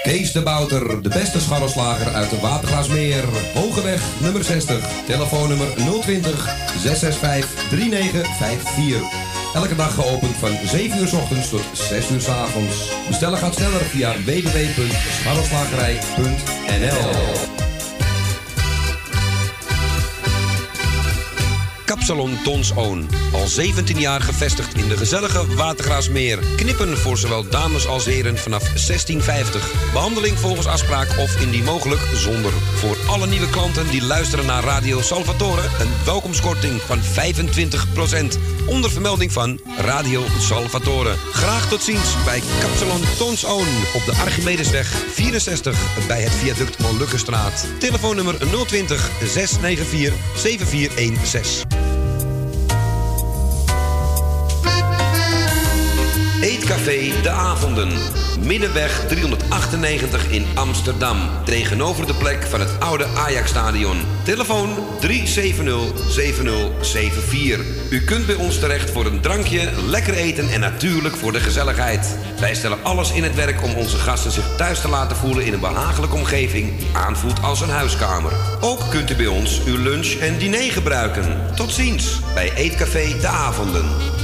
Kees de Bouter, de beste scharrelslager uit de Watergraasmeer. Hogeweg nummer 60, telefoonnummer 020 665 3954. Elke dag geopend van 7 uur 's ochtends tot 6 uur 's avonds. Bestellen gaat sneller via www.scharrelslagerij.nl. Kapsalon Tons Own. Al 17 jaar gevestigd in de gezellige Watergraasmeer. Knippen voor zowel dames als heren vanaf 16,50. Behandeling volgens afspraak of indien mogelijk zonder. Voor alle nieuwe klanten die luisteren naar Radio Salvatore een welkomstkorting van 25%. Onder vermelding van Radio Salvatore. Graag tot ziens bij Kapsalon Tons Own op de Archimedesweg 64 bij het viaduct Molukkenstraat. Telefoonnummer 020 694 7416. Eetcafé De Avonden. Middenweg 398 in Amsterdam. Tegenover de plek van het oude Ajax-stadion. Telefoon 370-7074. U kunt bij ons terecht voor een drankje, lekker eten en natuurlijk voor de gezelligheid. Wij stellen alles in het werk om onze gasten zich thuis te laten voelen in een behagelijke omgeving die aanvoelt als een huiskamer. Ook kunt u bij ons uw lunch en diner gebruiken. Tot ziens bij Eetcafé De Avonden.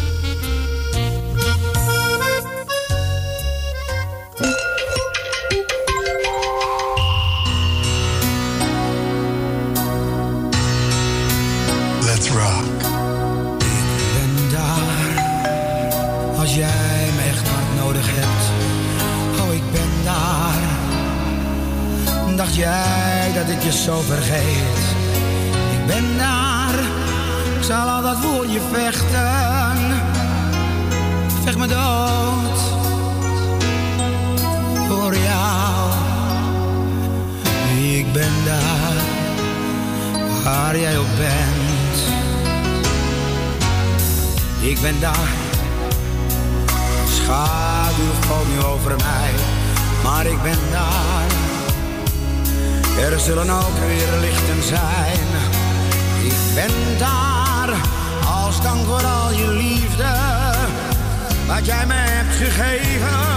Als jij me echt hard nodig hebt, oh ik ben daar. Dacht jij dat ik je zo vergeet? Ik ben daar, ik zal altijd voor je vechten. Vecht me dood, voor jou. Ik ben daar, waar jij ook bent. Ik ben daar. Schaduw valt nu over mij, maar ik ben daar. Er zullen ook weer lichten zijn. Ik ben daar, als dank voor al je liefde, wat jij me hebt gegeven.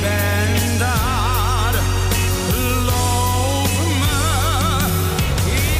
Ik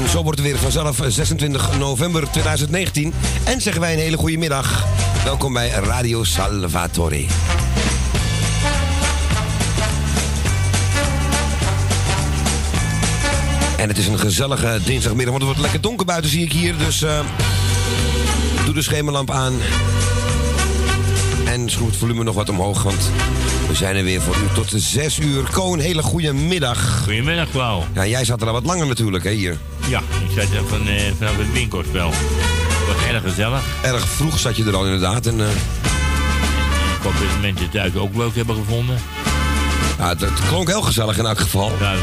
zo wordt het weer vanzelf 26 november 2019. En zeggen wij een hele goede middag. Welkom bij Radio Salvatore. En het is een gezellige dinsdagmiddag, want het wordt lekker donker buiten, zie ik hier. Dus doe de schemerlamp aan. En schroef het volume nog wat omhoog, want we zijn er weer voor u tot 6 uur. Ko, een hele goede middag. Goedemiddag, Klauw. Ja, jij zat er al wat langer natuurlijk, hè, hier. Ja, ik zat er vanaf het winkelspel. Het was erg gezellig. Erg vroeg zat je er al inderdaad. En, ik hoop dat de mensen thuis ook leuk hebben gevonden. Ja, het klonk heel gezellig in elk geval. Daarom.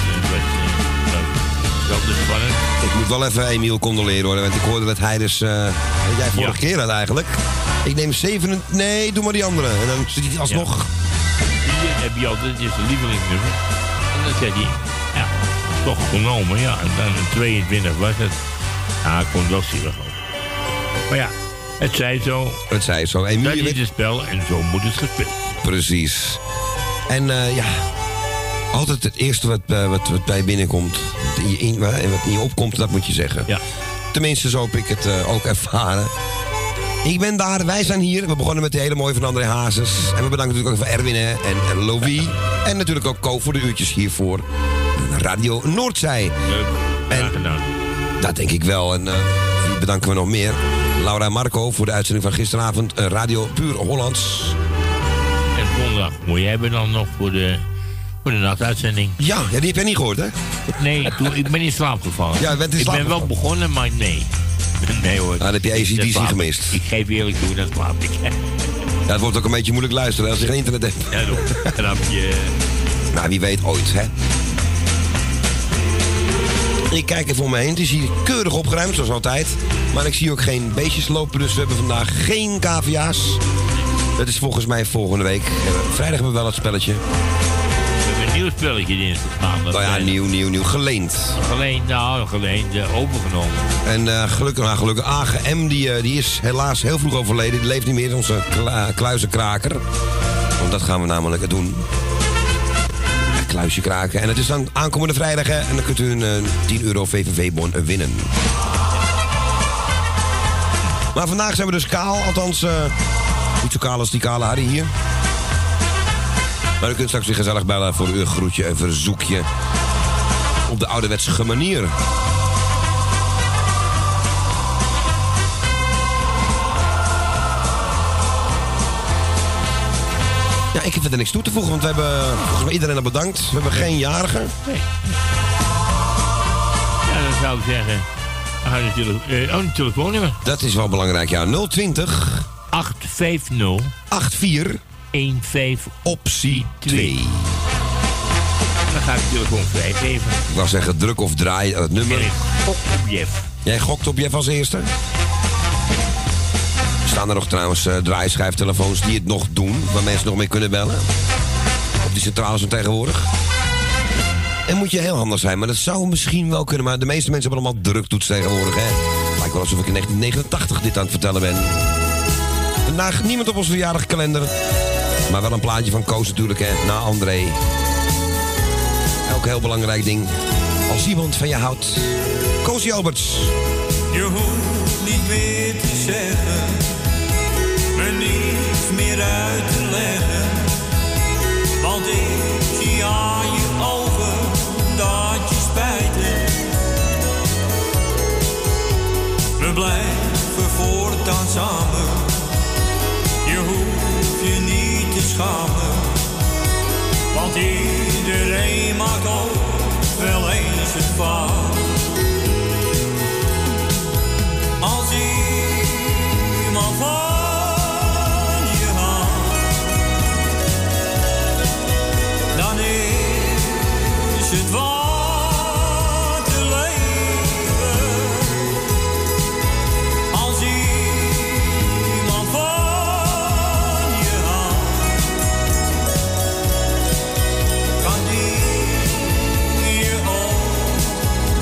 Dat was wel spannend. Ik moet wel even Emiel condoleren hoor, want ik hoorde dat hij dus... dat jij vorige keer had eigenlijk. Ik neem 7... Nee, doe maar die andere. En dan zit hij alsnog... Ja. Die heb je altijd, het is een lievelingsnummer. En dan zegt hij, ja, toch genomen, ja. En dan 22 was het. Ja, ik vond het wel zielig ook. Maar ja, het zij zo. Het zij zo. Emiel, dat is het spel en zo moet het gespeeld. Precies. En ja, altijd het eerste wat bij binnenkomt en wat in je opkomt, dat moet je zeggen. Ja. Tenminste, zo heb ik het ook ervaren. Ik ben daar, wij zijn hier. We begonnen met de hele mooie van André Hazes. En we bedanken natuurlijk ook voor Erwin en Louis. En natuurlijk ook Ko voor de uurtjes hiervoor. Radio Noordzij. Leuk, graag gedaan. Dat denk ik wel. En wie bedanken we nog meer? Laura en Marco voor de uitzending van gisteravond. Radio Puur Hollands. En zondag moet je hebben dan nog voor de nachtuitzending. Ja, die heb jij niet gehoord, hè? Nee, ik ben in slaap gevallen. Ja, ik ben wel begonnen, maar nee. Nee hoor. Dan heb je ACDC gemist. Ik geef eerlijk toe, dat slaap ik. Ja, het wordt ook een beetje moeilijk luisteren als je geen internet hebt. Ja, dan heb je... Nou, wie weet ooit, hè? Ik kijk even om me heen. Het is hier keurig opgeruimd, zoals altijd. Maar ik zie ook geen beestjes lopen, dus we hebben vandaag geen cavia's. Dat is volgens mij volgende week. Vrijdag hebben we wel het spelletje. We hebben een nieuw spelletje dinsdag maandag. Nou ja, nieuw. Geleend. Geleend, overgenomen. En gelukkig AGM, die is helaas heel vroeg overleden. Die leeft niet meer, onze kluizenkraker. Want dat gaan we namelijk doen. Kluisje kraken. En het is dan aankomende vrijdag, hè. En dan kunt u een €10 VVV-bon winnen. Maar vandaag zijn we dus kaal. Althans, niet zo kaal als die kale Harry hier. Maar u kunt straks weer gezellig bellen voor uw groetje en verzoekje. Op de ouderwetse manier. Ja, ik heb er niks toe te voegen, want we hebben volgens mij iedereen al bedankt. We hebben geen jarigen. Nee. Ja, dan zou ik zeggen... Dan ga je een telefoonnummer. Dat is wel belangrijk, ja. 020... 850... 84... 15... optie 2. Dan ga ik de telefoon vrijgeven. Ik wou zeggen, druk of draai het nummer. En ik gok op Jeff. Jij gokt op Jeff als eerste? Staan er nog trouwens draaischijftelefoons die het nog doen, waar mensen nog mee kunnen bellen? Op die centrales van tegenwoordig? En moet je heel handig zijn, maar dat zou misschien wel kunnen. Maar de meeste mensen hebben allemaal druktoets tegenwoordig, hè? Lijkt wel alsof ik in 1989 dit aan het vertellen ben. Vandaag niemand op onze verjaardagkalender. Maar wel een plaatje van Koos natuurlijk, hè? Na André. Ook een heel belangrijk ding. Als iemand van je houdt. Koos Alberts. Je hoeft niet meer te zeggen, me niets meer uit te leggen. Want ik zie aan je ogen dat je spijt hebt. We blijven voortaan samen. Je hoeft je niet te schamen. Want iedereen maakt ook wel eens een fout. Als iemand van je houdt, dan is het wat te leven. Als iemand van je houdt, kan die je ook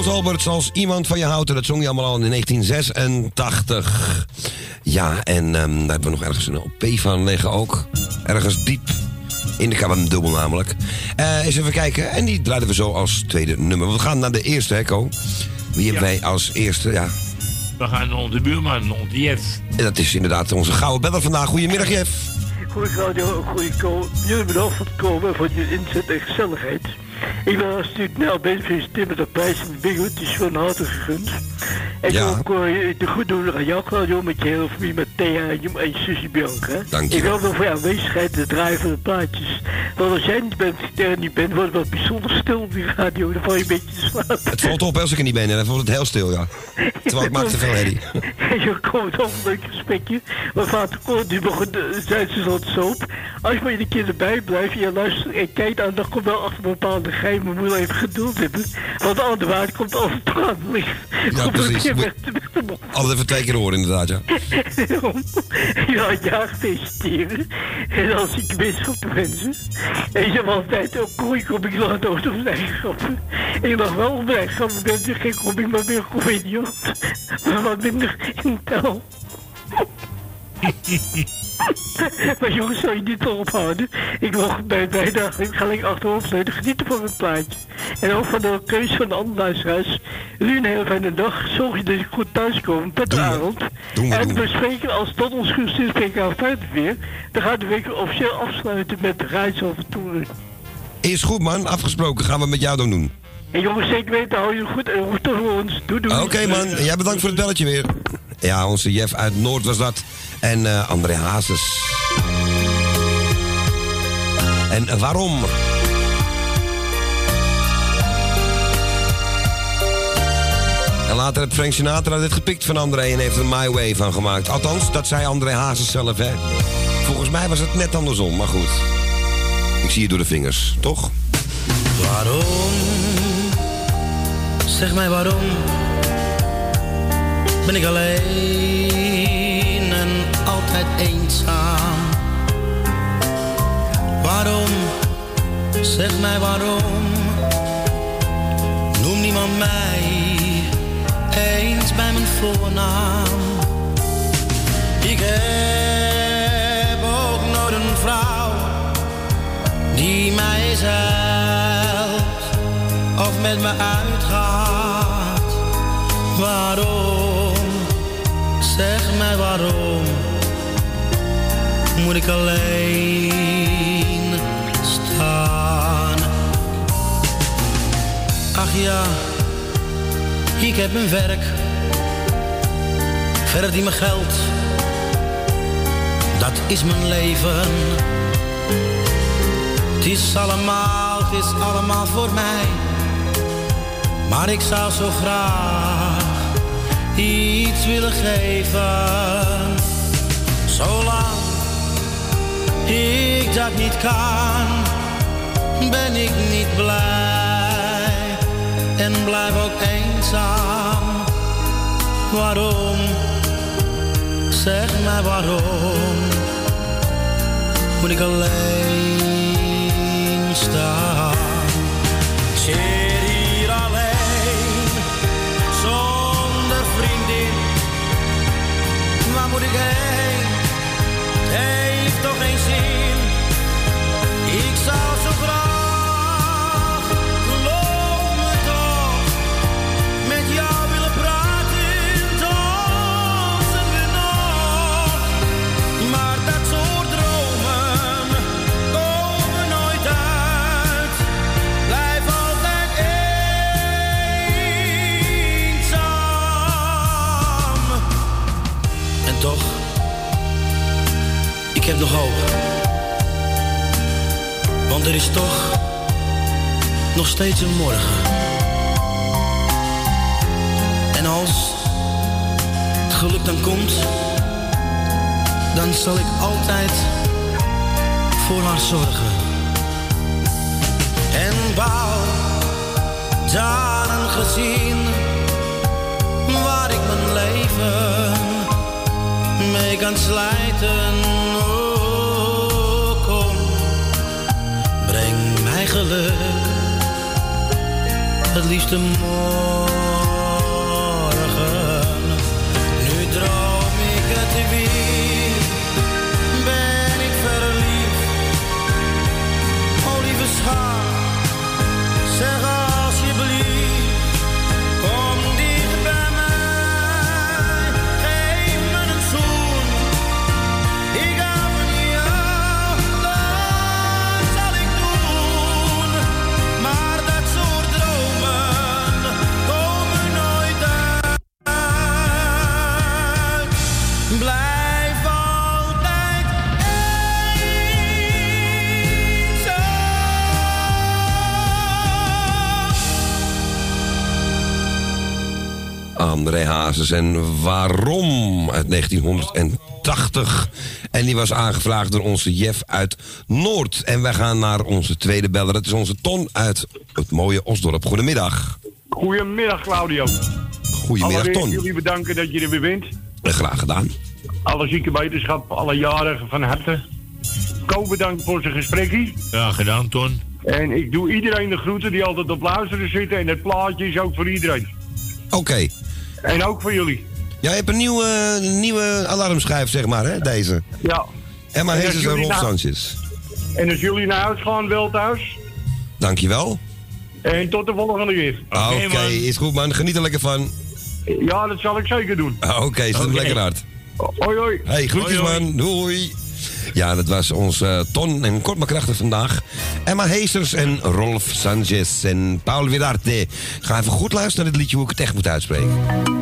Toos Alberts, Als iemand van je houdt. En dat zong je allemaal al in 1986. Ja, en daar hebben we nog ergens een LP van liggen ook. Ergens diep in de kamer, dubbel namelijk. Eens even kijken. En die draaiden we zo als tweede nummer. We gaan naar de eerste, hè, Ko? Wie hebben wij als eerste? Ja. We gaan naar onze buurman, onze Jeff. En dat is inderdaad onze gouden beller vandaag. Goedemiddag, Jeff. Goeie radio, goeie Ko. Jullie bedankt voor het komen, voor je inzet en gezelligheid. Ik ben natuurlijk nou bezig gefeliciteerd met de prijs in de Bingo. Het is van harte gegund. En ik wil ook de goed doen aan jouw radio met je hele familie, met Thea en je zusje Bianca. Dank je. Ik wil wel voor je aanwezigheid de draaien van de plaatjes. Want als jij niet bent, er niet bent, wordt het wel bijzonder stil op die radio. Dan val je een beetje te slapen. Het valt op als ik er niet ben, en dan wordt het heel stil, ja. Terwijl ik maak te veel herrie. Je komt op een leuk gesprekje. Mijn vader kon nu nog zijn ze zo'n soap. Als je maar een keer erbij blijft, je luistert en kijkt aan, dan komt wel achter bepaalde geheimen. Moet je even geduld hebben. Want de andere waard komt altijd praten. Ja, precies. Altijd even 2 keer horen, inderdaad, ja. Ja, feliciteren. En als ik wetenschap te wensen. En je hebt altijd ook kom ik laat over zijn eigen grappen. En je mag wel op mijn eigen grappen, ben je geen comic, maar meer comediant. Maar wat minder in taal. Maar jongens, zou je niet erop houden? Ik wil bij bijdrage, ik ga lekker achterhoofd leiden, genieten van het plaatje. En ook van de keuze van de andere luisteraars. Jullie een hele fijne dag. Zorg je dat je goed thuiskomt. Tot de avond. En we spreken, als tot ons gunstig spreken aan vrijdag weer. Dan gaan we de week officieel afsluiten met de reis over toeren. Is goed, man. Afgesproken. Gaan we met jou doen. En jongens, zeker weten, hou je goed en goed voor ons. Doei. Oké, man. Jij bedankt voor het belletje weer. Ja, onze Jeff uit Noord was dat. En André Hazes. En waarom? En later heeft Frank Sinatra dit gepikt van André en heeft er My Way van gemaakt. Althans, dat zei André Hazes zelf, hè. Volgens mij was het net andersom, maar goed. Ik zie je door de vingers, toch? Waarom? Zeg mij waarom? Ben ik alleen en altijd eenzaam? Waarom? Zeg mij waarom? Noem niemand mij eens bij mijn voornaam. Ik heb ook nooit een vrouw die mij eens helpt of met me uitgaat. Waarom? Zeg mij waarom moet ik alleen staan? Ach ja, ik heb mijn werk, verdien mijn geld, dat is mijn leven. Het is allemaal voor mij, maar ik zou zo graag iets willen geven. Zolang ik dat niet kan, ben ik niet blij en blijf ook eenzaam. Waarom? Zeg mij waarom moet ik alleen staan? Zit hier alleen, zonder vriendin. Waar moet ik heen? Het heeft toch geen zin. Ik zou zo graag, geloof me toch, met jou willen praten, dansen we nog. Maar dat soort dromen komen nooit uit. Blijf altijd eenzaam. En toch, ik heb nog hoop. Want er is toch nog steeds een morgen. En als het geluk dan komt, dan zal ik altijd voor haar zorgen. En bouw daar een gezin waar ik mijn leven mee kan slijten. Breng mij geluk het liefste morgen. Nu droom ik het weer, ben ik verliefd. Oh lieve schat, zeg alsjeblieft, kom dicht bij mij, geef me een zoen. Ik hou van jou, dat zal ik doen. Maar dat soort dromen komen nooit uit. Blijf altijd André Hazes en Waarom uit 1980. En die was aangevraagd door onze Jeff uit Noord. En wij gaan naar onze tweede beller. Dat is onze Ton uit het mooie Osdorp. Goedemiddag. Goedemiddag, Claudio. Goedemiddag, Allereerst Ton. jullie bedanken dat je er weer bent. Graag gedaan. Alle zieke wetenschap, alle jarigen van harte. Ko bedankt voor zijn gesprekje. Graag gedaan, Ton. En ik doe iedereen de groeten die altijd op luisteren zitten. En het plaatje is ook voor iedereen. Oké. En ook voor jullie. Jij hebt een nieuwe alarmschijf, zeg maar, hè, deze. Ja. Emma En als Hazes en jullie Rolf nou- Sanchez. En als jullie naar huis gaan, wel thuis. Dankjewel. En tot de volgende keer. Oké, man. is goed, man. Geniet er lekker van. Ja, dat zal ik zeker doen. Oké, zet hem Oké. lekker hard. Hoi, hoi. Hey, groetjes, Hoi, hoi. man. Doei. Ja, dat was ons Ton en kort maar krachtig vandaag. Emma Hazes en Rolf Sanchez en Paul Vidarte. Ga even goed luisteren naar dit liedje hoe ik het echt moet uitspreken.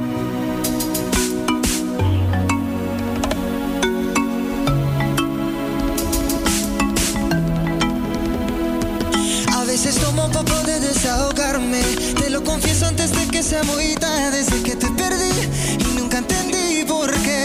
A veces tomo un poco de desahogarme. Te lo confieso antes de que sea muy tarde. Desde que te perdí y nunca entendí por qué.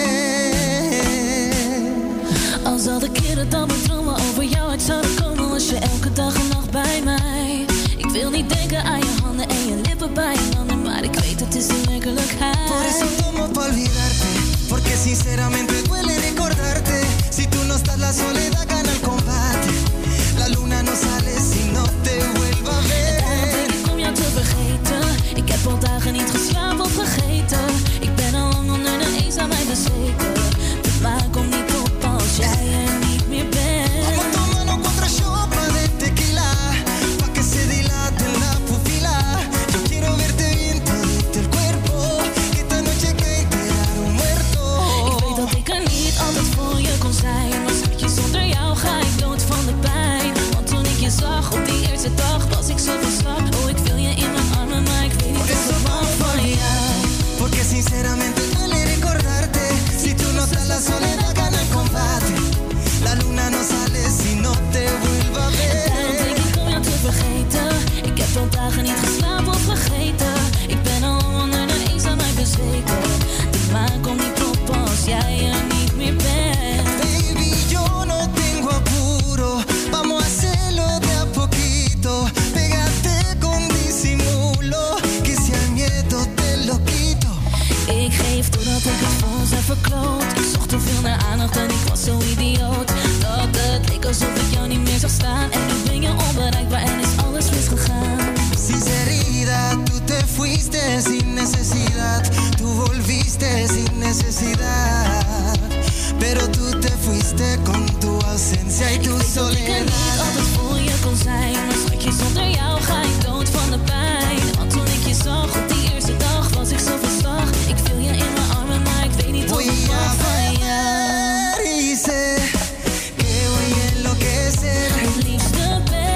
Al zal de keren dat mijn dromen over jou uit zouden komen, was je elke dag en nacht bij mij. Ik wil niet denken aan je handen en je lippen bij een ander, maar ik weet het is de werkelijkheid. Por eso tomo pa' olvidarte. Porque sinceramente duele recordarte. Si tú no estás la soledad gana el combate. La luna no sale si no te vuelva a ver. Daarom denk ik om jou te vergeten. Ik heb al dagen niet geslapen of vergeten. Ik ben al lang onder de eenzaamheid bezweken. De maan komt niet op als jij er niet meer bent. Vamos tomando 4 shots de tequila. Pa' que se dilate la pupila. Yo quiero verte bien todito el cuerpo. Que esta noche que quedar un muerto. Ik weet dat ik er niet altijd voor je kon zijn, maar schatje, zonder jou ga ik dood van de pijn. Want toen ik je zag op die eerste dag was ik zo van slag. Oh, ik wil je in mijn armen, maar ik weet niet of ik hou van jou. Porque sinceramente duele recordarte. Si tú no estás la soledad gana el combate. La luna no sale si no te vuelva a Daarom ver. denk ik om jou te vergeten. Ik heb al dagen niet geslapen of vergeten. Ik ben al onder de eenzaamheid bezweken. De maan komt niet op als jij er niet meer bent. Baby, yo no tengo apuro. Vamos a hacerlo de a poquito. Pégate con disimulo. Que si hay miedo te lo quito. Ik geef doordat ik het voor ons heb verkloot. Ik zocht te veel naar aandacht en ik was zo idioot. Dat het leek alsof ik jou niet meer zag staan. En nu ben je onbereikbaar en is alles misgegaan. Sinceridad, tú te fuiste sin necesidad. Tú volviste sin necesidad. Pero tú te fuiste con tu ausencia y tu Ik weet dat ik er niet soledad. altijd voor je kon zijn, maar schatje, zonder jou ga ik dood van de pijn. Want toen ik je zag op die eerste dag was ik zo van slag. Ik viel je in mijn armen, maar ik weet niet of Voy ik a hou van jou. ver y sé que voy a enloquecer. Het liefste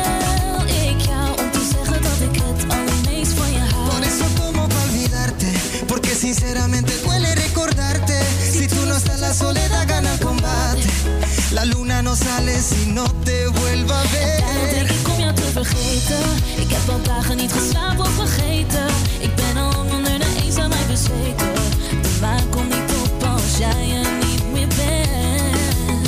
bel ik jou om te zeggen dat ik het allermeest van je hou. Por eso tomo pa' olvidarte. Porque sinceramente duele recordarte. Si tú no estás la soledad gana el combate. La luna no sale si no te vuelva a Daarom ver. denk ik om jou te vergeten. Ik heb al dagen niet geslapen of vergeten. Ik ben al lang onder de eenzaamheid bezweken. De maan komt niet op als jij er niet meer bent.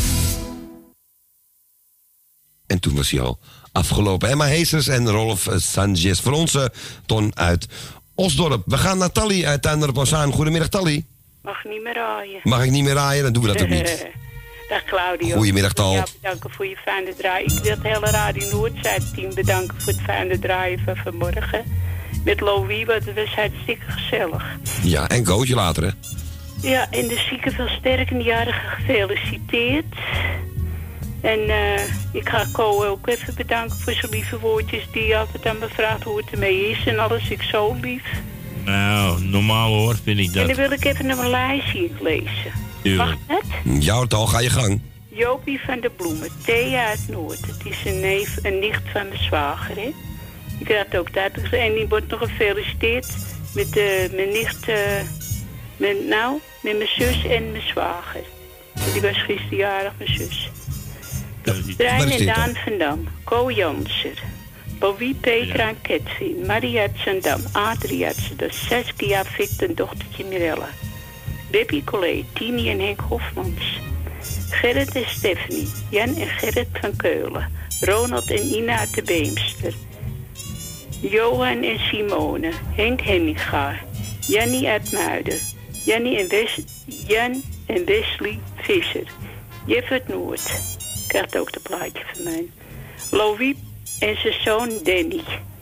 En toen was hij al afgelopen. Emma Hazes en Rolf Sanchez. Voor onze Ton uit Osdorp. We gaan naar Tally uit Tuindorp Ozaan. Goedemiddag, Tally. Mag niet meer raaien. Mag ik niet meer raaien? Dan doen we dat ook niet. Dag Claudio. Goedemiddag, Tal. Ja, bedanken voor je fijne draai. Ik wil het hele Radio Noordzijde-team bedanken voor het fijne draaien van vanmorgen. met Louis, want het was hartstikke gezellig. Ja, en Kootje later, hè? Ja, en de zieke veel sterke jarige gefeliciteerd. En ik ga Ko ook even bedanken voor zijn lieve woordjes die altijd aan me vraagt hoe het ermee is en alles. Ik zo lief. Nou, normaal hoor, vind ik dat. En dan wil ik even een lijstje lezen. Tuurlijk. Mag dat? Jouw taal, ga je gang. Jopie van de Bloemen, Thea uit Noord. Het is een nicht van mijn zwager, hè. Ik had ook dat gezegd. En die wordt nog gefeliciteerd met mijn nicht, met mijn zus en mijn zwager. Die was gisteren jarig, mijn zus. Trein en Daan van Dam, Ko Janser, Louis, Petra en Ketvin, Maria Zandam, Adrie Zandam, Saskia, Victor en dochtertje Mirella. Debbie Collet, Tini en Henk Hofmans. Gerrit en Stephanie, Jan en Gerrit van Keulen, Ronald en Ina uit de Beemster. Johan en Simone, Henk Hemminga, Jannie uit Muiden, Jan en Wesley Visser, Jeffert Noord, krijgt ook de plaatje van mij. Louis en zijn zoon Danny.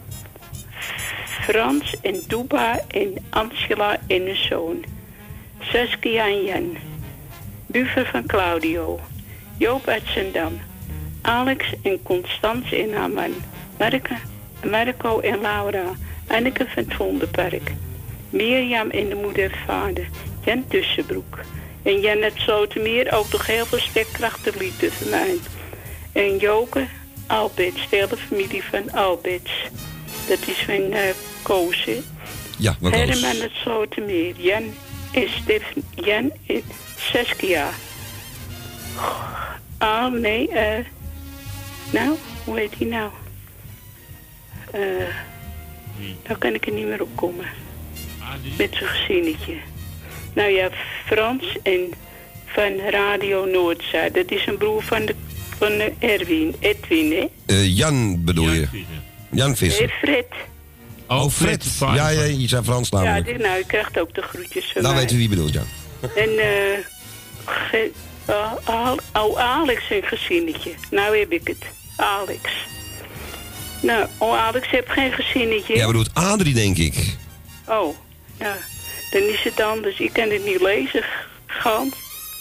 Frans en Duba en Angela en hun zoon. Saskia en Jan. Buffer van Claudio. Joop uit Zandam. Alex en Constance en haar man. Marco en Laura. Anneke van het Vondelpark. Mirjam en de moeder en vader. Jan Tussenbroek. En Jan uit Slotermeer ook nog heel veel sterkrachten liefde van mij. En Joke Alberts, de hele familie van Alberts. Dat is van Koos, hè? Ja, wat Koos. Herman uit Slotermeer. Jan en Saskia. Nou, hoe heet die nou? Nou kan ik er niet meer op komen. Met zijn gezinnetje. Nou ja, Frans en van Radio Noordzij. Dat is een broer van Edwin, hè? Jan bedoel je? Jan Visser. Fred. Oh, Fred. Ja, je zei Frans namelijk. Ja, nou, ik krijg ook de groetjes van nou, mij. weet u wie bedoelt, Jan. En Alex een gezinnetje. Nou heb ik het. Alex. Nou, Alex heeft geen gezinnetje. Ja, bedoelt Adrie, denk ik. Oh, ja. Dan is het anders. Ik kan het niet lezen. Gans.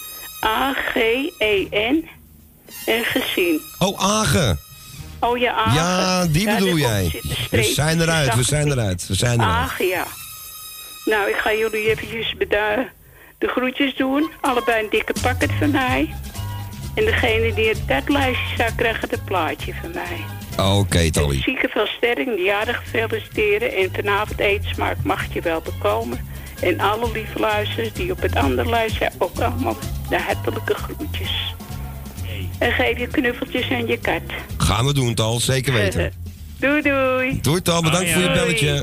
A-G-E-N. En gezin. Oh, Agen. Oh ja, Agen. Ja, die bedoel jij. We zijn eruit. Agen, ja. Nou, ik ga jullie eventjes de groetjes doen. Allebei een dikke pakket van mij. En degene die het lijstje zou krijgen, het plaatje van mij. Oké, Tolly. Zieke veel sterren, die jarig feliciteren. En vanavond eetsmaak mag je wel bekomen. En alle lieve luisteraars die op het andere lijstje ook allemaal de hartelijke groetjes. En geef je knuffeltjes aan je kat. Gaan we doen, Tal. Zeker weten. Doei, doei. Doei, Tal. Bedankt voor je belletje.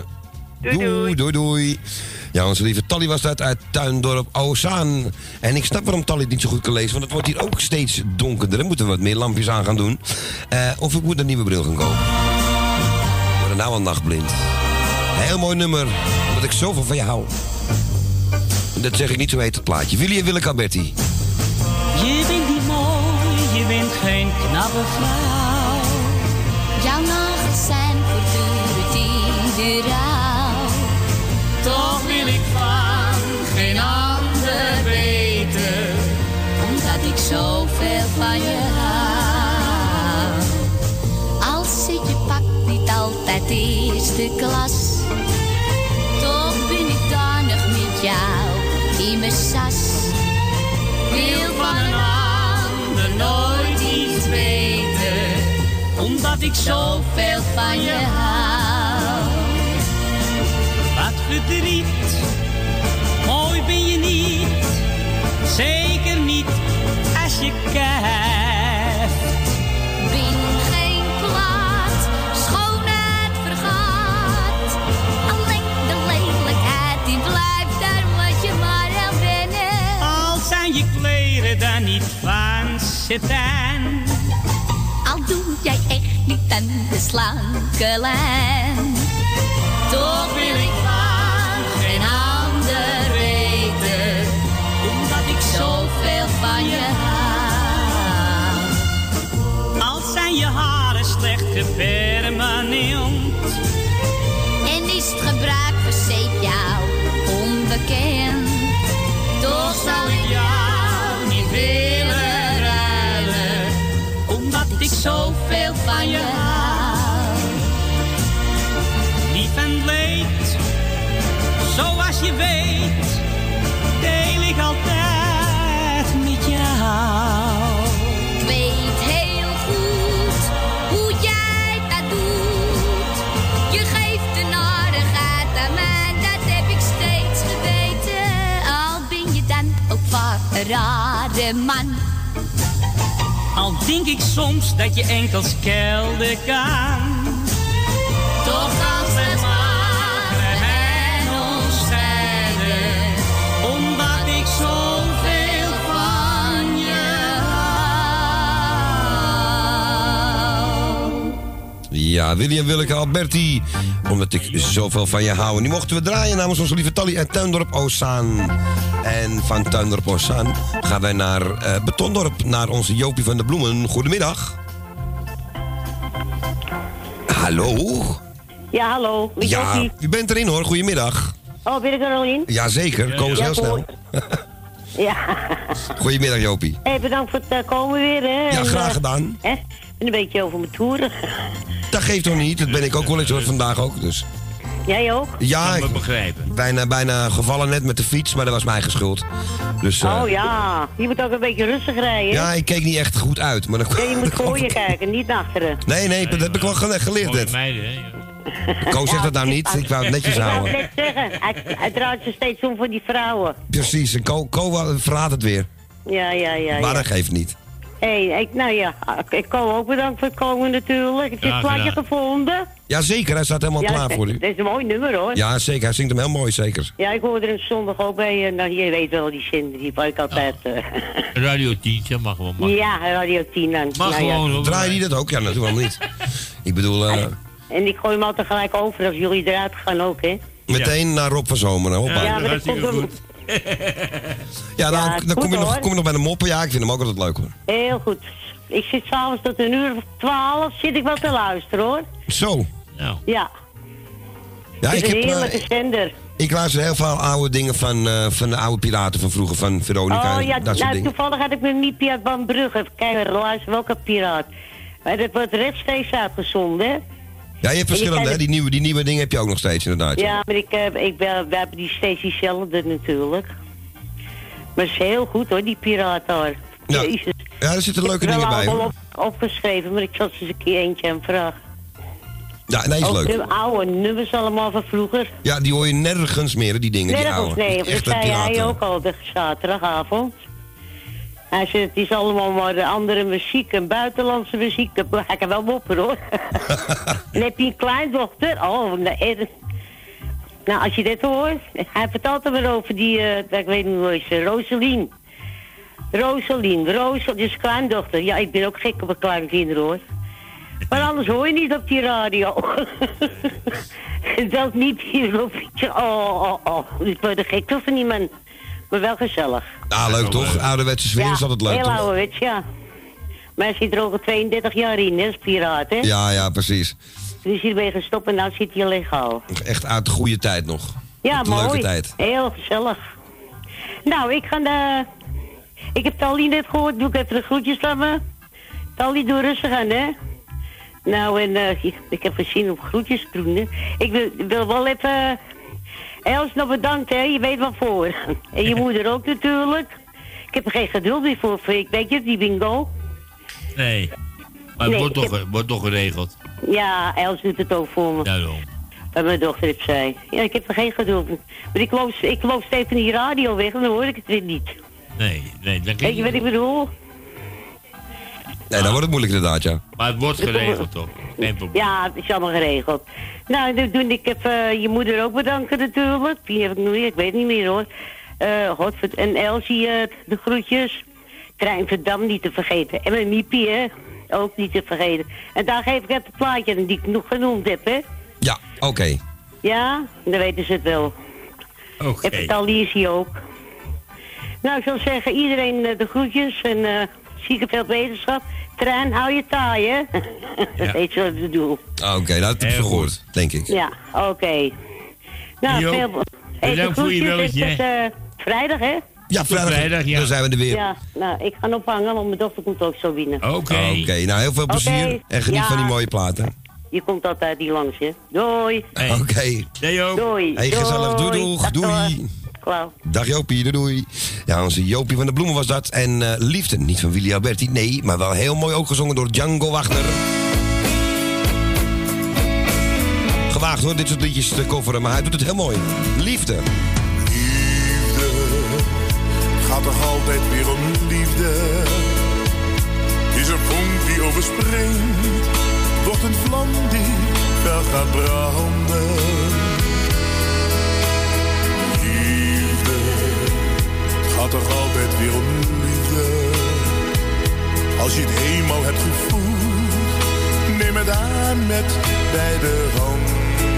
Doei. Ja, onze lieve Tally was dat uit Tuindorp Ozaan. En ik snap waarom Tally het niet zo goed kan lezen. Want het wordt hier ook steeds donkerder. Dan moeten we wat meer lampjes aan gaan doen. Of ik moet een nieuwe bril gaan kopen. Ik word nou al nachtblind. Heel mooi nummer. Omdat ik zoveel van je hou. Dat zeg ik niet, zo heet het plaatje. Willy en Willeke Alberti. Je bent niet mooi, je bent geen knappe vrouw. Jouw nachten zijn voortdurend in de rouw. Toch wil ik van geen ander weten, omdat ik zoveel van je hou. Als zit je pak niet altijd eerste klas, toch ben ik daar nog met jou in mijn sas. wil van een ander nooit iets weten, omdat ik zoveel van je hou. Wat verdriet, mooi ben je niet, zeker niet als je kijft. Ben geen plaat, schoonheid vergaat, alleen de lelijkheid die blijft, daar moet je maar aan wennen. Al zijn je kleren dan niet van satijn, al doe jij echt niet aan de slanke lijn, toch wil ik van geen ander weten, omdat ik zoveel van je hou. Al zijn je haren slecht gepermanent, en die gebruik verzeep jou onbekend. Toch zou ik jou niet willen ruilen, omdat ik zoveel van je hou. Lief en leed, zoals je weet, deel ik altijd met jou. Ik weet heel goed hoe jij dat doet. Je geeft de narigheid aan mij, dat heb ik steeds geweten. Al ben je dan ook vaak een rare man. Al denk ik soms dat je enkels kelder kan. Toch als het ware hen ons scheiden, omdat ik zoveel van je hou. Ja, William Willeke Alberti. Omdat ik zoveel van je hou. En die mochten we draaien namens onze lieve Tally uit Tuindorp Ozaan. En van Tuindorp Ozaan gaan wij naar Betondorp, naar onze Jopie van de Bloemen. Goedemiddag. Hallo? Ja, hallo. Ja, u bent erin hoor. Goedemiddag. Oh, ben ik er al in? Jazeker, kom eens heel snel. Ja. Goedemiddag Jopie. Hey, bedankt voor het komen weer. Hè. Ja, graag gedaan. Ik ben een beetje over mijn toeren. Dat geeft toch niet? Dat ben ik ook wel eens hoor, vandaag ook. Dus. Jij ook? Ja, ik begrijpen. Bijna gevallen net met de fiets, maar dat was mijn eigen schuld. Dus, oh ja, je moet ook een beetje rustig rijden. Ja, ik keek niet echt goed uit. Maar dan, ja, je moet voor je kijken, niet naar achteren. Nee, dat heb ik wel geleerd net. Koos zegt dat nou niet, ik wou het netjes houden. Ik wou het net zeggen, hij draait zich steeds om voor die vrouwen. Precies, en Ko verraadt het weer. Ja. Maar dat geeft niet. Ik Ko ook bedankt voor het komen natuurlijk. Heb je het plaatje gevonden? Jazeker, hij staat helemaal klaar voor u. Dat is een mooi nummer hoor. Ja, zeker, hij zingt hem heel mooi, zeker. Ja, ik hoorde er zondag ook bij, nou je weet wel die zin, die heb ik altijd... Radio 10, ja, mag wel. Ja, Radio 10 dan. Mag gewoon. Draai je dat ook? Ja, natuurlijk wel niet. Ik bedoel... En ik gooi hem altijd gelijk over als jullie eruit gaan ook, hè? Meteen naar Rob van Zomer, hoppa. Ja, maar dat komt goed. Ja, dan kom je nog bij de moppen. Ja, ik vind hem ook altijd leuk hoor. Heel goed. Ik zit s'avonds tot 1:12 zit ik wel te luisteren hoor. Zo? Ja. Ja, het is ik heb een heerlijke zender. Ik luister heel veel oude dingen van de oude piraten van vroeger, van Veronica. Oh ja, dat soort dingen. Toevallig had ik met niet Piat van Brugge. Kijk, luister welke piraat. Maar dat wordt rechtstreeks uitgezonden, hè? Ja, je hebt verschillende, hè? Die nieuwe dingen heb je ook nog steeds, inderdaad. Ja, maar we hebben die steeds diezelfde natuurlijk. Maar het is heel goed hoor, die piraat daar. Ja, Jezus. Ja, er zitten leuke dingen bij. Ik heb er allemaal opgeschreven, maar ik zal ze eens een keer eentje aan vragen. Ja, nee, is leuk. De oude nummers allemaal van vroeger. Ja, die hoor je nergens meer, die dingen, die oude. Nee, dat zei hij ook al de zaterdagavond. Hij zei, het is allemaal maar de andere muziek, en buitenlandse muziek. Ik kan wel mopperen hoor. Dan heb je een kleindochter. Oh, nee. Nou, als je dit hoort. Hij vertelt er weer over die, ik weet niet hoe is, Rosalien. Rosal, dus kleindochter. Ja, ik ben ook gek op een kleinkinderen hoor. Maar anders hoor je niet op die radio. Dat niet hier op. Oh. Ik word er gek van die man. Maar wel gezellig. Ah, leuk toch? Ouderwetse sfeer is altijd leuk, heel toch? Heel ouderwets, ja. Maar hij zit er ook al 32 jaar in, hè, als piraat, hè? Ja, precies. Dus hier ben je gestopt en nou zit hij legaal. Echt uit de goede tijd nog. Ja, de mooi. Leuke tijd. Heel gezellig. Nou, ik heb Tally net gehoord. Doe ik even de groetjes van me. Tally, doe rustig aan, hè? Nou, en ik heb gezien op groetjes doen, hè? Ik wil wel even... Els, nog bedankt, hè. Je weet wat voor. En je moeder ook natuurlijk. Ik heb er geen geduld meer voor, Freek. Weet je, die bingo? Nee. Maar het wordt toch geregeld. Ja, Els doet het ook voor me. Daarom. Wat mijn dochter heeft zei. Ja, ik heb er geen geduld meer. Maar ik loop steeds van die radio weg en dan hoor ik het weer niet. Nee, dat weet je wat ik bedoel? Nee, dan wordt het moeilijk inderdaad, ja. Maar het wordt geregeld, toch? Geen probleem. Ja, het is allemaal geregeld. Nou, ik heb je moeder ook bedanken natuurlijk. Die heb ik nu, ik weet niet meer hoor. En Elsie, de groetjes. Trein Verdam niet te vergeten. En mijn Miepie, hè. Ook niet te vergeten. En daar geef ik het plaatje die ik nog genoemd heb, hè. Ja, oké. Ja, dan weten ze het wel. Oké. Heb het al hier ook. Nou, ik zal zeggen, iedereen de groetjes en zieke veel wetenschap. Trein, hou je taai, hè? Dat weet je wat ik bedoel. Oké, dat heb ik gehoord, denk ik. Ja, oké. Nou, Jo, veel... bedankt voor je belletje. Het is vrijdag, hè? Ja, vrijdag, ja. Dan zijn we er weer. Ja, nou, ik ga ophangen, want mijn dochter komt ook zo binnen. Oké. Nou heel veel plezier. Oké, En geniet ja. van die mooie platen. Je komt altijd niet langs, hè? Doei. Oké. Nee, ook. Doei. Hey, gezellig. Doei, doeg. Doei. Klauw. Dag Jopie, doei. Ja, onze Jopie van de Bloemen was dat. En Liefde, niet van Willy Alberti, nee, maar wel heel mooi ook gezongen door Django Wagner. Gewaagd hoor, dit soort liedjes te coveren, maar hij doet het heel mooi. Liefde. Liefde, het gaat toch altijd weer om liefde. Is een vonk die overspringt, wordt een vlam die fel gaat branden. Liefde, het gaat toch altijd weer om liefde. Als je het eenmaal hebt gevoeld, neem het aan met beide handen.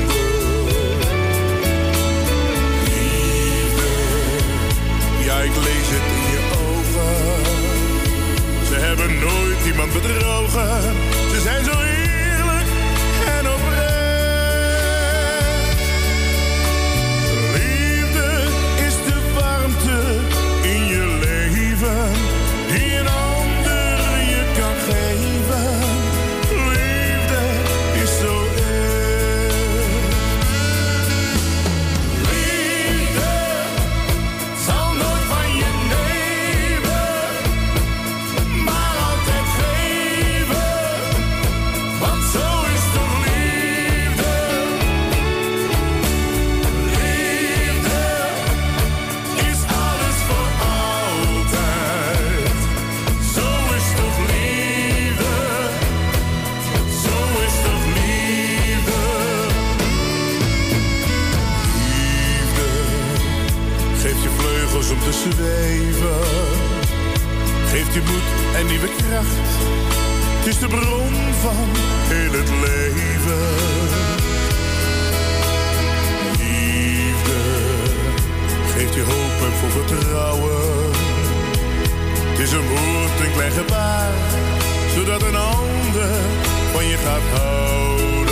Ja, ik lees het in je ogen. Ze hebben nooit iemand bedrogen. Ze zijn zo eerlijk en oprecht. Liefde is de warmte in je leven die een ander je kan geven. Liefde is zo echt. Liefde zal nooit van je nemen, maar altijd geven, want zo is toch liefde. Liefde is alles voor altijd. Zo is toch liefde. Zo is toch liefde. Liefde geeft je vleugels om te zweven, geeft je moed en nieuwe kracht. Het is de bron van heel het leven. Liefde geeft je hoop en vol vertrouwen. Het is een woord, een klein gebaar, zodat een ander van je gaat houden.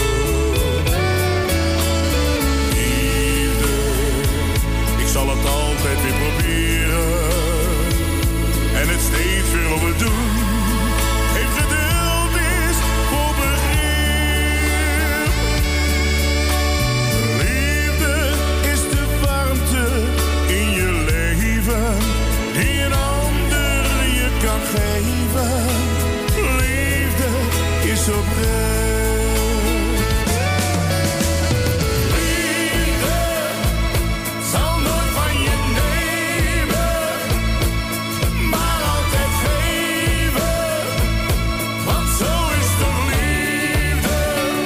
Liefde, ik zal het altijd weer proberen en het steeds weer overdoen. Heeft geduld is voor begrip. Liefde is de warmte in je leven die een ander je kan geven. Liefde is oprecht. Liefde zal nooit van je nemen, maar altijd geven, want zo is toch liefde.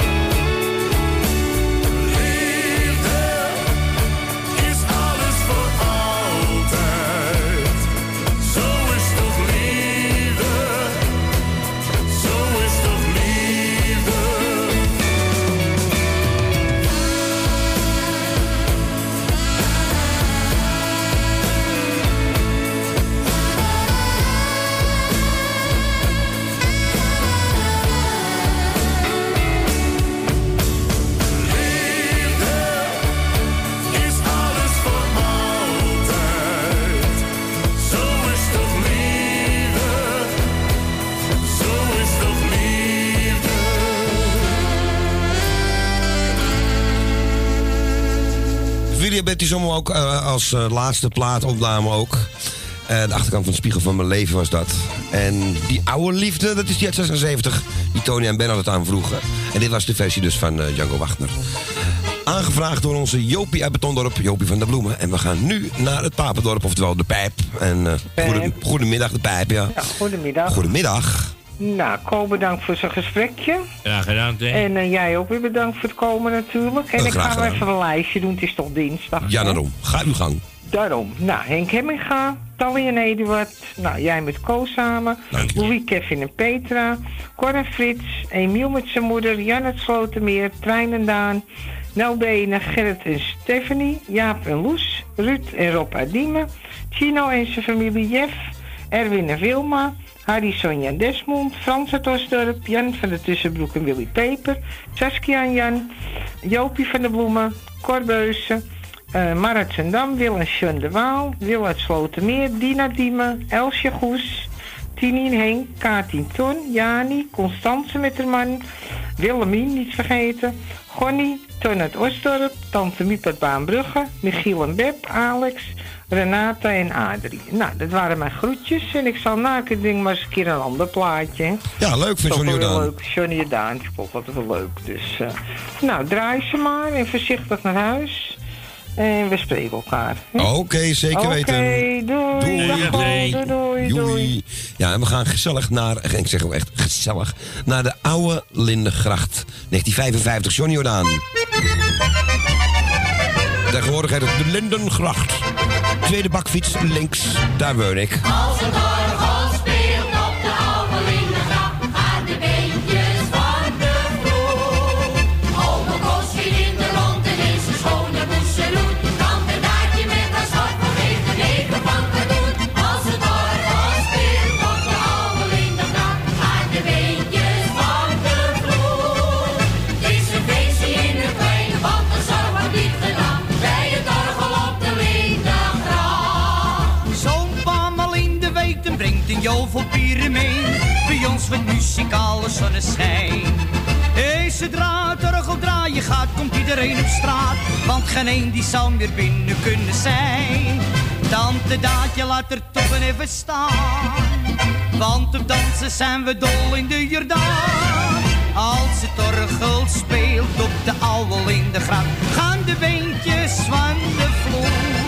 Liefde is alles voor altijd. Zo is toch liefde. Zo is toch liefde. Is alles voor altijd. Zo is toch liefde. Zo is toch liefde. Willy Alberti zongen ook als laatste plaatopname ook. De achterkant van de Spiegel van mijn leven was dat. En die oude liefde, dat is die uit 76. Die Tony en Ben altijd aanvroegen. En dit was de versie dus van Django Wagner. Aangevraagd door onze Jopie uit Betondorp, Jopie van de Bloemen. En we gaan nu naar het Papendorp, oftewel de Pijp. En goedemiddag, de Pijp, ja. Ja, goedemiddag. Goedemiddag. Nou, Ko, bedankt voor zijn gesprekje. Graag gedaan, T. En jij ook weer bedankt voor het komen natuurlijk. En ik graag ga gedaan. even een lijstje doen, het is toch dinsdag. Ja, hè? daarom. Ga uw gang. Daarom. Nou, Henk Hemminga, Tally en Eduard. Nou, jij met Ko samen. Dank je. Louis, Kevin en Petra. Cor en Frits. Emiel met zijn moeder. Jan het Slotermeer. Trein en Daan. Nel Benen, Gerrit en Stephanie. Jaap en Loes. Ruud en Rob uit Diemen. Chino en zijn familie Jeff. Erwin en Wilma. Harry, Sonja en Desmond. Frans uit Osdorp. Jan van de Tussenbroek en Willy Peper. Saskia en Jan. Jopie van de Bloemen. Cor Beusen. Marit Zendam, Wil en John de Waal, Wil uit Slotermeer, Dina Diemen, Elsje Goes, Tinien Henk, Kaatien Ton, Jani, Constance met haar man, Willemien, niet vergeten, Gonnie, Ton uit Osdorp, Tante Miep uit Baanbrugge, Michiel en Beb, Alex, Renata en Adrie. Nou, dat waren mijn groetjes en ik zal na het ding maar eens een keer een ander plaatje. Hè. Ja, leuk van Johnny Jordaan. Leuk, Johnny Jordaan, ik vond dat wel leuk. Dus, nou, draai ze maar en voorzichtig naar huis. En we spreken elkaar. Oké, zeker weten. Oké, doei. Doei. Ja, en we gaan gezellig naar, ik zeg ook echt gezellig, naar de oude Lindengracht. 1955, Johnny Jordaan. Tegenwoordig heet het de Lindengracht. Tweede bakfiets links, daar woon ik. Als het orgel speelt op de oude Lindengracht, gaan de beentjes van de vloer. Ome Koos weer in de rond en in zijn schone boezeroet. Tante Daatje met haar zwart nog heeft de negen van gedoen. Als het orgel speelt op de oude Lindengracht, gaan de beentjes van de vloer. Het is een feestje in het klein, want de zorg wordt niet gedaan. Bij het orgel op de Lindengracht. Zo'n paar maal in de week, dan brengt een jovelpieren mee. Bij ons met muzikale zonneschijn. Zodra het orgel draaien gaat, komt iedereen op straat. Want geen een die zal meer binnen kunnen zijn. Tante Daatje laat er toppen even staan. Want op dansen zijn we dol in de Jordaan. Als het orgel speelt op de oude Lindengracht, gaan de beentjes van de vloer.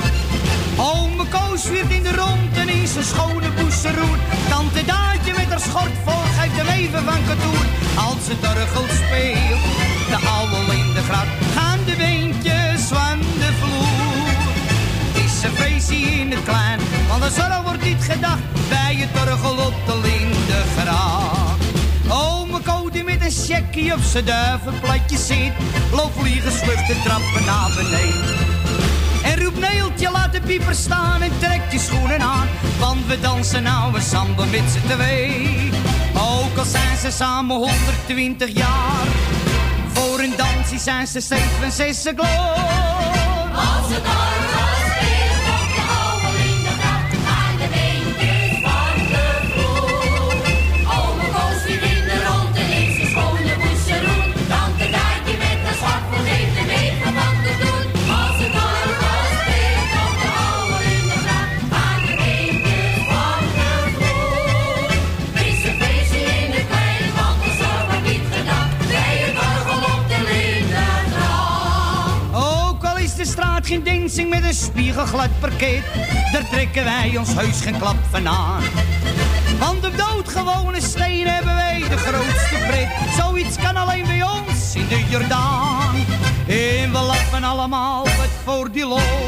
Ome Koos weer in de rond en in zijn schone boezeroen. Tante Daatje met haar schort vol geeft hem even van katoen. Als het orgel speelt, de oude Lindengracht, gaan de beentjes van de vloer. Het is een feestje in het klein, want de zorg wordt niet gedacht bij het orgel op de Lindengracht. Ome Ko die met een checkie op zijn duivenplatje zit, loopt vliegers vluchten trappen naar beneden. En roep Neeltje, laat de pieper staan en trek je schoenen aan. Want we dansen nou een samba met z'n twee. Ook al zijn ze samen 120 jaar, voor een dansie zijn ze 67 gloor. Als het orgel speelt op de oude Lindengracht, gaan de beentjes van de vloer. Ome Koos weer in de rond en in zijn schone boezeroen. Tante Daatje met haar zwart voor heeft hem even van te doen. Als het orgel speelt op de oude Lindengracht, gaan de beentjes van de vloer. Het is een feestje in het klein, want de zorg wordt niet gedaan bij het orgel op de Lindengracht. Ook al is de straat geen dancing met een spiegelglad parket, daar trekken wij ons heus geen klap van aan. Want op doodgewone steen hebben wij de grootste pret. Zoiets kan alleen bij ons in de Jordaan. En we lachen allemaal wat voor die lol.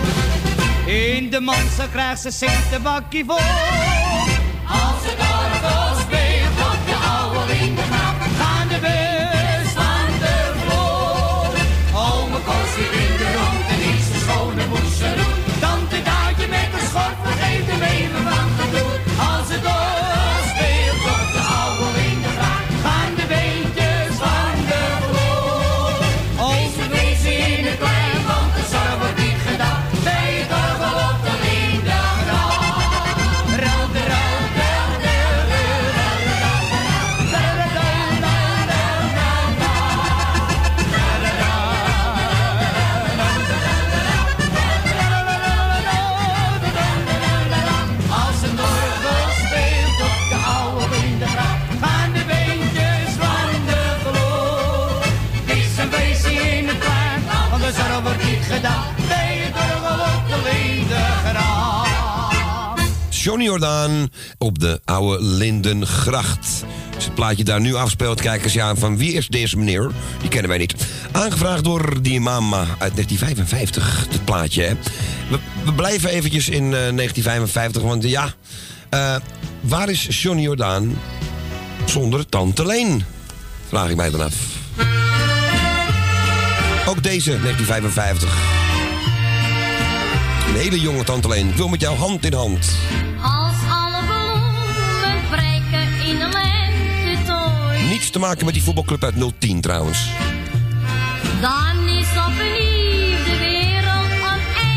In de manse krijgt ze centenbakkie vol. Als het orgel speelt op de oude Lindengracht, gaan de bus van de vloer. Ome Koos weer in de rond en in zijn schone boezeroen. Tante Daatje met een schort vergeet hem even van te doen. Als het orgel speelt op de oude Lindengracht, gaan de beentjes van de vloer. is een feestje in het klein, want de zorg wordt niet gedaan bij het orgel op de Lindengracht. Als het orgel speelt op de oude Lindengracht, gaan de beentjes van de vloer. het is een feestje in het klein, Want de zorg wordt niet gedaan bij het orgel op de Lindengracht. Johnny Jordaan op de oude Lindengracht. Als het plaatje daar nu afspeelt, kijken eens aan van wie is deze meneer? Die kennen wij niet. Aangevraagd door die mama uit 1955, het plaatje. Hè? We blijven eventjes in 1955, want ja, waar is Johnny Jordaan zonder Tante Leen? Vraag ik mij dan af. Ook deze, 1955. Een hele jonge Tante Leen. Ik wil met jou hand in hand. Als alle bloemen breken in de lentetooi, Niets te maken met die voetbalclub uit 010 trouwens. dan is opnieuw de wereld oneindig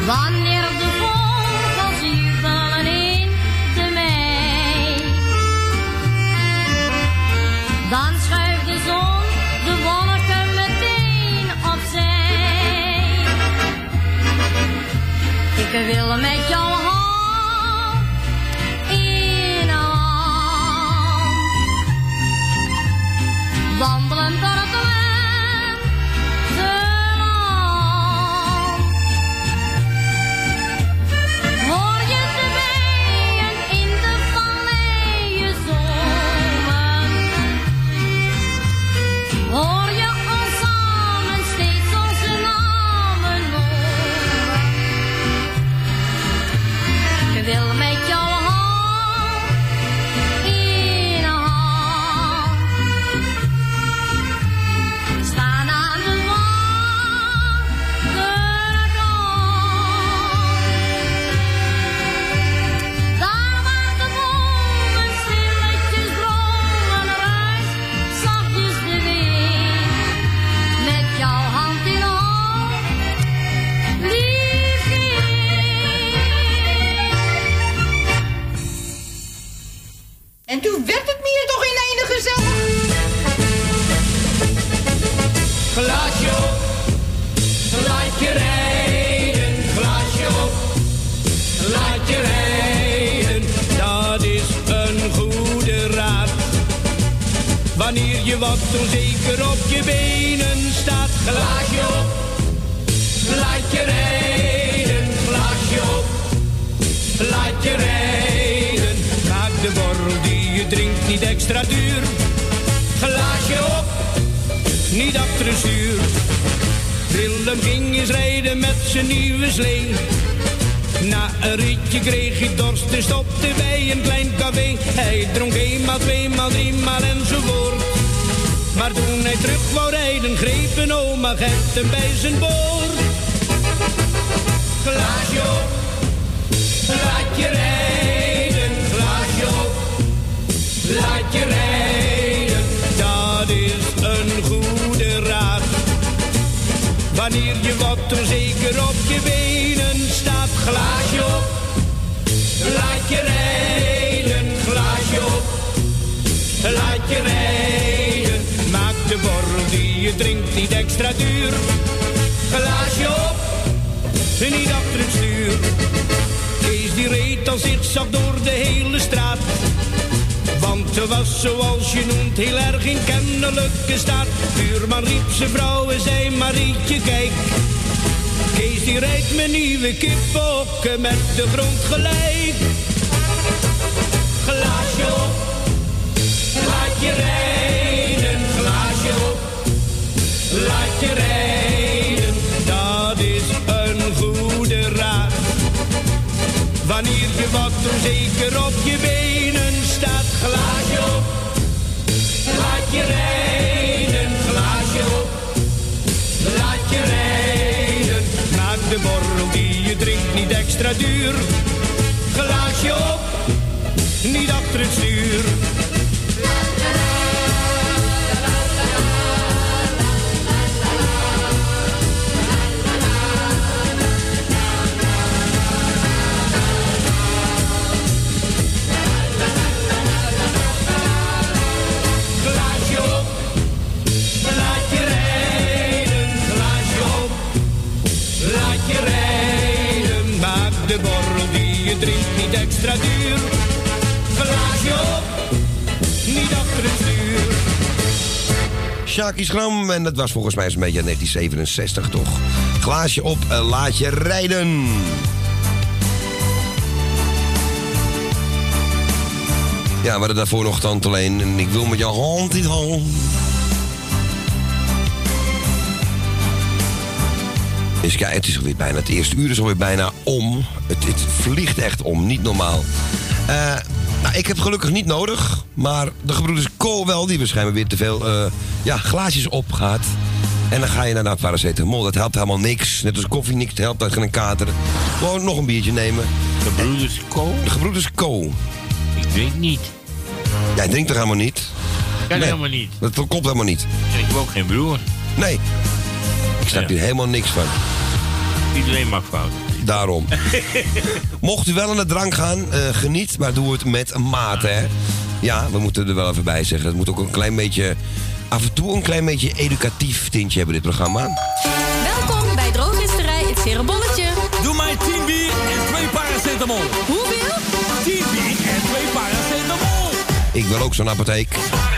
Wanneer de vogels jubelen in de mei, dan schuift de zon de wolken meteen opzij. Ik wil met jou hand in hand wandelen door het hoor je de bijen in de valleien zongen, hoor je ons samen steeds onze namen noemen. Ik wil met jou hand in hand staan aan de daar waar de bomen stilletjes dromen, ruist zachtjes de wind. Met jouw hand in hand, lief kind. En toen werd het meer toch in einde gezellig. Glaasje op, laat je rijden. Glaasje op, laat je rijden. Dat is een goede raad. Wanneer je wat onzeker op je benen staat. Glaasje op, laat je rijden. Glaasje op, laat je rijden. Maak de borrel die je drinkt niet extra duur. Glaasje op, niet achter de stuur. Willem ging eens rijden met zijn nieuwe slee. Na een ritje kreeg hij dorst en stopte bij een klein café. Hij dronk eenmaal, tweemaal, driemaal enzovoort. Maar toen hij terug wou rijden, greep een oma Gert hem bij zijn boord. Glaasje op, laat je rijden. Glaasje op, laat je rijden. Dat is een goede raad. Wanneer je wat onzeker op je benen staat. Glaasje op, laat je rijden. Glaasje op, laat je rijden. Maak de borrel die je drinkt niet extra duur. Glaasje op, niet achter het stuur. Kees die reed al zigzag door de hele straat. Want ze was zoals je noemt heel erg in kennelijke staat. Buurman riep zijn vrouw en zei Marietje kijk. Kees die rijdt mijn nieuwe kippokken met de grond gelijk. Glaasje op, laat je rijden. Glaasje op, laat je rijden. Dat is een goede raad. Wanneer je wat onzeker op je benen staat. Glaasje op, laat je rijden. Glaasje op, laat je rijden. Maak de borrel die je drinkt niet extra duur. Glaasje op, niet achter het stuur. De borrel die je drinkt niet extra duur. Glaasje op, niet achter het stuur. Sjaki Schram, en dat was volgens mij zo'n beetje 1967 toch. Glaasje op, laat je rijden. Ja, we hadden daarvoor nog Tante alleen. En ik wil met jou hand in hand. Dus kijk, het is alweer bijna het eerste uur, is alweer bijna om. Het vliegt echt om, niet normaal. Nou, ik heb het gelukkig niet nodig, maar de gebroeders Kool wel, die waarschijnlijk weer te veel glaasjes opgaat. En dan ga je naar paracetamol, dat helpt helemaal niks. Net als koffie niks, het helpt uit geen kater. Gewoon nog een biertje nemen. De gebroeders Kool? De gebroeders Kool. Ik drink niet. Jij drinkt toch helemaal niet? Kan helemaal niet. Dat klopt helemaal niet. Ik heb ook geen broer. Nee. Ik snap hier helemaal niks van. Iedereen mag fout. Daarom. Mocht u wel aan de drank gaan, geniet, maar doe het met mate, hè. Ja, we moeten er wel even bij zeggen. Het moet ook een klein beetje, af en toe een klein beetje educatief tintje hebben, dit programma. Welkom bij Drogisterij Het Cerenbolletje. Doe mij 10 bier en 2 paracetamol. Hoeveel? 10 bier en 2 paracetamol. Ik wil ook zo'n apotheek.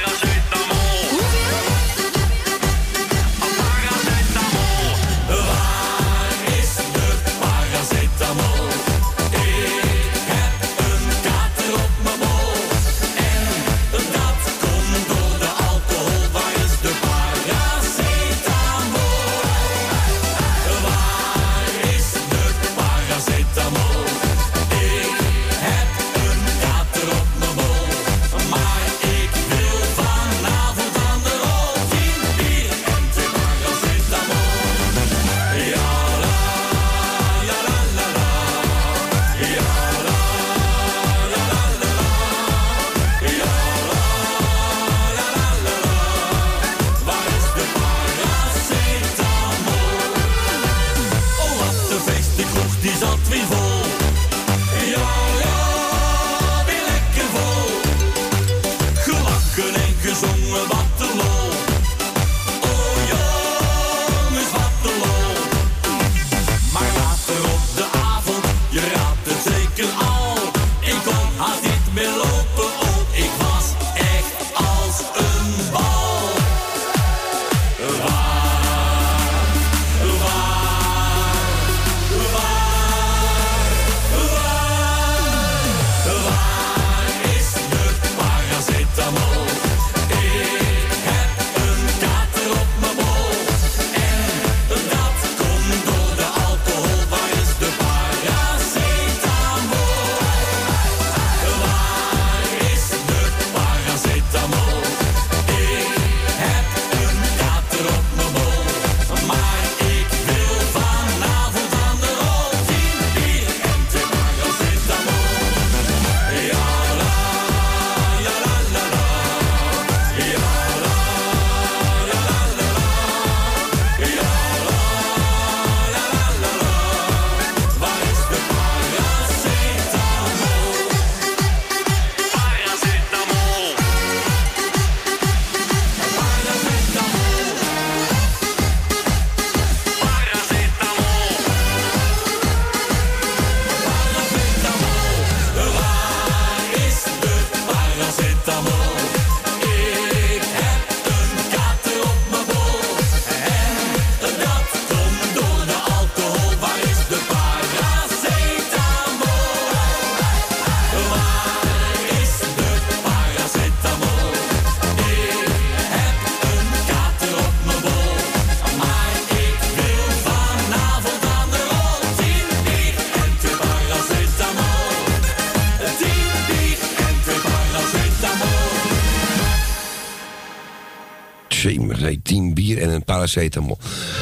Nee, 10 bier en een paracetamol.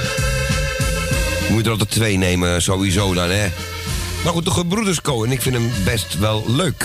Je moet er altijd 2 nemen, sowieso dan, hè. Maar goed, de Gebroeders Cohen, ik vind hem best wel leuk.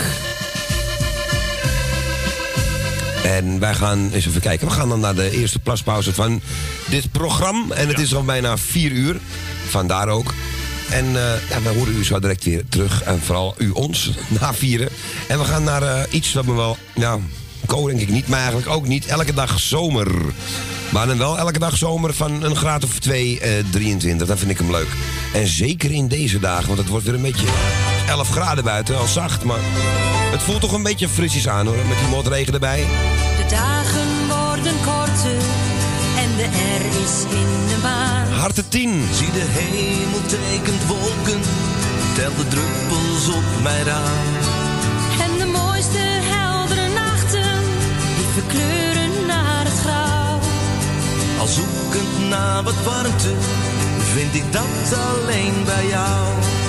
En wij gaan eens even kijken. We gaan dan naar de eerste plaspauze van dit programma. En het is al bijna 4 uur. Vandaar ook. En ja, we horen u zo direct weer terug. En vooral u ons, na 4. En we gaan naar iets wat me wel... Nou, Ko denk ik niet, maar eigenlijk ook niet. Elke dag zomer. Maar dan wel elke dag zomer van een graad of 2, 23. Dan vind ik hem leuk. En zeker in deze dagen, want het wordt weer een beetje 11 graden buiten. Al zacht, maar het voelt toch een beetje frisjes aan, hoor. Met die motregen erbij. De dagen worden korter en de R is in de maan. Harte 10. Zie de hemel tekent wolken, tel de druppels op mijn raam. En de mooiste heldere nachten, die verkleuren naar het grauw. Al zoekend naar wat warmte, vind ik dat alleen bij jou.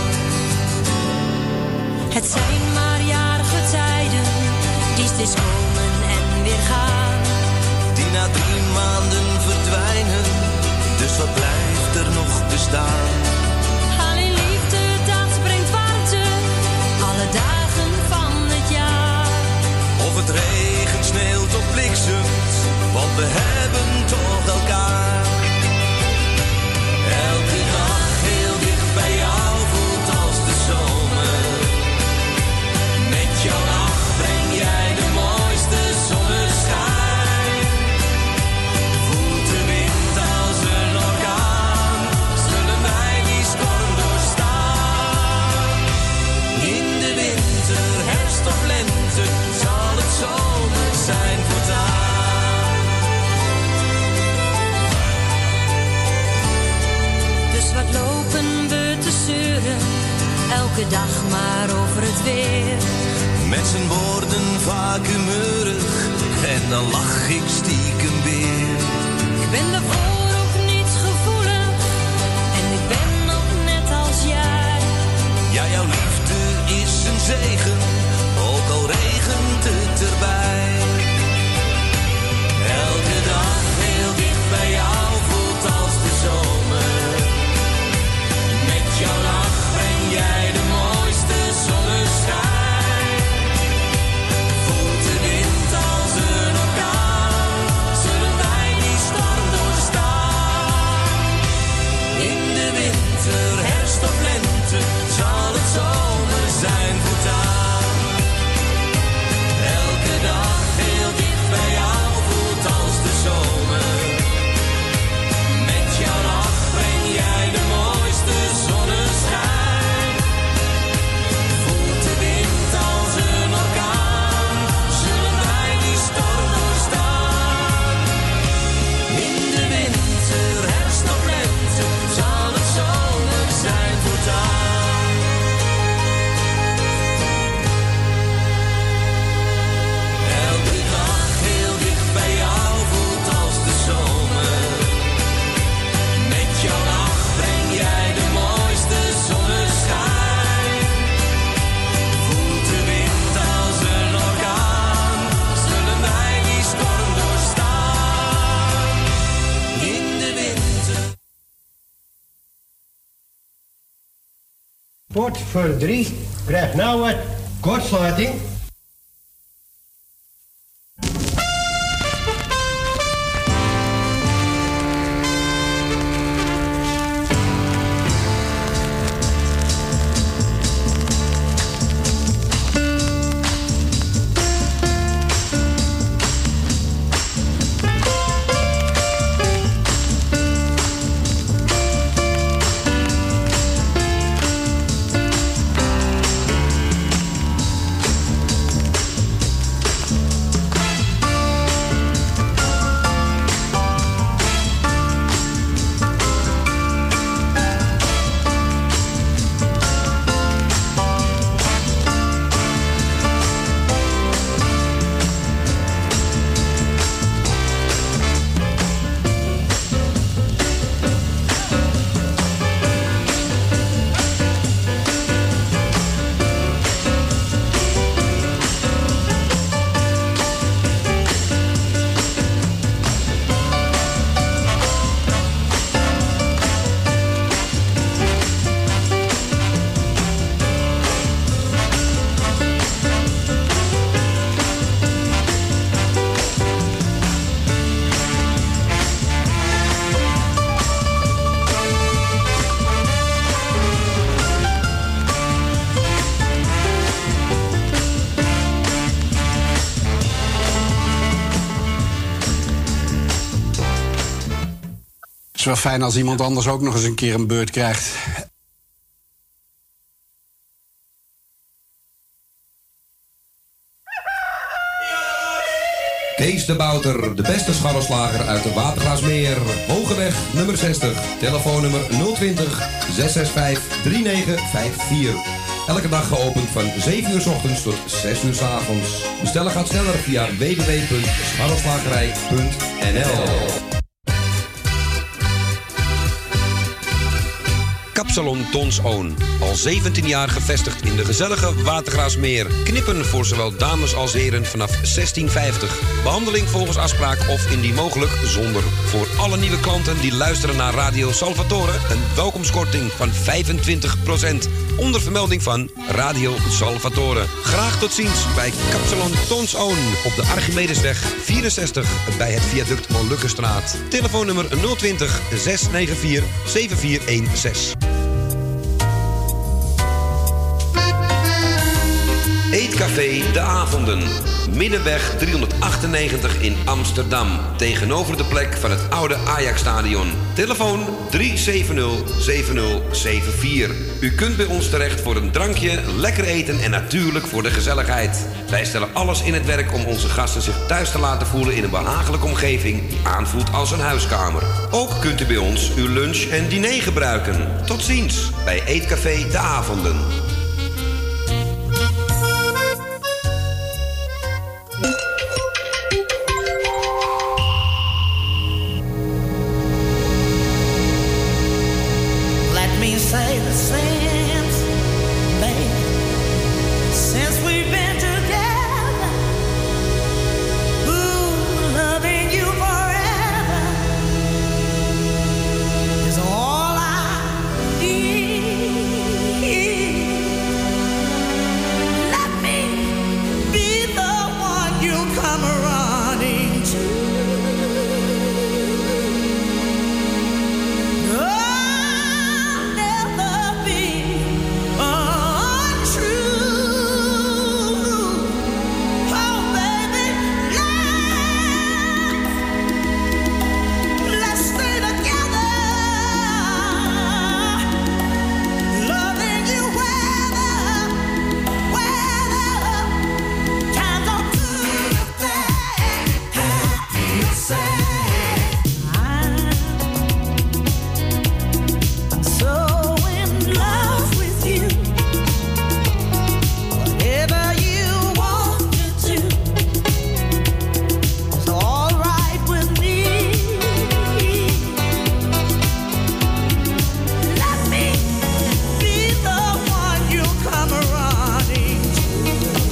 Het zijn maar jarige tijden, die steeds komen en weer gaan. Die na 3 maanden verdwijnen, dus wat blijft er nog bestaan? Alleen liefde, dat brengt warmte, alle dagen van het jaar. Of het regent, sneeuwt of bliksemt, want we hebben toch elkaar. Elke dag heel dicht elke dag maar over het weer. Met zijn woorden vaak humeurig en dan lach ik stiekem weer. Ik ben daarvoor ook niet gevoelig en ik ben nog net als jij. Ja, jouw liefde is een zegen, ook al regent het erbij. Elke dag heel dicht bij jou voelt als de zomer. Met jouw lach ben jij de mooiste zonneschijn. Voelt de wind als een orkaan, zullen wij die storm doorstaan. In de winter, herfst of lente, zal het zomer zijn voortaan. Elke dag heel dicht bij jou voelt als de zomer. Met jouw lach ben jij de mooiste zonneschijn. Voelt de wind als een orkaan, zullen wij die storm doorstaan. In de winter, herfst of lente, zal het zomer zijn voortaan. Elke dag heel dicht bij jou voelt als de zomer. Met jouw lach breng jij de mooiste zonneschijn. Voelt de wind als een orkaan, zullen wij die storm doorstaan. In de winter. Pot voor 3 krijgt nou wat kortsluiting. Het is wel fijn als iemand anders ook nog eens een keer een beurt krijgt. Kees de Bouter, de beste scharrelslager uit de Watergraasmeer. Hogeweg nummer 60, telefoonnummer 020 665 3954. Elke dag geopend van 7 uur 's ochtends tot 6 uur 's avonds. Bestellen gaat sneller via www.scharrelslagerij.nl. Kapsalon Tons Own. Al 17 jaar gevestigd in de gezellige Watergraasmeer. Knippen voor zowel dames als heren vanaf 16,50. Behandeling volgens afspraak of indien mogelijk zonder. Voor alle nieuwe klanten die luisteren naar Radio Salvatore een welkomstkorting van 25%. Onder vermelding van Radio Salvatore. Graag tot ziens bij Kapsalon Tons Own op de Archimedesweg 64 bij het viaduct Molukkenstraat. Telefoonnummer 020 694 7416. Eetcafé De Avonden. Middenweg 398 in Amsterdam. Tegenover de plek van het oude Ajax-stadion. Telefoon 370-7074. U kunt bij ons terecht voor een drankje, lekker eten en natuurlijk voor de gezelligheid. Wij stellen alles in het werk om onze gasten zich thuis te laten voelen in een behagelijke omgeving die aanvoelt als een huiskamer. Ook kunt u bij ons uw lunch en diner gebruiken. Tot ziens bij Eetcafé De Avonden. ever since, baby, since we've been together. Ooh, loving you forever is all I need. Let me be the one you come running to. I'll never be untrue. Oh, baby, let's stay together. Loving you weather times are good or bad, happy or sad. I'm so in love with you. Whatever you want to do is all right with me. Let me be the one you come running to.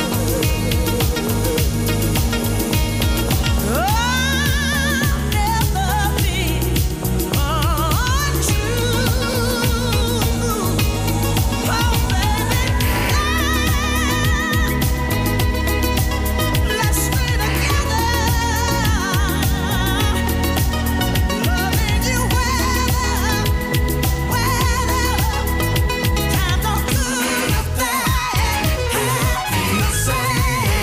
I'll never be untrue. Oh, baby, let's stay together. Loving you weather times are good or bad, happy or sad.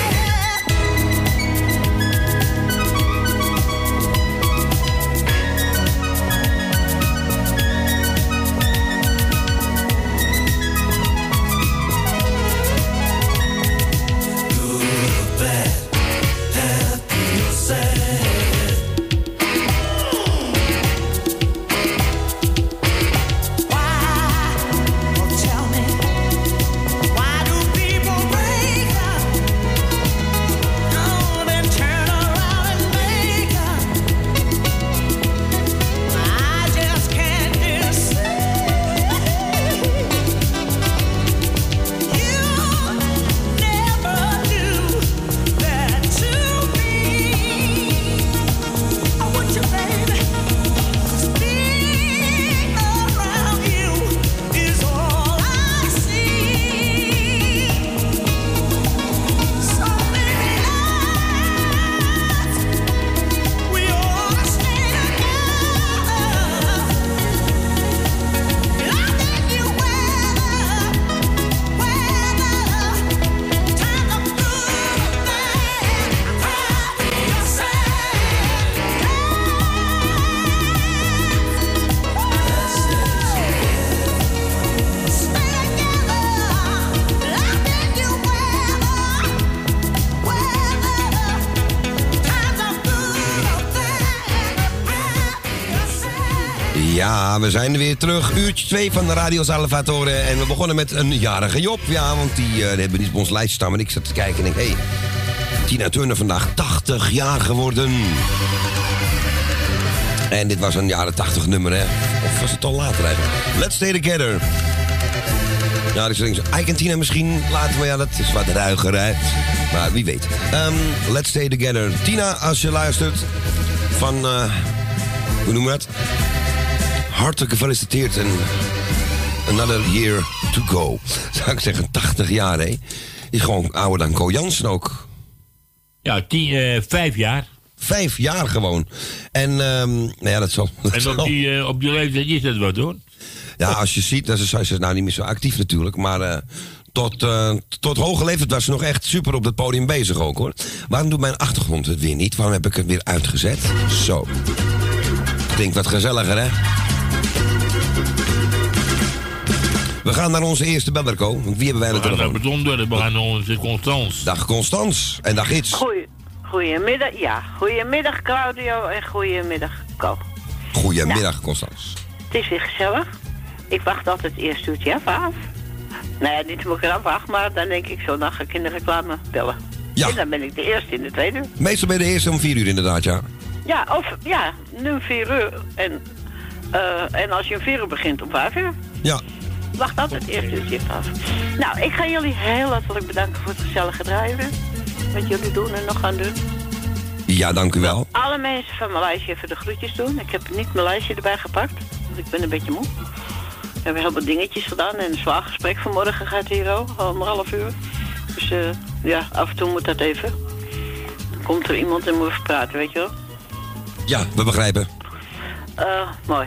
Tell me, why do people break up? Oh, then turn around and make up. I just can't decide. You never do that to me. I want you, baby. Being around you is all I see. So many nights we ought to stay together. Loving you weather times are good or bad, happy or sad. Stay together, loving you weather times are good or bad, happy or sad. Ja, we zijn er weer terug. Uurtje 2 van de Radio Salvatore. En we begonnen met een jarige Job. Ja, want die hebben niet op ons lijstje staan. Maar ik zat te kijken en denk, hé, Tina Turner vandaag 80 jaar geworden. En dit was een jaren 80 nummer, hè? Of was het al later eigenlijk? Let's Stay Together. Ja, dus denk ik zo, Ike en Tina misschien later, maar ja, dat is wat ruiger, hè? Maar wie weet. Let's Stay Together. Tina, als je luistert, van, hoe noemen we dat? Hartelijk gefeliciteerd en another year to go. Zou ik zeggen, 80 jaar, hè? Is gewoon ouder dan Ko Jansen ook. Ja, 5 jaar. 5 jaar gewoon. En, nou ja, dat zal... En op die leeftijd is dat wat, hoor. Ja, als je ziet, dan is ze nou niet meer zo actief natuurlijk, maar tot hoge leeftijd was ze nog echt super op het podium bezig ook, hoor. Waarom doet mijn achtergrond het weer niet? Waarom heb ik het weer uitgezet? Zo. Klinkt wat gezelliger, hè? We gaan naar onze eerste beller, Ko. Want wie hebben wij natuurlijk? We gaan naar onze Constans. Dag Constans en dag Its. Goedemiddag, ja. Goedemiddag Claudio en goedemiddag Ko. Goedemiddag Constans. Het is weer gezellig. Ik wacht altijd eerst uurtje af. Nou ja, niet moet ik eraf wachten, maar dan denk ik zo, dan ga ik in de reclame bellen. Ja. En dan ben ik de eerste in de tweede uur. Meestal ben je de eerste om 4 uur inderdaad, ja. Ja, of ja, nu 4 uur. En als je om 4 uur begint, om 5 uur. Ja. Wacht altijd het eerste uurtje af. Nou, ik ga jullie heel hartelijk bedanken voor het gezellige draaien. Wat jullie doen en nog gaan doen. Ja, dank u wel. Alle mensen van mijn lijstje even de groetjes doen. Ik heb niet mijn lijstje erbij gepakt, want ik ben een beetje moe. We hebben heel veel dingetjes gedaan en een zwaar gesprek vanmorgen gaat hier al 1,5 uur. Dus ja, af en toe moet dat even. Dan komt er iemand en moet even praten, weet je wel. Ja, we begrijpen. Mooi.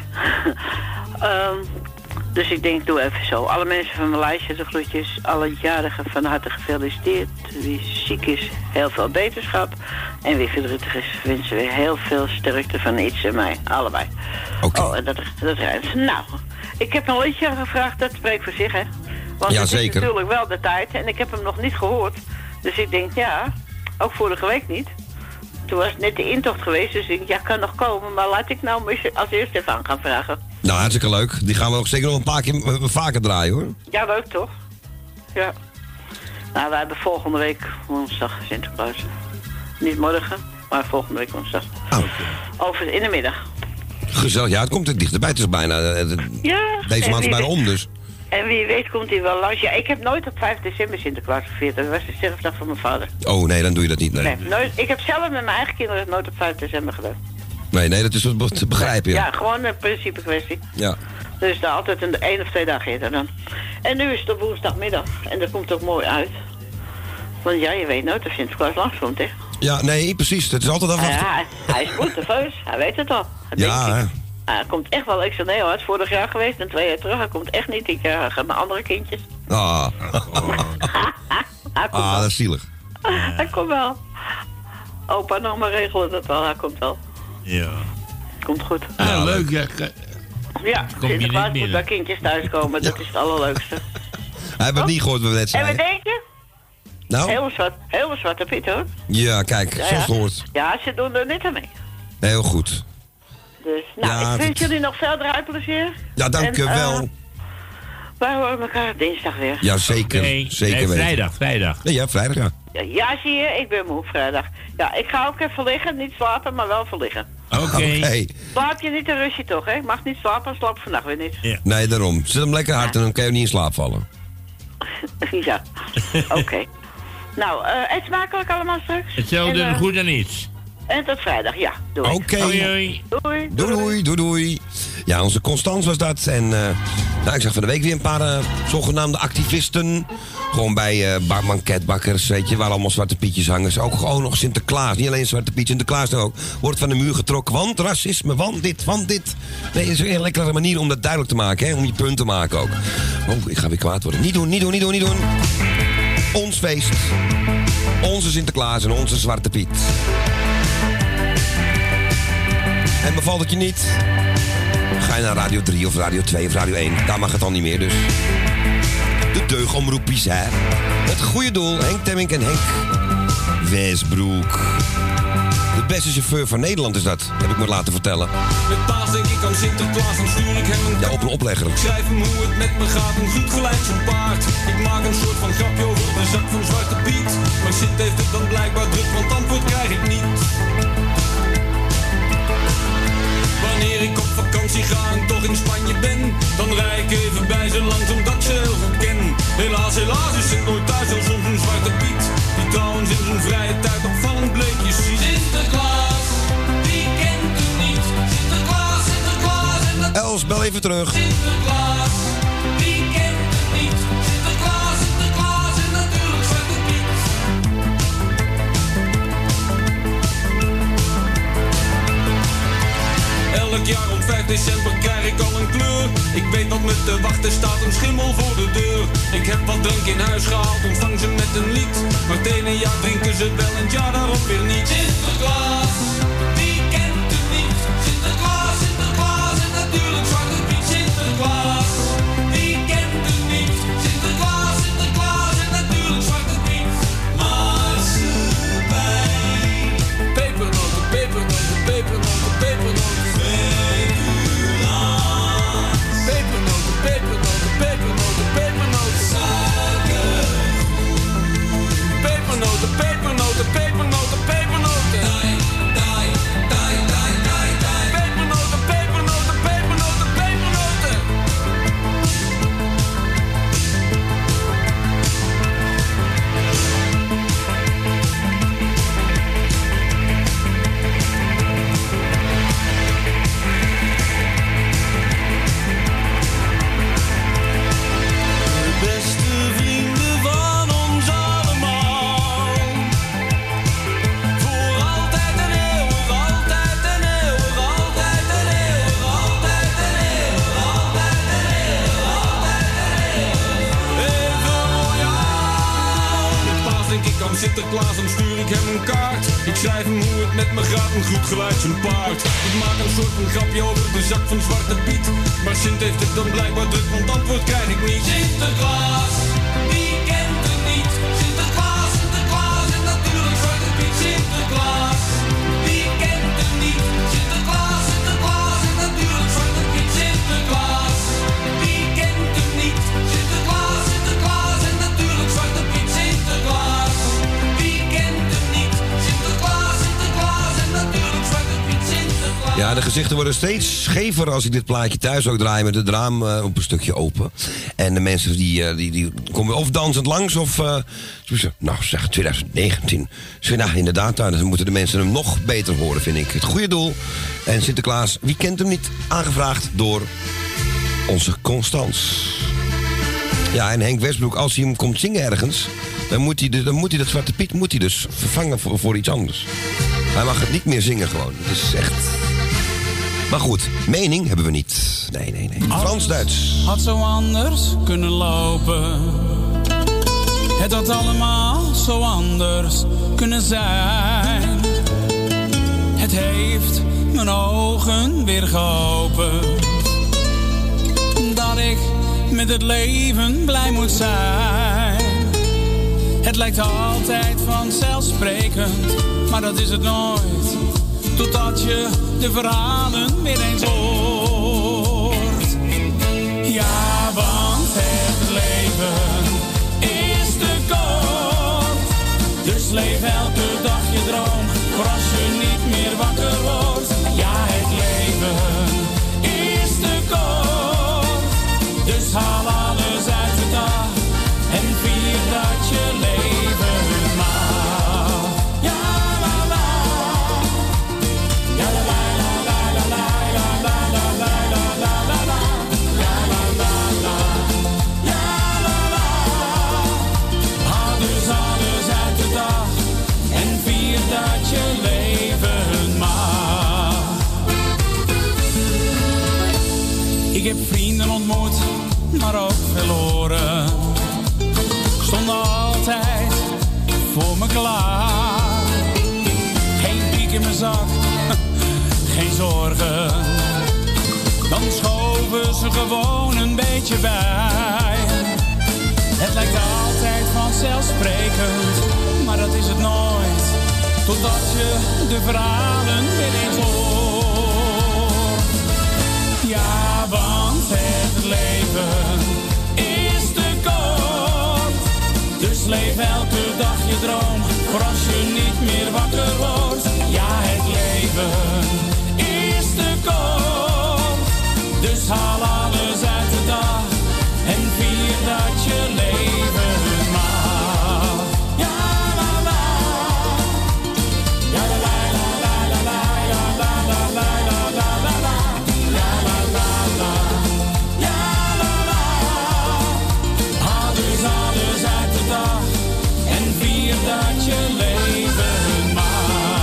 Dus ik denk, doe even zo. Alle mensen van mijn lijstje de groetjes. Alle jarigen van harte gefeliciteerd. Wie ziek is, heel veel beterschap. En wie verdrietig is, wensen we heel veel sterkte van iets en mij. Allebei. Oké. Oh, en dat rijdt. Nou, ik heb een liedje gevraagd, dat spreekt voor zich, hè. Want ja, het zeker. is natuurlijk wel de tijd. En ik heb hem nog niet gehoord. Dus ik denk, ja, ook vorige week niet. Toen was net de intocht geweest, dus ik denk, ja, kan nog komen. Maar laat ik nou als eerste even aan gaan vragen. Nou, hartstikke leuk. Die gaan we ook zeker nog een paar keer vaker draaien, hoor. Ja, leuk toch? Ja. Nou, wij hebben volgende week woensdag Sinterklaas. Niet morgen, maar volgende week woensdag. Over in de middag. Gezellig. Ja, het komt er dichterbij. Het is bijna... deze maand is bijna om, dus. En wie weet komt hij wel langs. Ja, ik heb nooit op 5 december Sinterklaas gevierd. Dat was de sterfdag van mijn vader. Oh, nee, dan doe je dat niet. Nee, nooit. Ik heb zelf met mijn eigen kinderen nooit op 5 december gedaan. Nee, dat is te begrijpen, ja. Ja, gewoon een principe kwestie. Ja. Dus daar altijd 1 of 2 dagen eerder dan. En nu is het op woensdagmiddag. En dat komt ook mooi uit. Want ja, je weet nooit of Sinterklaas langskomt, hè. Ja, nee, precies. Het is altijd afwachten. Ja, hij is goed nerveus. Hij weet het al. Ja, hè. Hij komt echt wel extra heel hard. Vorig jaar geweest en 2 jaar terug. Hij komt echt niet. Ik ga naar andere kindjes. Ah. Dat is zielig. Hij komt wel. Opa nog maar regelen dat wel. Hij komt wel. Ja. Komt goed. Ah, leuk. Ja, Sinterklaas moet bij kindjes thuiskomen. Dat is het allerleukste. Hij heeft het niet gehoord wat we net En zeiden. wat denk je? Nou? Heel zwarte Piet, hoor. Ja, kijk, Ja, zoals het hoort. Ja, ze doen er niet aan mee. Heel goed. Dus, nou, Ja, ik wens jullie nog veel draaiplezier. Ja, dank u wel. Wij horen elkaar dinsdag weer. Ja, zeker. Okay. Zeker nee, weten. Vrijdag. Nee, ja, vrijdag, ja. Ja, zie je, ik ben moe vrijdag. Ja, ik ga ook even liggen. Niet slapen, maar wel verliggen. Oké. Slaap je niet, dan rust je toch, hè? Ik mag niet slapen, slaap vannacht weer niet. Ja. Nee, daarom. Zet hem lekker hard en dan kan je niet in slaap vallen. Ja, oké. Nou, eet smakelijk allemaal straks. Hetzelfde, goed en iets. En tot vrijdag, ja. Doei. Oké. Doei. Doei. Ja, onze Constance was dat. En nou, ik zag van de week weer een paar zogenaamde activisten. Gewoon bij banketbakkers, weet je, waar allemaal zwarte pietjes hangen. Is ook gewoon nog Sinterklaas. Niet alleen zwarte piet, Sinterklaas ook. Wordt van de muur getrokken, want racisme, want dit. Nee, het is weer een lekkere manier om dat duidelijk te maken, hè. Om je punt te maken ook. Oh, ik ga weer kwaad worden. Niet doen. Ons feest. Onze Sinterklaas en onze zwarte piet. En bevalt het je niet? Ga je naar Radio 3 of Radio 2 of Radio 1. Daar mag het al niet meer, dus. De deugomroepies, hè. Het goede doel, Henk Temmink en Henk Westbroek. De beste chauffeur van Nederland is dat, heb ik me laten vertellen. Met paas denk ik aan Sinterklaas, dan stuur ik hem een Ja, op een oplegger. Ik schrijf hem hoe het met me gaat, een goed gelijk zo'n paard. Ik maak een soort van grapje over de zak van Zwarte Piet. Maar Sint heeft het dan blijkbaar druk, want antwoord krijg ik niet. Wanneer ik op vakantie ga en toch in Spanje ben, dan rij ik even bij ze langs omdat ik ze heel goed ken. Helaas is Sint nooit thuis als soms een Zwarte Piet, die trouwens in zijn vrije tijd opvallend bleekjes ziet. Sinterklaas, wie kent hem niet? Sinterklaas en Els, bel even terug. Sinterklaas, wie kent hem niet? Sinterklaas en natuurlijk Zwarte Piet. Elk jaar om 5 december krijg ik al een kleur. Ik weet wat me te wachten staat, een schimmel voor de deur. Ik heb wat drank in huis gehaald, ontvang ze met een lied. Maar het ene jaar drinken ze wel en het jaar daarop weer niet. Sinterklaas, wie kent hem niet? Sinterklaas en natuurlijk Zwarte Piet. Sinterklaas, wie kent hem niet? Sinterklaas en natuurlijk Zwarte Piet. Marsepein. Pepernoten, pepernoten, pepernoten, pepernoten. Pepernoten, pepernoten, pepernoten, pepernoten. Suiker. Sinterklaas, dan stuur ik hem een kaart. Ik schrijf hem hoe het met me gaat en goed gelijk zijn paard. Ik maak een soort van grapje over de zak van Zwarte Piet. Maar Sint heeft het dan blijkbaar druk, want antwoord krijg ik niet. Sinterklaas, wie kent het niet? Sinterklaas, Sinterklaas en natuurlijk Zwarte Piet. Sinterklaas, wie kent het niet? Sinterklaas, Sinterklaas en natuurlijk Zwarte Piet. Sinterklaas, wie kent het niet? Sinterklaas, Sinterklaas en natuurlijk Zwarte Piet. Sinterklaas, wie kent het niet? Sinterklaas, Sinterklaas en natuurlijk Zwarte Piet. Sinterklaas. Ja, de gezichten worden steeds schever als ik dit plaatje thuis ook draai met het raam op een stukje open. En de mensen die komen of dansend langs of... nou zeg, 2019. Nou, inderdaad, dan moeten de mensen hem nog beter horen, vind ik. Het goede doel. En Sinterklaas, wie kent hem niet? Aangevraagd door onze Constans. Ja, en Henk Westbroek, als hij hem komt zingen ergens... dan moet hij dat Zwarte Piet dus vervangen voor iets anders. Hij mag het niet meer zingen gewoon. Het is echt... Maar goed, mening hebben we niet. Nee. Frans-Duits. Had zo anders kunnen lopen. Het had allemaal zo anders kunnen zijn. Het heeft mijn ogen weer geopend. Dat ik met het leven blij moet zijn. Het lijkt altijd vanzelfsprekend, maar dat is het nooit. Totdat je de verhalen weer eens hoort. Ja, want het leven is te kort. Dus leef elke dag je droom, voor als je niet meer wakker wordt. Ja, het leven is te kort. Dus haal alles uit de dag en vier dat je leven mag. Ja, la la. Ja, la la la la la la la la la la la la la. Ja, la la la. Ja, la la. Haal dus alles uit de dag en vier dat je leven mag. Ik heb vrienden ontmoet, maar ook verloren. Stonden altijd voor me klaar. Geen piek in mijn zak, geen zorgen. Dan schoven ze gewoon een beetje bij. Het lijkt altijd vanzelfsprekend, maar dat is het nooit. Totdat je de verhalen weer eens hoort. Ja, want het leven is te kort. Dus leef elke dag je droom, voor als je niet meer wakker wordt. Ja, het leven is te kort. Dus haal alles uit de dag en vier dat je leven mag. Ja, la la. Ja, la la la la la la la la la la la la la. Ja, la la la. Ja, la la. Haal dus alles uit de dag en vier dat je leven mag.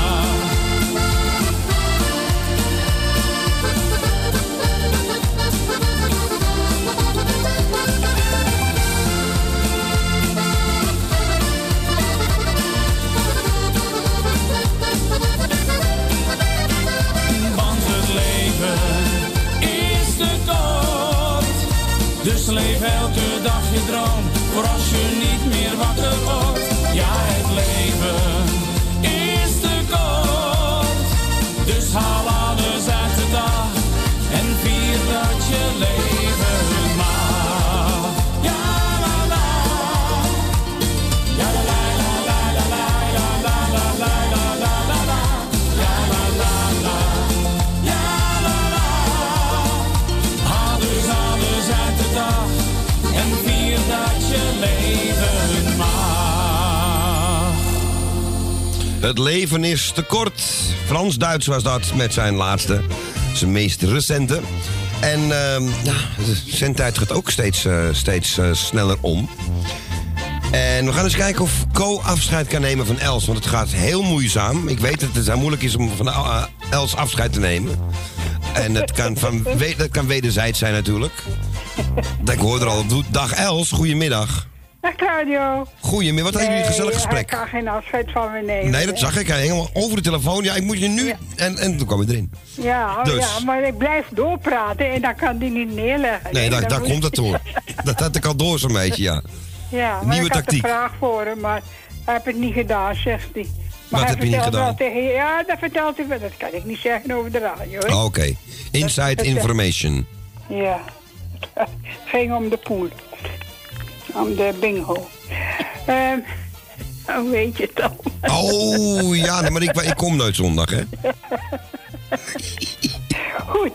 Want het leven is te kort. Dus leef elke dag je droom, voor als je niet meer wakker wordt. Ja, het leven is te kort. Dus haal alles uit de dag en vier dat je leven mag. Ja, la la. Ja, la la la la la la la la la la la la la. Ja, la la la. Ja, la la. Haal dus alles uit de dag en vier dat je leven mag. Het leven is te kort. Frans-Duits was dat met zijn laatste, zijn meest recente. En ja, de zendtijd gaat ook steeds sneller om. En we gaan eens kijken of Co afscheid kan nemen van Els. Want het gaat heel moeizaam. Ik weet dat het heel moeilijk is om van Els afscheid te nemen. En dat kan wederzijds zijn natuurlijk. Ik hoor er al. Dag Els, goedemiddag. Dag Claudio. Goedemiddag, wat hadden jullie een gezellig gesprek? Ik kan geen afscheid van me nemen. Nee, dat zag ik. Hij helemaal over de telefoon. Ja, ik moet je nu... Ja. En toen kwam hij erin. Ja, dus. Ja, maar ik blijf doorpraten en dan kan die niet neerleggen. Nee, daar komt het door. Dat had ik al door zo'n beetje, ja. Ja, maar nieuwe ik tactiek. had een vraag voor hem, maar hij heeft het niet gedaan, zegt hij. Maar wat heb je niet gedaan? Ja, dat vertelt hij wel. Dat kan ik niet zeggen over de radio. Oké. Inside information. Ja. Het ging om de pool. Om de bingo. Hoe weet je het al? Oh, ja, nee, maar ik kom nooit zondag, hè? Goed.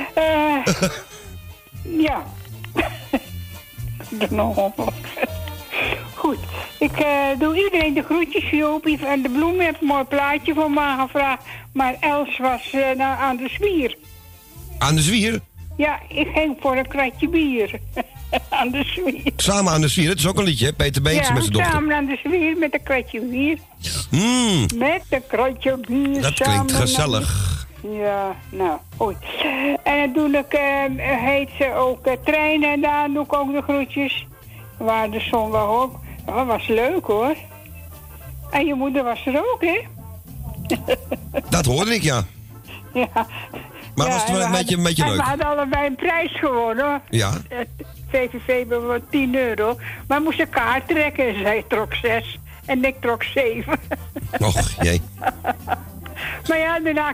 Ja. Goed. Ik doe iedereen de groetjes, Jopie. En de bloem heeft een mooi plaatje voor me gevraagd. Maar Els was aan de zwier. Aan de zwier? Ja, ik ging voor een kratje bier. Aan de zwier. Samen aan de zwier, dat is ook een liedje, hè? Peter Beets met zijn dochter. Samen aan de zwier met een kratje bier. Met een kratje bier. Dat klinkt gezellig. Ja, nou, goed. En dan doe ik, heet ze ook Treinen en daar doe ik ook de groetjes. Waar de zon wel op. Dat was leuk hoor. En je moeder was er ook, hè? Dat hoorde ik, ja. Ja. Maar was het wel een beetje leuk? We hadden allebei een prijs gewonnen. Ja. VVV voor €10. Maar we moesten kaart trekken en zij trok 6 en ik trok 7. Och, jee. Maar ja, daarna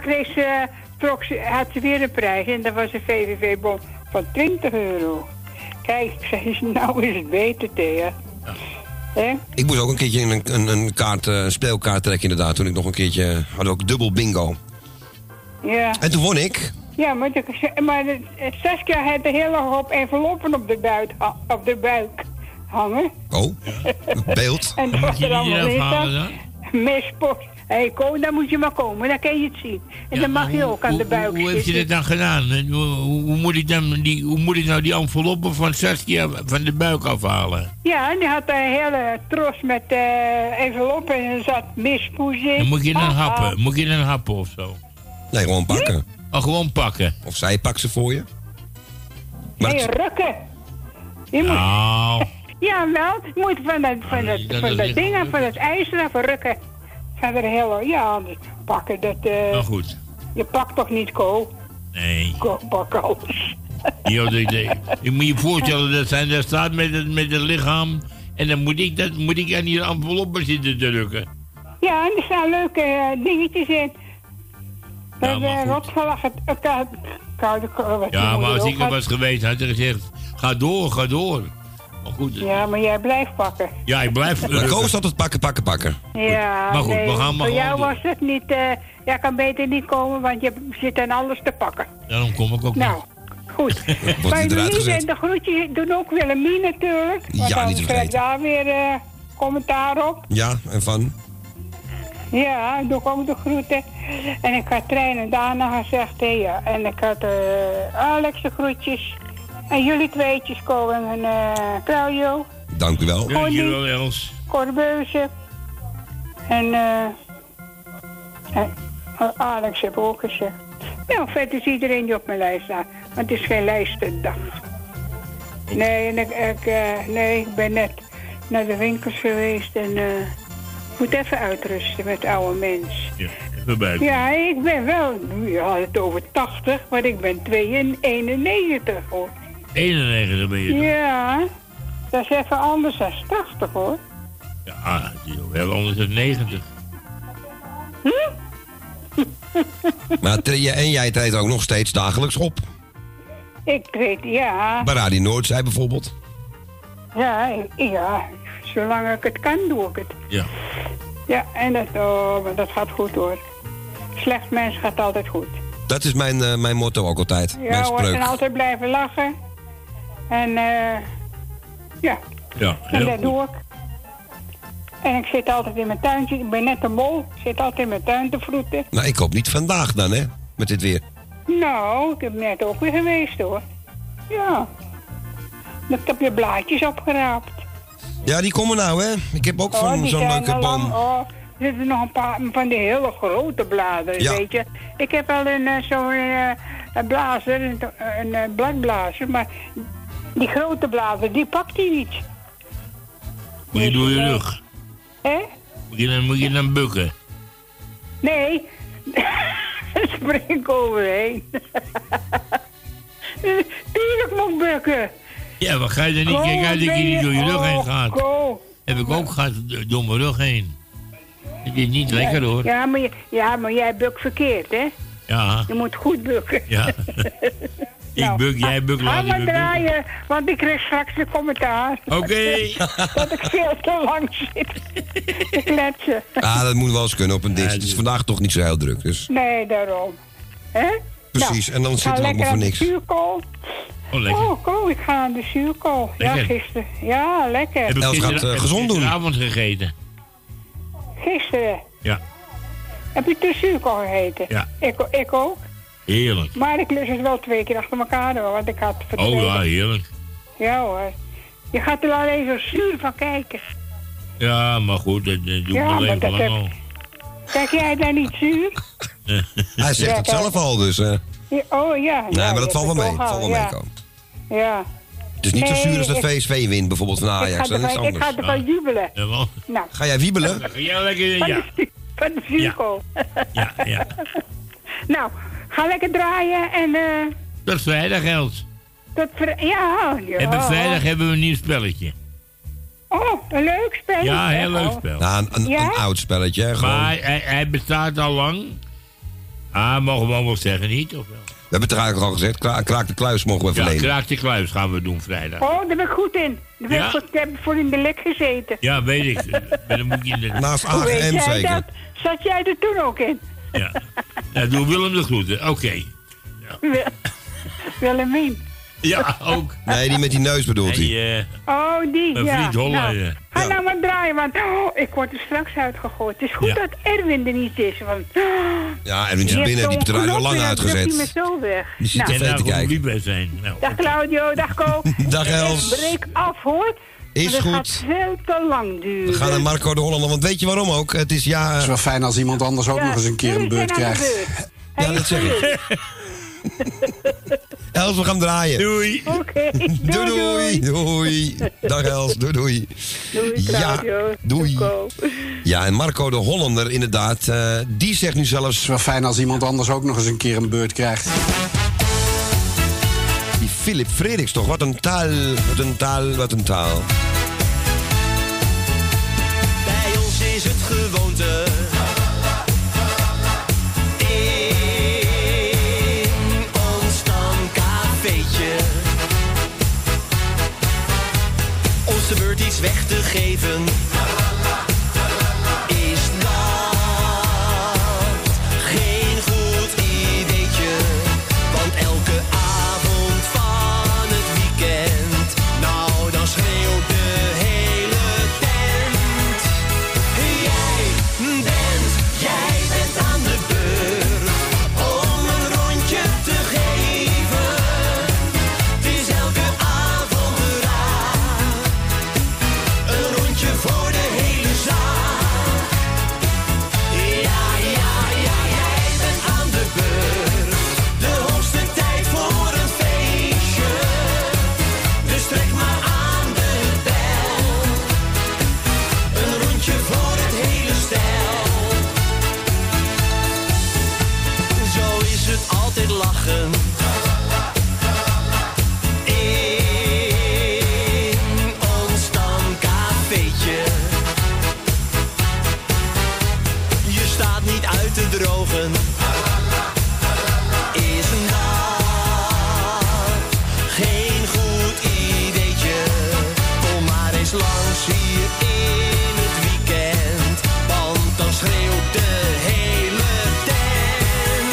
had ze weer een prijs en dat was een VVV-bon van €20. Kijk, ik zei, nou is het beter, Thea. Ja. Ik moest ook een keertje een speelkaart trekken inderdaad. Toen ik nog een keertje... Hadden we ook dubbel bingo. Ja. En toen won ik. Ja, maar Saskia had een hele hoop enveloppen op de buik hangen. Oh, beeld. En dat was er allemaal in. Mispost. Hé, kom, dan moet je maar komen, dan kan je het zien. En dan mag je ook aan de buik zitten. Hoe heb je dat dan gedaan? Hoe moet ik nou die enveloppen van Saskia van de buik afhalen? Ja, en die had een hele tros met enveloppen en er zat mispoes in. En moet je dan happen? Moet je dan happen of zo? Nee, gewoon pakken. Oh, gewoon pakken. Of zij pakt ze voor je. Maar nee, rukken. Je moet... Ja, wel. Je moet van dat ding af, van het ijzer af rukken. Van er hele... Ja, pakken dat... Nou goed. Je pakt toch niet kool? Nee. Pak alles. Je moet je voorstellen dat zij daar staat met het lichaam. En dan moet ik aan die enveloppen zitten drukken. Ja, en er staan leuke dingetjes in. Ja, maar ja, maar als ik er was geweest, had hij gezegd... Ga door. Maar goed. Ja, maar jij blijft pakken. Ja, ik blijf... Maar Koos altijd pakken. Ja, maar goed, nee, we gaan maar voor jou door. was het niet... jij kan beter niet komen, want je zit aan alles te pakken. Daarom kom ik ook nou, goed. Maar de groetjes doen ook Willemien natuurlijk. Ja, niet te vergeten. Daar weer commentaar op. Ja, en van? Ja, doe ik ook de groeten. En ik had trainen daarna gezegd, ja. En ik had Alex de groetjes. En jullie tweetjes komen en Claudio. Dank u wel. Dank je wel, Els. Corbeuze. En Alex heb ook gezegd. Nou, verder is iedereen die op mijn lijst staat. Want het is geen lijstendag. Nee, ik ben net naar de winkels geweest en... moet even uitrusten met oude mens. Ja, even buiten. Ja, ik ben wel... Je had het over 80, maar ik ben 91 hoor. 91 ben je toch? Ja, dat is even anders dan 80 hoor. Ja, die is wel anders dan 90. Maar en jij treedt ook nog steeds dagelijks op. Ik weet, ja. Bij Radio Noordzij bijvoorbeeld. Ja, zolang ik het kan, doe ik het. Ja. Ja, en dat gaat goed hoor. Slecht mens gaat altijd goed. Dat is mijn motto ook altijd. Ja mijn hoor, spreuk. en altijd blijven lachen. En ja. Ja, en dat doe ik. En ik zit altijd in mijn tuintje. Ik ben net een mol. Ik zit altijd in mijn tuin te vroeten. Nou, ik hoop niet vandaag dan, hè? Met dit weer. Nou, ik heb net ook weer geweest hoor. Ja. Ik heb je blaadjes opgeraapt. Ja, die komen nou, hè? Ik heb ook van zo'n leuke boom. Er zitten nog een paar van die hele grote bladeren, weet je. Ik heb al zo'n blazer, een bladblazer, maar die grote bladeren, die pakt hij niet. Moet je door je rug? Hè? Moet je dan bukken? Nee, daar spring ik overheen. Tuurlijk moet ik bukken. Ja, maar ga je er niet, kijk uit dat je niet door je rug heen gaat. Ko. Heb ik ook gehad, door mijn rug heen. Het is niet lekker hoor. Ja, maar jij bukt verkeerd, hè? Ja. Je moet goed bukken. Ja. Ik buk, jij bukt, laat Ga ik maar me draaien, want ik krijg straks de commentaar. Oké. Dat ik veel te lang zit te kletsen. Ah, dat moet wel eens kunnen op een dinsdag. Het is vandaag toch niet zo heel druk, dus... Nee, daarom. Hè? Precies, en dan zitten we ook maar voor niks. Zuurkool. Oh, lekker. Oh, ik ga aan de zuurkool. Lekker. Ja, gisteren. Ja, lekker. Heb ik Els gaat gezond doen. Gisteravond gegeten. Gisteren. Ja. Heb je de zuurkool gegeten? Ja. Ik ook. Heerlijk. Maar ik lust het wel 2 keer achter elkaar door, want ik had vertreden. Oh ja, heerlijk. Ja hoor. Je gaat er alleen zo zuur van kijken. Ja, maar goed, dat doe ik Ja, nog maar even dat lang heb- al. Kijk jij daar niet zuur? Hij zegt Ja, het kijk. zelf al, dus... Ja, oh ja. Nee, maar dat valt wel mee. Het Valt wel meekomen. Ja. Het is niet zo Nee, zuur als dat ik- VSV wint, bijvoorbeeld van Ajax. Dat is Ik anders. ga ervan jubelen. Jawel. Nou, Ga jij wiebelen? Ga jij lekker, van ja. van de zuurkool. Ja. Nou, ga lekker draaien en... Tot vrijdag, Els. Ja. En vrijdag hebben we een nieuw spelletje. Oh, een leuk spel. Ja, heel leuk spel. Nou, een oud spelletje, hè, gewoon. Maar hij bestaat al lang. Ah, mogen we wel zeggen, niet? Of wel? We hebben het er eigenlijk al gezegd. Kraak de kluis mogen we Ja, verlenen. Kraak de kluis gaan we doen vrijdag. Oh, daar ben ik goed in. Daar ben Ja? ik goed, ik heb voor in de lek gezeten. Ja, weet ik. Maar dan moet je in de... Naast Hoe weet AGM jij zeker. dat? Zat jij er toen ook in? Ja. Ja, doe Willem de groeten. Oké. Willemien. Ja, ook. Nee, die met die neus bedoelt hij. Hey, Oh, die, Mijn ja. vriend Hollander. Nou, ga nou maar draaien, want ik word er straks uitgegooid. Het is goed Ja. dat Erwin er niet is, want... Ja, Erwin zit binnen. Die heeft de radio al lang Die uitgezet. me zo weg. Die zit Nou, tv te kijken. lief bij zijn. Nou, dag Claudio, dag Ko. Dag Els. Ik breek af, hoor. Is Want goed. Het gaat veel te lang duren. We gaan naar Marco de Hollander, want weet je waarom ook? Het is ja... Het is wel fijn als iemand anders ook Ja, nog eens een keer een jullie beurt zijn aan de krijgt. beurt. Ja, dat zeg ik. Els, we gaan draaien. Doei. Oké, Doei. Doei. Dag Els, doei. Doei, Claudio. Ja, doei. Ko. Ja, en Marco de Hollander, inderdaad, die zegt nu zelfs... Het is wel fijn als iemand anders ook nog eens een keer een beurt krijgt. Die Philip Frederiks toch, wat een taal, wat een taal, wat een taal. Bij ons is het gewoonte. In ons stamcafeetje. Ons de beurt iets weg te geven. Is dat geen goed ideetje? Want elke avond van het weekend, nou dan schreeuwt de hele tent. Jij bent aan de beurt om een rondje te geven. Het is elke avond raar, een rondje voor de hele zaal. Ja, jij bent aan de beurt, de hoogste tijd voor een feestje. Dus trek maar aan de bel, een rondje voor het hele stel. Zo is het altijd lachen. In ons stamcafeetje. Je staat niet uit te drogen. Is dat geen goed ideetje? Kom maar eens langs hier in het weekend, want dan schreeuwt de hele tent.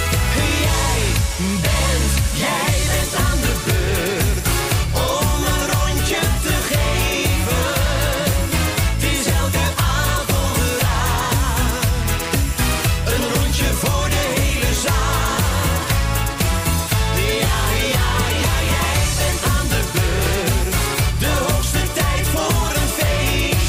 Jij bent aan de beurt om een rondje te geven. Het is elke avond raar, een rondje voor de hele zaal. Ja, jij bent aan de beurt, de hoogste tijd voor een feestje.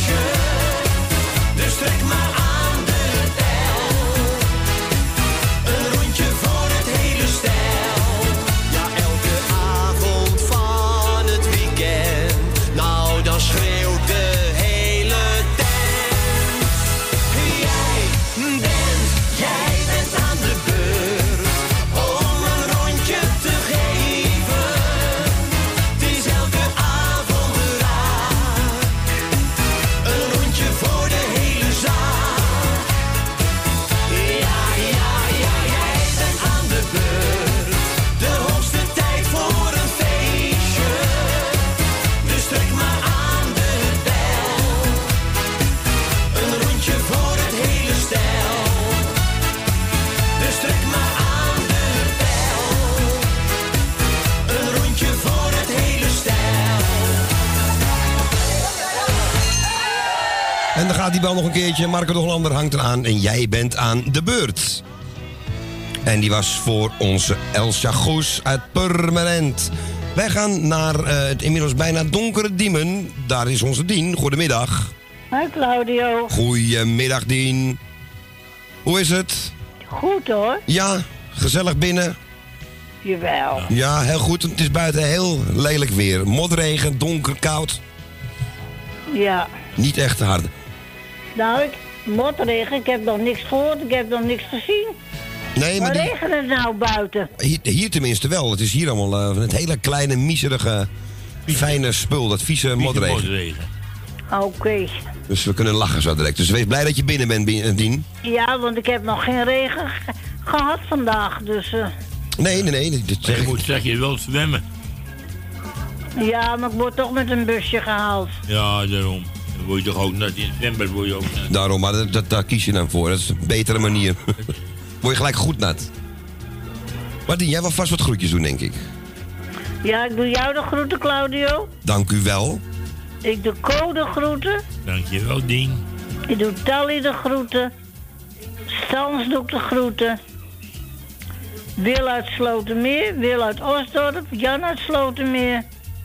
En dan gaat die bel nog een keertje. Marco de Hollander hangt eraan en jij bent aan de beurt. En die was voor onze Elsja Goes uit Purmerend. Wij gaan naar het inmiddels bijna donkere Diemen. Daar is onze Dien. Goedemiddag. Hoi Claudio. Goedemiddag Dien. Hoe is het? Goed hoor. Ja, gezellig binnen. Jawel. Ja, heel goed. Het is buiten heel lelijk weer. Motregen, donker, koud. Ja. Niet echt hard. Nou, motregen, ik heb nog niks gehoord, ik heb nog niks gezien. Nee, maar Waar regent het nou buiten? Hier tenminste wel. Het is hier allemaal het hele kleine, miserige, fijne spul. Dat vieze motregen. Oké. Dus we kunnen lachen zo direct. Dus wees blij dat je binnen bent, Dien. Ja, want ik heb nog geen regen gehad vandaag, dus... Nee. Je moet straks wel zwemmen. Ja, maar ik word toch met een busje gehaald. Ja, daarom. Dan word je toch ook nat in het zwembad, word je ook nat. Daarom, maar daar kies je dan voor. Dat is een betere manier. Word je gelijk goed nat. Maar Dien, jij wil vast wat groetjes doen, denk ik. Ja, ik doe jou de groeten, Claudio. Dank u wel. Ik doe Co de groeten. Dankjewel, Dien. Ik doe Tally de groeten. Stans doe ik de groeten. Wil uit Slotermeer, Wil uit Osdorp, Jan uit Slotermeer.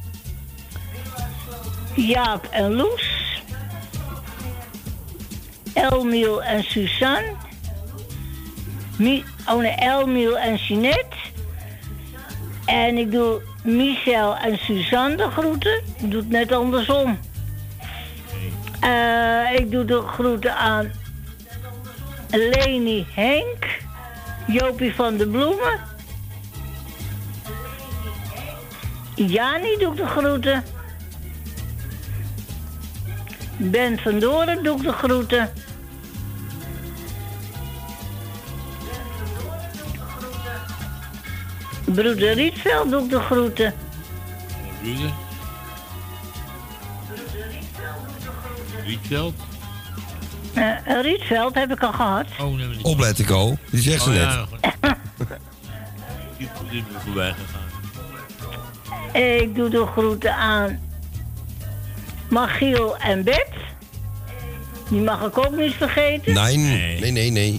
Jaap en Loes. Elmiel en Suzanne. Elmiel en Jeanette. En ik doe Michel en Suzanne de groeten. Ik doe het net andersom. Ik doe de groeten aan Leni Henk. Jopie van de Bloemen. Jani doe ik de groeten. Ben van Doren doe ik de groeten. Broeder Rietveld doe ik de groeten. Broeder? Rietveld? Rietveld heb ik al gehad. Oh, nee, Opletten, Co. Die zegt ze net. Ja, dit is voorbij gegaan. Ik doe de groeten aan Magiel en Bet. Die mag ik ook niet vergeten. Nee.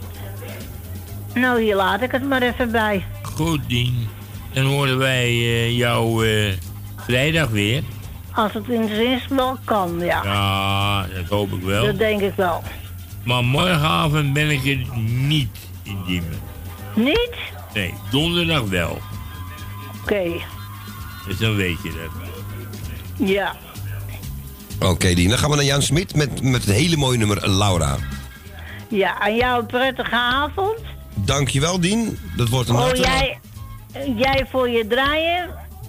Nou, hier laat ik het maar even bij. Goed, Dien. Dan horen wij jou vrijdag weer. Als het in zin wel kan, ja. Ja, dat hoop ik wel. Dat denk ik wel. Maar morgenavond ben ik er niet in Diemen. Niet? Nee, donderdag wel. Oké. Dus dan weet je dat. Ja. Oké, Dien. Dan gaan we naar Jan Smit met het hele mooie nummer Laura. Ja, aan jou een prettige avond. Dankjewel, Dien. Dat wordt een nacht. Jij voor je draaien.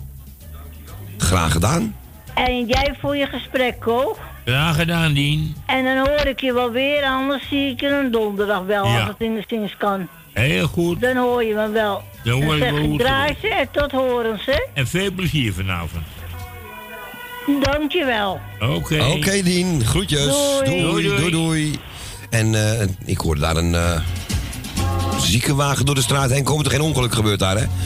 Graag gedaan. En jij voor je gesprek, Ko. Graag gedaan, Dien. En dan hoor ik je wel weer, anders zie ik je een donderdag wel, Ja. als het in de zins kan. Heel goed. Dan hoor je me wel. Dan hoor ik zeg wel ik goed. draai ze en tot horens, hè. En veel plezier vanavond. Dankjewel. Oké. Dien. Groetjes. Doei. En ik hoorde daar een ziekenwagen door de straat heen komen. Er geen ongeluk gebeurd daar, hè?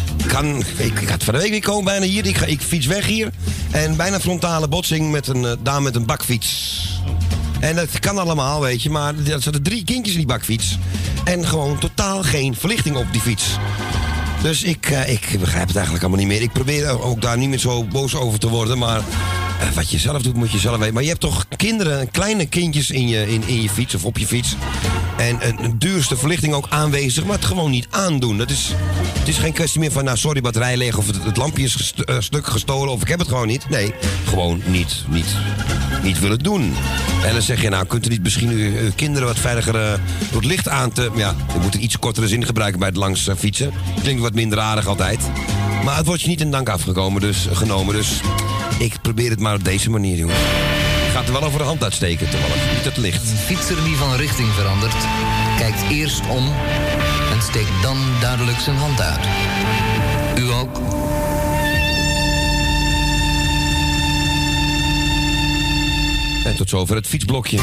Ik had van de week weer komen bijna hier. Ik fiets weg hier. En bijna frontale botsing met een dame met een bakfiets. En dat kan allemaal, weet je. Maar er zaten 3 kindjes in die bakfiets. En gewoon totaal geen verlichting op die fiets. Dus ik begrijp het eigenlijk allemaal niet meer. Ik probeer ook daar niet meer zo boos over te worden. Maar wat je zelf doet, moet je zelf weten. Maar je hebt toch kinderen, kleine kindjes in je fiets of op je fiets. En een duurste verlichting ook aanwezig, maar het gewoon niet aandoen. Het is geen kwestie meer van, nou sorry, batterij leeg of het lampje is stuk gestolen of ik heb het gewoon niet. Nee, gewoon niet willen doen. En dan zeg je, nou kunt u niet misschien uw kinderen wat veiliger door het licht aan te... Ja, je moet een iets kortere zin gebruiken bij het langs fietsen. Klinkt wat minder aardig altijd. Maar het wordt je niet in dank afgekomen, genomen. Dus ik probeer het maar op deze manier, jongen. Gaat er wel over de hand uitsteken, toevallig. Niet het licht. Een fietser die van richting verandert, kijkt eerst om en steekt dan duidelijk zijn hand uit. U ook? En tot zover het fietsblokje.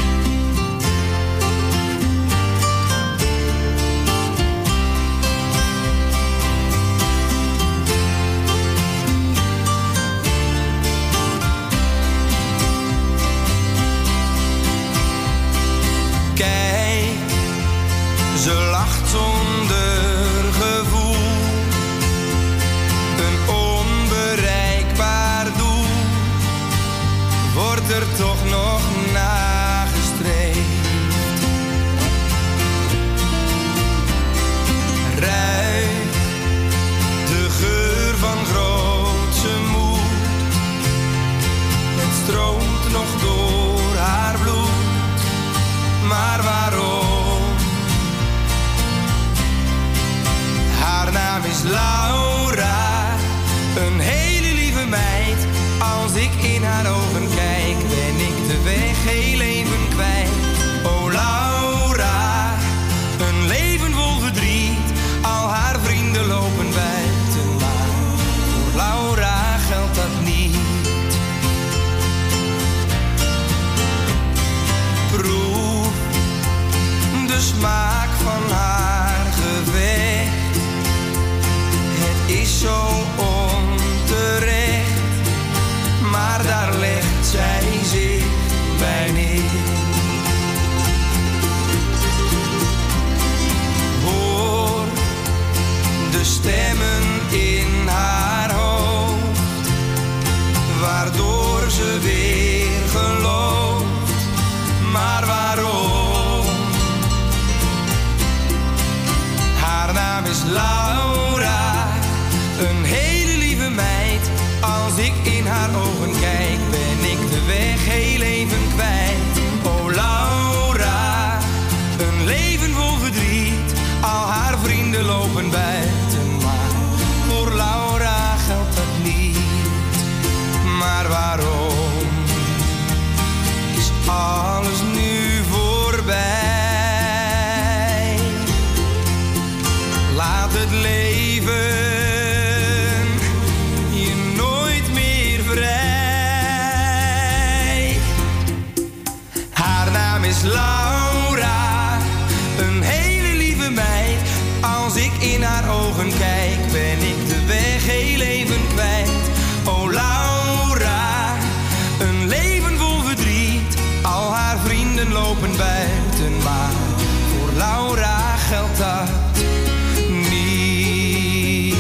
wordt er toch nog nagestreefd. Ruik de geur van grootse moed. Het stroomt nog door haar bloed, maar waarom? Haar naam is Laura, een hele lieve meid. Als ik in haar ogen kijk, ben ik de weg heel even kwijt. Oh Laura, een leven vol verdriet. Al haar vrienden lopen buiten, maar voor Laura geldt dat niet. Proef de smaak van haar gevecht. Het is zo onterecht, maar daar legt zij zich bij neer. Hoor de stemmen in haar hoofd, waardoor ze weer gelooft. Maar waarom? Haar naam is Laura, een hele lieve meid. Als ik in haar ogen kijk, ben ik de weg heel even kwijt. Oh Laura, een leven vol verdriet. Al haar vrienden lopen buiten, maar voor Laura geldt dat niet. Maar waarom is alles nu voorbij? Laat het leven je nooit meer vrij. Haar naam is Laura, een hele lieve meid. Als ik in haar ogen kijk, ben ik de weg heel even kwijt. Oh Laura, een leven vol verdriet. Al haar vrienden lopen buiten, maar voor Laura geldt dat niet.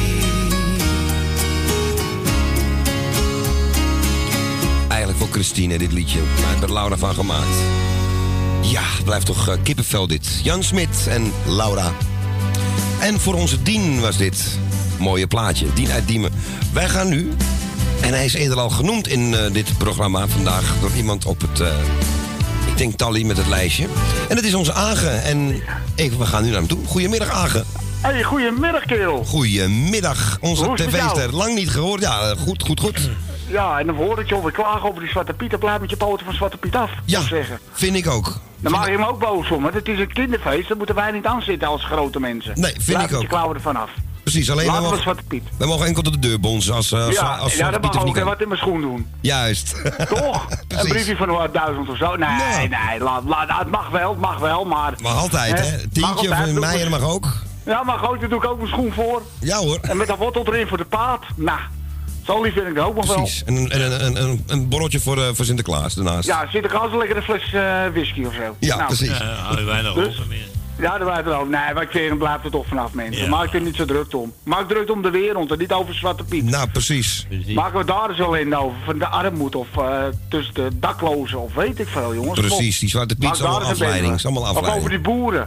Eigenlijk voor Christine dit liedje, maar heeft er Laura van gemaakt. Ja, blijft toch kippenvel dit. Jan Smit en Laura. En voor onze Dien was dit. Mooie plaatje, Dien uit Diemen. Wij gaan nu, en hij is eerder al genoemd in dit programma vandaag door iemand op het, ik denk Tally met het lijstje. En het is onze Agen. En even, we gaan nu naar hem toe. Goedemiddag Agen. Hey, goedemiddag kerel. Goedemiddag, onze Hoe is het met jou? tv-ster. Lang niet gehoord. Ja, goed. Ja, en dan hoor ik je over klagen over die Zwarte Piet. Dan blijf met je poten van Zwarte Piet af, Ja, moet ik zeggen. vind ik ook. Dan maak je hem ook boos om, want het is een kinderfeest. Daar moeten wij niet aan zitten als grote mensen. Nee, vind blijf ik met ook. je klauwen ervan af. Precies, alleen Laten we we mogen, Zwarte Piet. wij mogen enkel tot de deur bonzen als Ja, Zwarte dat Piet mag of niet ook. En kan. wat in mijn schoen doen. Juist. Toch? Een briefje van 1000 of zo. Nee, het mag wel, maar... Mag altijd, hè? Tientje of een meijer mag ook. Ja, maar goed, daar doe ik ook mijn schoen voor. Ja hoor. En met een wortel erin voor de paard. Nou, zo lief vind ik dat ook nog wel. Precies. En een borreltje voor Sinterklaas daarnaast. Ja, Sinterklaas wel lekker een fles whisky of zo. Ja, precies. Hou wij nog Dus- op meer. Ja, daar blijft er ook. Nee, maar ik vind, blijft er toch vanaf, mensen. Ja. Maak er niet zo druk om. Maak druk om de wereld en niet over Zwarte Piet. Nou, precies. Maken we daar eens alleen over. Van de armoede of tussen de daklozen of weet ik veel, jongens. Precies, die Zwarte Piet Maak is daar allemaal eens een afleiding. beetje. Is allemaal Of over afleiding. die boeren.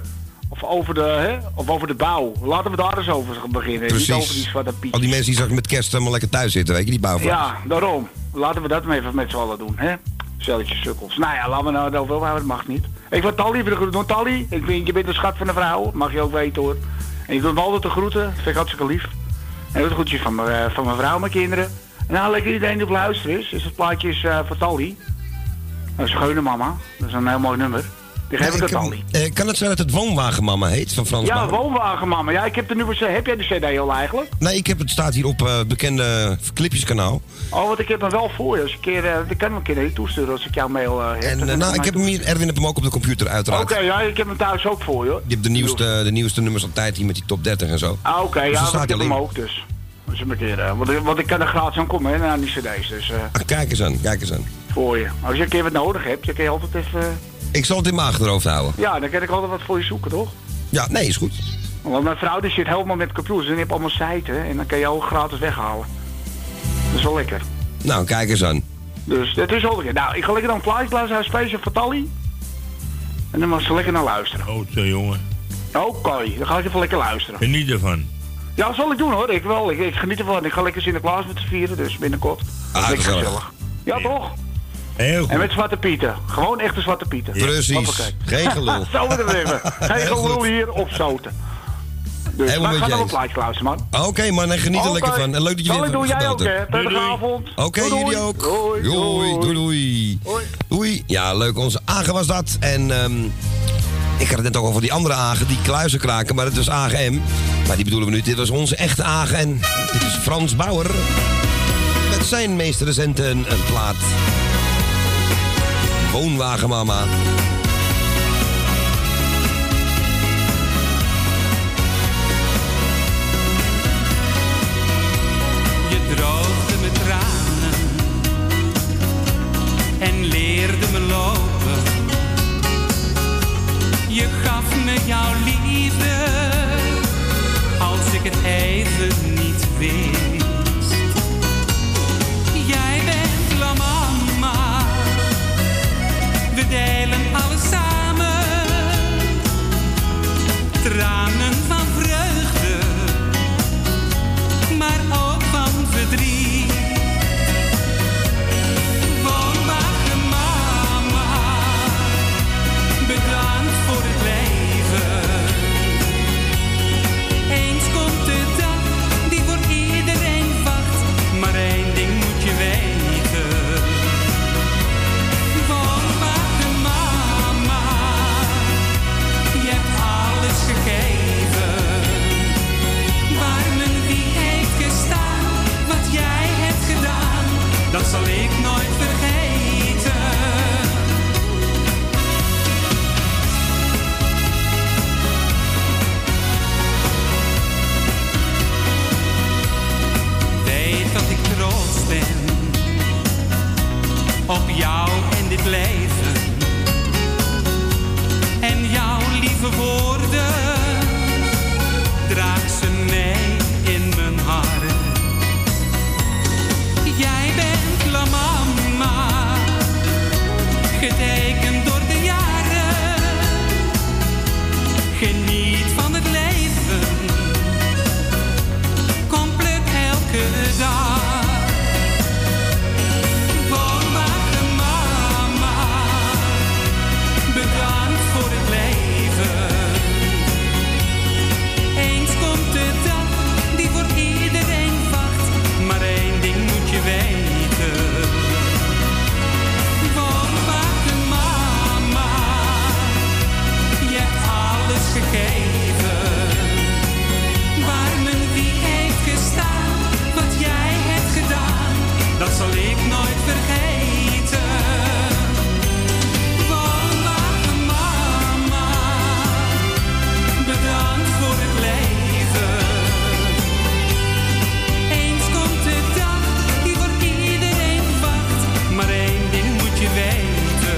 Of over de bouw. Laten we daar eens over beginnen. Niet over die Precies. Zwarte Piet. Al die mensen die straks met kerst helemaal lekker thuis zitten, weet je, die bouwvakkers. Ja, daarom. Laten we dat maar even met z'n allen doen, hè? Stelletje sukkels. Nou ja, laten we nou over houden, dat mag niet. Ik wil Tally voor de groeten doen. Tally, ik vind je bent een schat van een vrouw, mag je ook weten hoor. En je doet me altijd de groeten, dat vind ik hartstikke lief. En ook de groetjes van mijn vrouw, mijn kinderen. En nou, lekker iedereen die op luisteren is het plaatje is voor Tally. Dat is Schöne Mama, dat is een heel mooi nummer. Die geef ik aan Tally. Kan het zijn dat het Woonwagenmama heet, van Frans Ja, Bauer? Woonwagenmama. Ja, ik heb de nieuwe heb jij de CD al eigenlijk? Nee, het staat hier op het bekende clipjeskanaal. Oh, want ik heb hem wel voor je. Als je een keer, ik kan hem een keer naar je toesturen als ik jouw mail heb. En ik heb hem hier, Erwin heeft hem ook op de computer uiteraard. Oké, ja, ik heb hem thuis ook voor je hoor. Je hebt de nieuwste nummers altijd hier met die top 30 en zo. Ah, oké, Dus ja, dan want staat ik heb hij hem alleen. ook dus. Dus een keer, want ik kan er gratis aan komen, hè, naar die cd's. Dus Kijk eens aan. voor je. Als je een keer wat nodig hebt, dan kun je altijd even... Ik zal het in mijn achterhoofd houden. Ja, dan kan ik altijd wat voor je zoeken, toch? Ja, nee, is goed. Want mijn vrouw die zit helemaal met computers en die heeft allemaal siten en dan kan je ook gratis weghalen. Dat is wel lekker. Nou, kijk eens aan. Dus het is al een keer. Nou, ik ga lekker dan een plaatje luisteren. Hij speelt van Tally. En dan mag ze lekker naar luisteren. Oh, zo jongen. Oké, dan ga ik even lekker luisteren. Geniet ervan. Ja, dat zal ik doen hoor. Ik wel. Ik geniet ervan. Ik ga lekker Sinterklaas met z'n vieren, dus binnenkort. Lekker gezellig. Ja, toch? Heel goed. En met Zwarte Pieten. Gewoon echte Zwarte Pieten. Ja. Precies. Hoppakee. Geen gelul. Zo moet het even. Geen gelul hier opzoten. Dus helemaal wij met gaan je nog een plaatje luisteren, man. Oké man, en geniet er lekker van. En leuk dat je weer doe jij ook, gebeld hè. hebt. Prettige avond. Oké, jullie ook. Doei. Doei. Ja, leuk. Onze Agen was dat. En ik had het net ook over die andere Agen, die kluizen kraken. Maar het was Agen M. Maar die bedoelen we nu. Dit was onze echte Agen. En dit is Frans Bauer. Met zijn meest recente een plaat. Woonwagenmama. Je droogde me tranen en leerde me lopen. Je gaf me jouw liefde als ik het even niet wist. Jij bent la mama, we delen alles samen. Tranen van vreugde, maar ook van verdriet. Woonwagen mama, bedankt voor het leven. Eens komt de dag die voor iedereen wacht, maar één ding moet je weten. Woonwagen mama, je hebt alles gegeven. Waar men wie heeft gestaan, wat jij hebt gedaan, dat zal ik nooit vergeten. Weet dat ik trots ben op jou en dit leven. En jouw lieve woorden, draag ze mee in mijn hart. Jij bent la mama, getekend door de jaren. Geniet van het leven, compleet elke dag. Woonwagen mama, bedankt voor het leven. Eens komt de dag die voor iedereen wacht, maar één ding moet je weten. Woonwagen mama, je hebt alles gegeven. Waar men wie heeft gestaan, wat jij hebt gedaan, dat zal ik nooit vergeten. Woonwagen mama, bedankt voor het leven. Eens komt de dag die voor iedereen wacht, maar één ding moet je weten.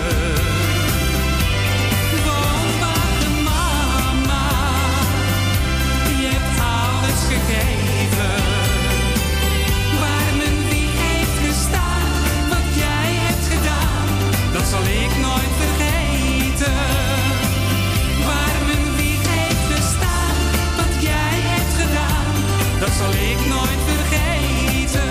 Woonwagen mama, je hebt alles gegeven. Waar men wie heeft gestaan, wat jij hebt gedaan, dat zal ik nooit vergeten. Waar men wie heeft gestaan, wat jij hebt gedaan, dat zal ik nooit vergeten.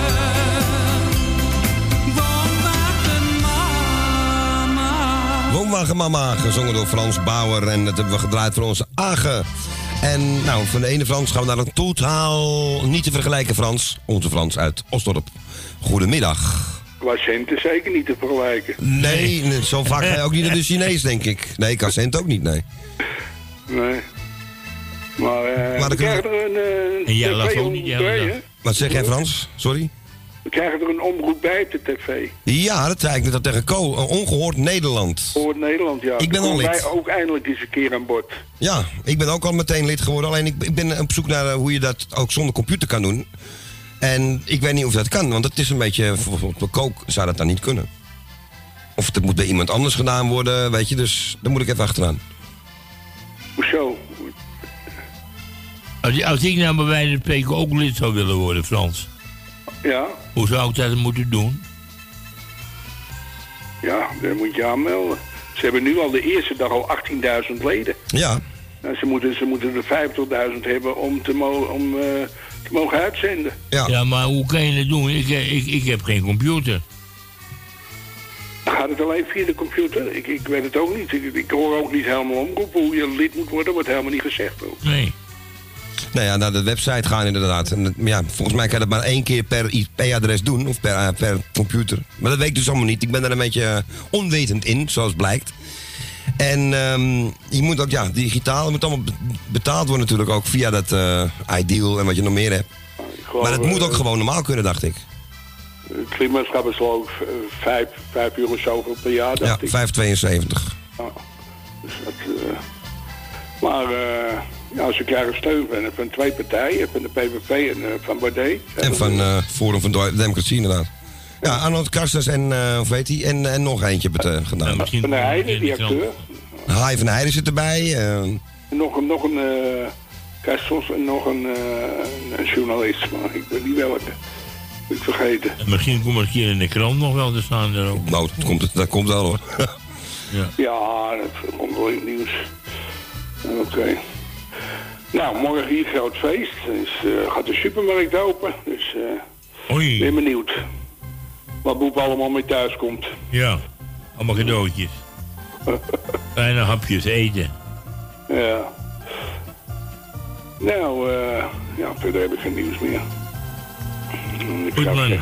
Woonwagen mama. Woonwagenmama, gezongen door Frans Bauer. En dat hebben we gedraaid voor onze Agen. En nou, van de ene Frans gaan we naar een totaal niet te vergelijken Frans. Onze Frans uit Osdorp. Goedemiddag. Qua centen zeker niet te vergelijken. Nee, zo vaak ga je ook niet naar de Chinees, denk ik. Nee, qua cent ook niet, nee. Nee. Maar Maar we dan kunnen krijgen er een En jij laat tv ook niet bij, jou hè? Wat zeg jij Frans? Sorry? We krijgen er een omroep bij op de tv. Ja, dat zei ik net al tegen Co. Ongehoord Nederland. Voor Nederland, ja. Ik ben al lid. Wij ook eindelijk eens een keer aan boord. Ja, ik ben ook al meteen lid geworden. Alleen ik ben op zoek naar hoe je dat ook zonder computer kan doen. En ik weet niet of dat kan, want het is een beetje... Bijvoorbeeld bij Kook zou dat dan niet kunnen. Of het moet bij iemand anders gedaan worden, weet je. Dus daar moet ik even achteraan. Hoezo? Als ik nou bij wijze van spreken ook lid zou willen worden, Frans. Ja? Hoe zou ik dat moeten doen? Ja, daar moet je aanmelden. Ze hebben nu al de eerste dag al 18.000 leden. Ja. Nou, ze moeten er 50.000 hebben om te mogen uitzenden. Ja, maar hoe kan je dat doen? Ik heb geen computer. Gaat het alleen via de computer? Ik weet het ook niet. Ik hoor ook niet helemaal omroepen hoe je lid moet worden. Wordt helemaal niet gezegd ook. Nee. Nou ja, naar de website gaan inderdaad. En ja, volgens mij kan je dat maar 1 keer per IP-adres doen. Of per computer. Maar dat weet ik dus allemaal niet. Ik ben daar een beetje onwetend in, zoals blijkt. En je moet ook, ja, digitaal. Het moet allemaal betaald worden natuurlijk ook via dat Ideal en wat je nog meer hebt. Maar het moet ook gewoon normaal kunnen, dacht ik. Het lidmaatschap is geloof ik 5 uur of zoveel per jaar, dacht ik. 5,72. Ja, dus dat, maar ja, ze krijgen steun van 2 partijen, van de PVV en van Baudet. En van Forum van Democratie inderdaad. Ja, Arnold Karstens en, hoe heet hij? En nog eentje gedaan. Van der Heijden, die acteur. Haai van der Heijden zit erbij. En nog een Karstens en nog een journalist, maar ik weet niet welke. Ik vergeten. En misschien komt het hier in de krant nog wel te staan. Er ook. Nou, dat komt wel hoor. Ja, dat komt wel in het nieuws. Oké. Nou, morgen hier groot feest. Dus gaat de supermarkt open. Dus ben benieuwd wat Boep allemaal mee thuis komt. Ja, allemaal cadeautjes. Kleine hapjes eten. Ja. Nou, ja, verder heb ik geen nieuws meer. Goed man.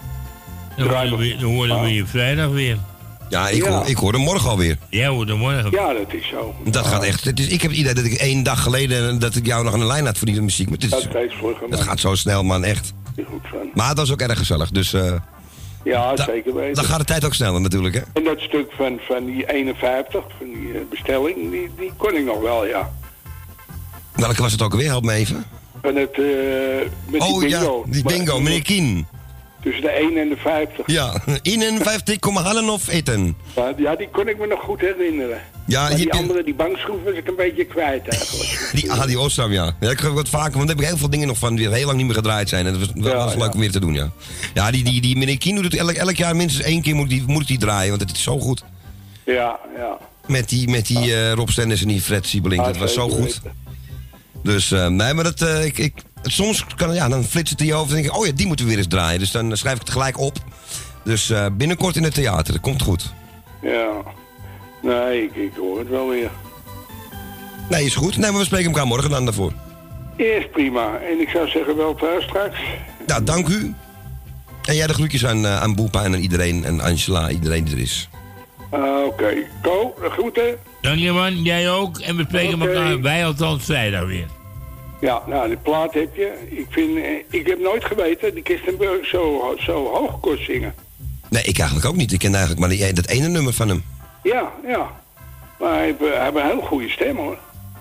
Dan horen we je vrijdag weer. Ja, ik hoor hem morgen alweer. Jij hoort hem morgen. Ja, dat is zo. Dat gaat echt. Ik heb het idee dat ik 1 dag geleden dat ik jou nog aan de lijn had voor die muziek. Maar dat gaat zo snel, man, echt. Goed van. Maar het was ook erg gezellig, dus... ja, zeker weten. Dan gaat de tijd ook sneller natuurlijk, hè? En dat stuk van die 51, van die bestelling, die kon ik nog wel, ja. Welke was het ook alweer? Help me even. Van het, met die bingo. Ja, die bingo, meneer Kien. Tussen de 1 en de 50. Ja, 51,5 of eten. Ja, die kon ik me nog goed herinneren. Ja, maar die andere, die bankschroef, was ik een beetje kwijt eigenlijk. Die Osram, ja. Ja, ik ga wat vaker, want daar heb ik heel veel dingen nog van die heel lang niet meer gedraaid zijn. En dat was leuk om weer te doen, ja. Ja, die meneer Kien doet het elk jaar minstens 1 keer moet ik die draaien, want het is zo goed. Ja. Met die Rob Stennis en die Fred Siebelink, dat was zo goed. Dus, nee, maar dat, soms dan flitst het in je hoofd en denk ik, oh ja, die moeten we weer eens draaien. Dus dan schrijf ik het gelijk op. Dus binnenkort in het theater, dat komt goed. Ja, nee, ik hoor het wel weer. Nee, is goed. Nee, maar we spreken elkaar morgen dan daarvoor. Eerst prima. En ik zou zeggen, wel thuis straks. Ja, dank u. En jij de groetjes aan Boepa en aan iedereen en Angela, iedereen die er is. Oké. Ko, de groeten. Dank je man, jij ook. En we spreken elkaar bij althans vrijdag weer. Ja, nou, die plaat heb je. Ik heb nooit geweten dat Kirstenburg zo hoog kon zingen. Nee, ik eigenlijk ook niet. Ik ken eigenlijk maar dat ene nummer van hem. Ja. Maar hij heeft een heel goede stem, hoor.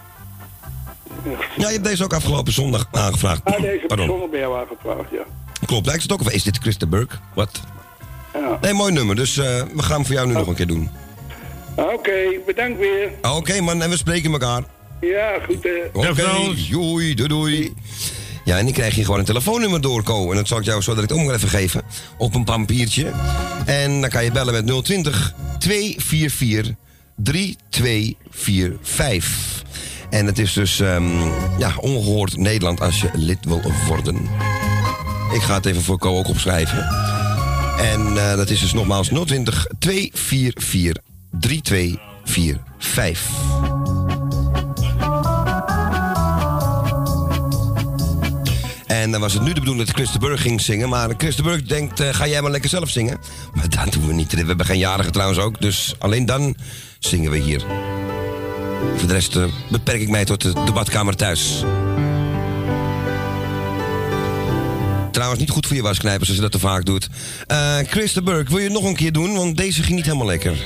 Ja, je hebt deze ook afgelopen zondag aangevraagd. Ja, deze heb ik zondag bij jou aangevraagd, ja. Klopt, lijkt het ook? Of is dit Kirstenburg? Wat? Ja. Nee, mooi nummer. Dus we gaan hem voor jou nu nog een keer doen. Oké, bedankt weer. Oké, man, en we spreken elkaar. Ja, goed. Oké, doei. Ja, en dan krijg je gewoon een telefoonnummer door, Ko. En dat zal ik jou zo direct even geven. Op een papiertje. En dan kan je bellen met 020 244 3245. En het is dus ongehoord Nederland als je lid wil worden. Ik ga het even voor Ko ook opschrijven. En dat is dus nogmaals 020 244 3245. En dan was het nu de bedoeling dat Kirstenburg ging zingen. Maar Kirstenburg denkt, ga jij maar lekker zelf zingen. Maar dat doen we niet. We hebben geen jarige trouwens ook. Dus alleen dan zingen we hier. Voor de rest beperk ik mij tot de badkamer thuis. Trouwens niet goed voor je wasknijpers als je dat te vaak doet. Kirstenburg, wil je het nog een keer doen? Want deze ging niet helemaal lekker.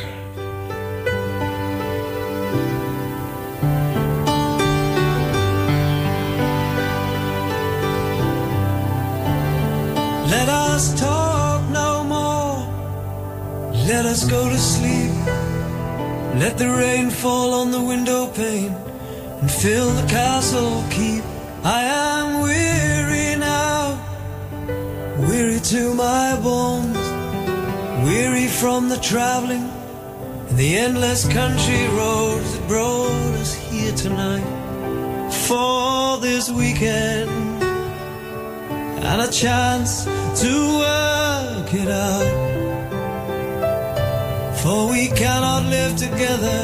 Let us talk no more. Let us go to sleep. Let the rain fall on the window pane and fill the castle keep. I am weary now, weary to my bones. weary from the traveling and the endless country roads that brought us here tonight for this weekend and a chance to work it out. For we cannot live together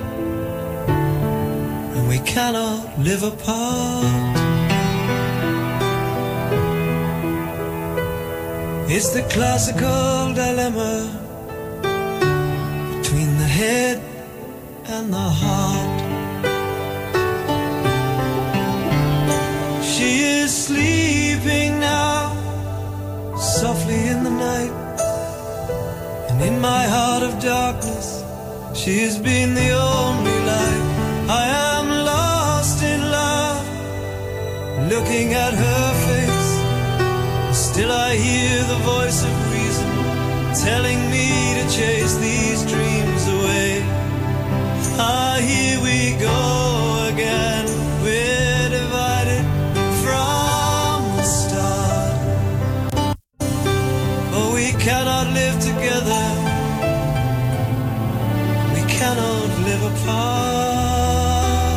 and we cannot live apart. It's the classical dilemma between the head and the heart. She is sleeping now, softly in the night. And in my heart of darkness, she has been the only light. I am lost in love, looking at her face. Still I hear the voice of reason telling me to chase these dreams away. Ah, here we go again. We're divided from the start, but we cannot live together. We cannot live apart.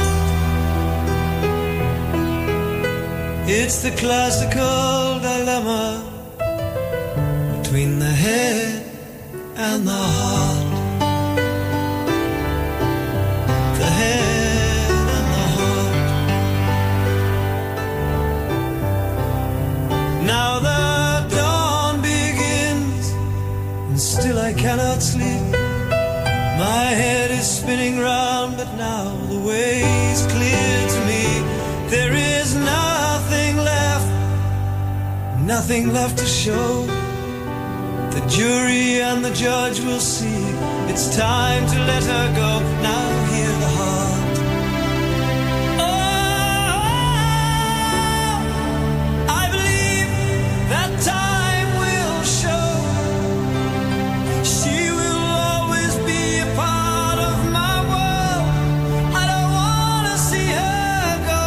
It's the classical dilemma between the head and the heart. The head and the heart. Now the dawn begins and still I cannot sleep. My head is spinning round, but now the way is clear to me. There is nothing left to show. The jury and the judge will see. It's time to let her go. Now hear the heart. Oh, I believe that time will show. She will always be a part of my world. I don't want to see her go.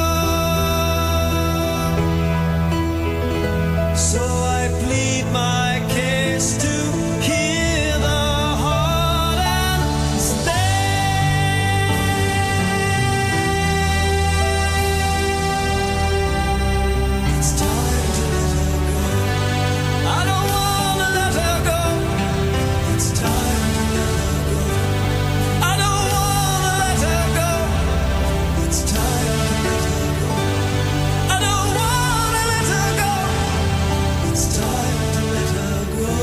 So I plead my case to hear the heart and stay. It's time to let her go. I don't want to let her go. It's time to let her go. I don't want to let her go. It's time to let her go. I don't want to let her go. It's time to let her go.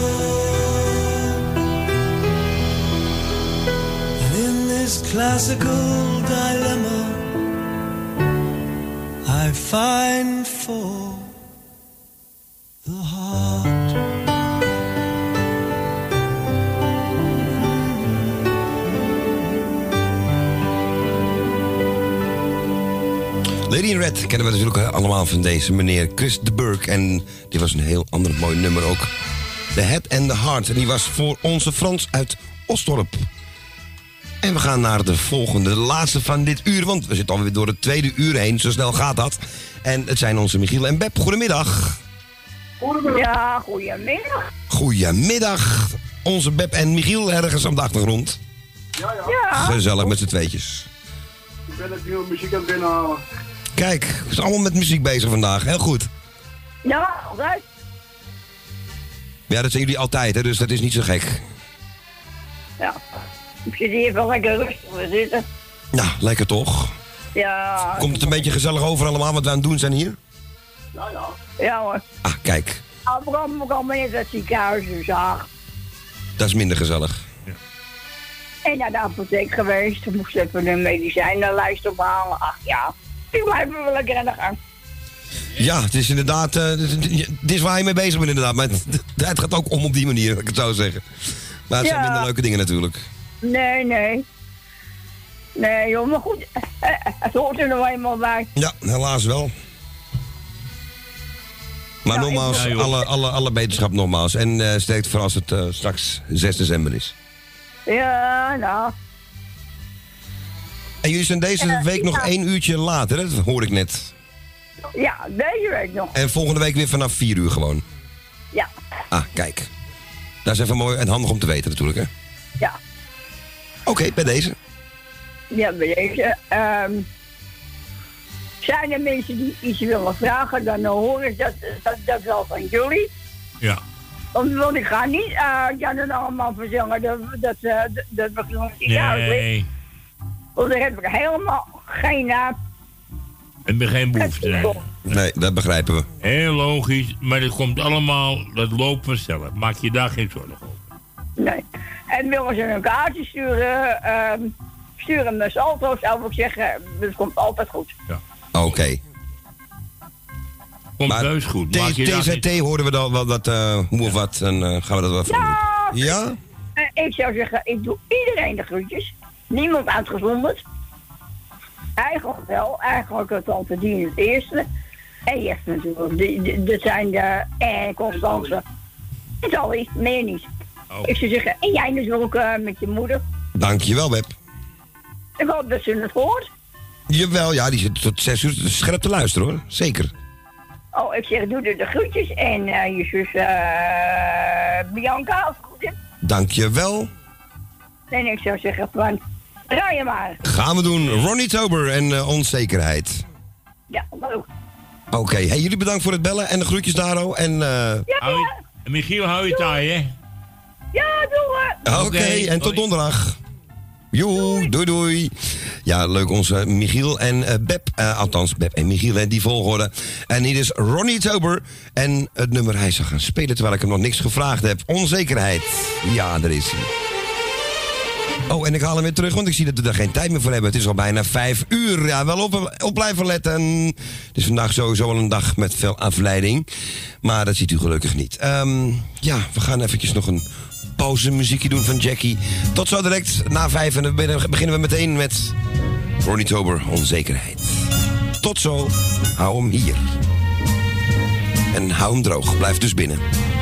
And in this classical dilemma, I find for the heart. Lady in Red kennen we natuurlijk allemaal van deze meneer Chris de Burgh. En die was een heel ander mooi nummer ook. The Head and the Heart. En die was voor onze Frans uit Osdorp. En we gaan naar de volgende, de laatste van dit uur. Want we zitten alweer door het tweede uur heen. Zo snel gaat dat. En het zijn onze Michiel en Beb. Goedemiddag. Ja, goedemiddag. Goedemiddag. Onze Beb en Michiel ergens op de achtergrond. Ja. Gezellig met z'n tweetjes. Ik ben het nieuwe muziek aan het binnenhalen. Kijk, we zijn allemaal met muziek bezig vandaag. Heel goed. Ja, altijd. Ja, dat zijn jullie altijd, hè, dus dat is niet zo gek. Ja. Ik zit hier wel lekker rustig te zitten. Nou, lekker toch? Ja. Komt het een beetje gezellig over allemaal wat we aan het doen zijn hier? Ja hoor. Ah, kijk. Abraham kwam net het ziekenhuis dus zag. Dat is minder gezellig. En naar de apotheek geweest. Toen moest even een medicijnenlijst ophalen. Ach ja, ik blijf me wel lekker aan de gang. Ja, het is inderdaad... het is waar je mee bezig bent inderdaad. Maar het gaat ook om op die manier, dat ik het zou zeggen. Maar het zijn minder leuke dingen natuurlijk. Nee. Nee joh, maar goed. Het hoort er nog eenmaal bij. Ja, helaas wel. Maar nogmaals, alle beterschap nogmaals. En sterkte voor als het straks 6 december is. Ja, nou. En jullie zijn deze week nog 1 uurtje later, hè? Dat hoor ik net. Ja, deze week nog. En volgende week weer vanaf 4 uur gewoon. Ja. Ah, kijk. Dat is even mooi en handig om te weten natuurlijk, hè? Ja. Oké, bij deze. Ja, bij deze. Zijn er mensen die iets willen vragen, dan hoor ik dat wel van jullie. Ja. Want ik ga niet Jan en allemaal verzingen dat we nog niet uitleggen. Want daar heb ik helemaal geen heb je geen behoefte aan. Nee, dat begrijpen we. Heel logisch, maar dat komt allemaal, dat loopt vanzelf. Maak je daar geen zorgen over. Nee. En willen ze een kaartje sturen, stuur hem naar Salto, zou ik zeggen. Dat komt altijd goed. Ja. Oké. Komt heus goed. TZT horen we dan wel dat hoe of wat, en gaan we dat wel even doen. Ja? Ik zou zeggen, ik doe iedereen de groetjes. Niemand uitgezonderd. Eigenlijk wel. Eigenlijk het tante Dien het eerste. En Jeff natuurlijk. Dat zijn de... En Constance. En Sally. Meer niet. Oh. Ik zou zeggen, en jij natuurlijk met je moeder. Dankjewel, Web. Ik hoop dat ze het hoort. Jawel, ja, die zit tot 6 uur scherp te luisteren, hoor. Zeker. Oh, ik zeg, doe de groetjes. En je zus Bianca, als het goed is. Dankjewel. En ik zou zeggen van, draai je maar. Gaan we doen. Ronnie Tober en Onzekerheid. Ja, leuk. Oké, hey, jullie bedankt voor het bellen en de groetjes, Daro. En, Michiel, hou je taai, hè? Ja, doe we. Oké, en tot donderdag. Joe, doei doei. Ja, leuk, onze Michiel en Beb. Althans, Beb en Michiel, hè, die volgorde. En hier is Ronnie Tober. En het nummer hij zal gaan spelen terwijl ik hem nog niks gevraagd heb. Onzekerheid. Ja, daar is hij. Oh, en ik haal hem weer terug, want ik zie dat we er geen tijd meer voor hebben. Het is al bijna 5 uur. Ja, wel op blijven letten. Het is vandaag sowieso wel een dag met veel afleiding. Maar dat ziet u gelukkig niet. Ja, we gaan eventjes nog een pauzemuziekje doen van Jackie. Tot zo direct na 5 en dan beginnen we meteen met Ronnie Tober, Onzekerheid. Tot zo. Hou hem hier. En hou hem droog. Blijf dus binnen.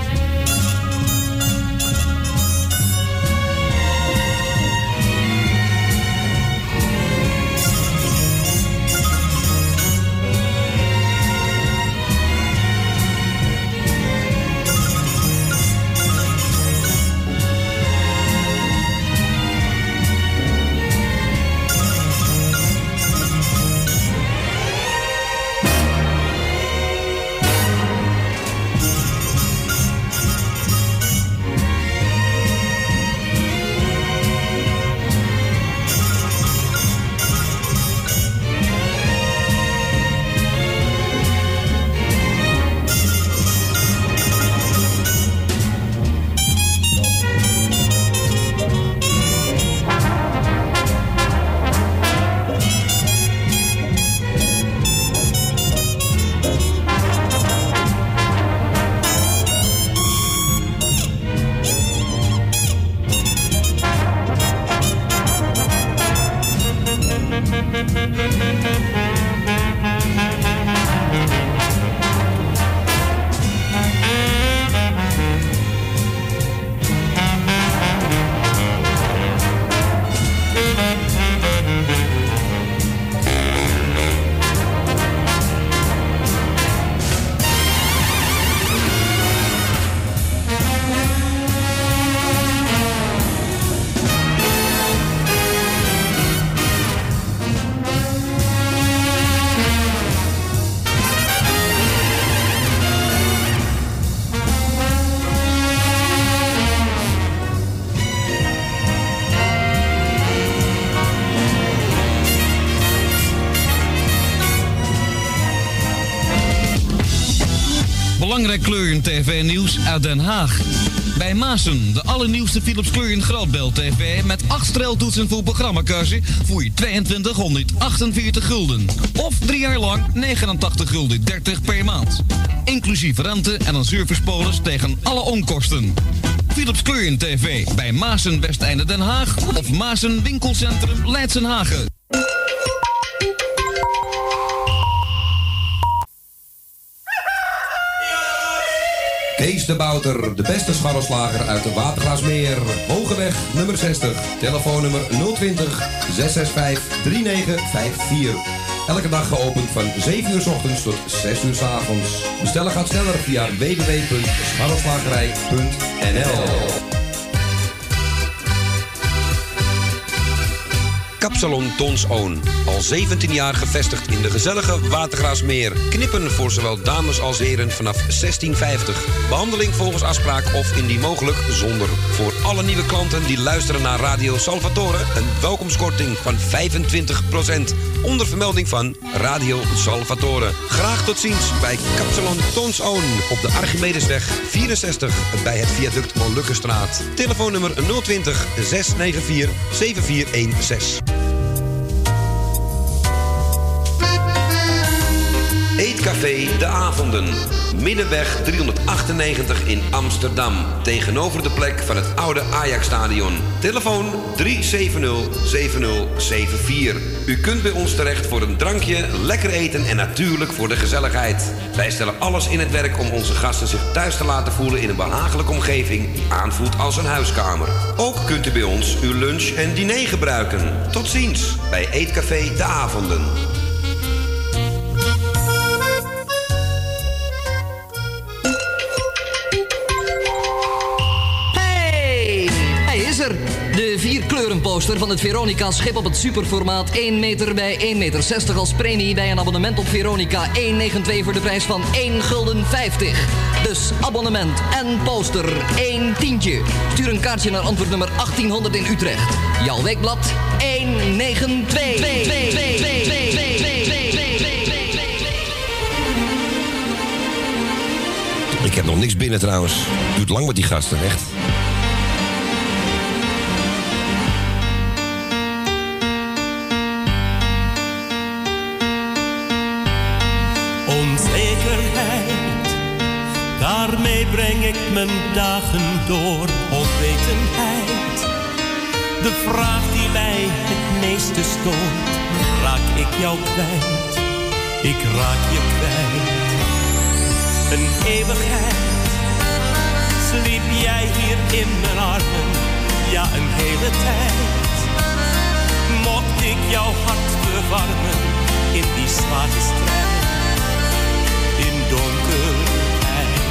Belangrijk Kleuren TV-nieuws uit Den Haag. Bij Maassen, de allernieuwste Philips Kleuren Grootbeeld TV... met 8 streltoetsen voor programmakasje voor je 2248 gulden. Of 3 jaar lang 89 gulden 30 per maand. Inclusief rente en een servicepolis tegen alle onkosten. Philips Kleuren TV bij Maassen Westeinde Den Haag... of Maassen Winkelcentrum Leidsenhagen. Kees de Bouter, de beste scharrelslager uit de Watergraasmeer. Hogeweg nummer 60. Telefoonnummer 020 665 3954. Elke dag geopend van 7 uur 's ochtends tot 6 uur 's avonds. Bestellen gaat sneller via www.scharrelslagerij.nl. Kapsalon Tons Oon. Al 17 jaar gevestigd in de gezellige Watergraasmeer. Knippen voor zowel dames als heren vanaf 16,50. Behandeling volgens afspraak of indien mogelijk zonder. Voor alle nieuwe klanten die luisteren naar Radio Salvatore... een welkomstkorting van 25%. Onder vermelding van Radio Salvatore. Graag tot ziens bij Kapsalon Tons Oon. Op de Archimedesweg 64 bij het viaduct Molukkenstraat. Telefoonnummer 020 694 7416. Eetcafé De Avonden. Middenweg 398 in Amsterdam. Tegenover de plek van het oude Ajax-stadion. Telefoon 370-7074. U kunt bij ons terecht voor een drankje, lekker eten en natuurlijk voor de gezelligheid. Wij stellen alles in het werk om onze gasten zich thuis te laten voelen in een behagelijke omgeving die aanvoelt als een huiskamer. Ook kunt u bij ons uw lunch en diner gebruiken. Tot ziens bij Eetcafé De Avonden. De 4-kleurenposter van het Veronica-schip op het superformaat 1 meter bij 1,60 meter als premie bij een abonnement op Veronica 1,92 voor de prijs van €1,50. Dus abonnement en poster 1 tientje. Stuur een kaartje naar antwoordnummer 1800 in Utrecht. Jouw weekblad 192. Ik heb nog niks binnen trouwens. Duurt lang met die gasten, echt. Onzekerheid, daarmee breng ik mijn dagen door. Onwetendheid, de vraag die mij het meeste stoort. Raak ik jou kwijt, ik raak je kwijt. Een eeuwigheid, sliep jij hier in mijn armen. Ja, een hele tijd, mocht ik jouw hart verwarmen in die zware strijd. In donkerheid.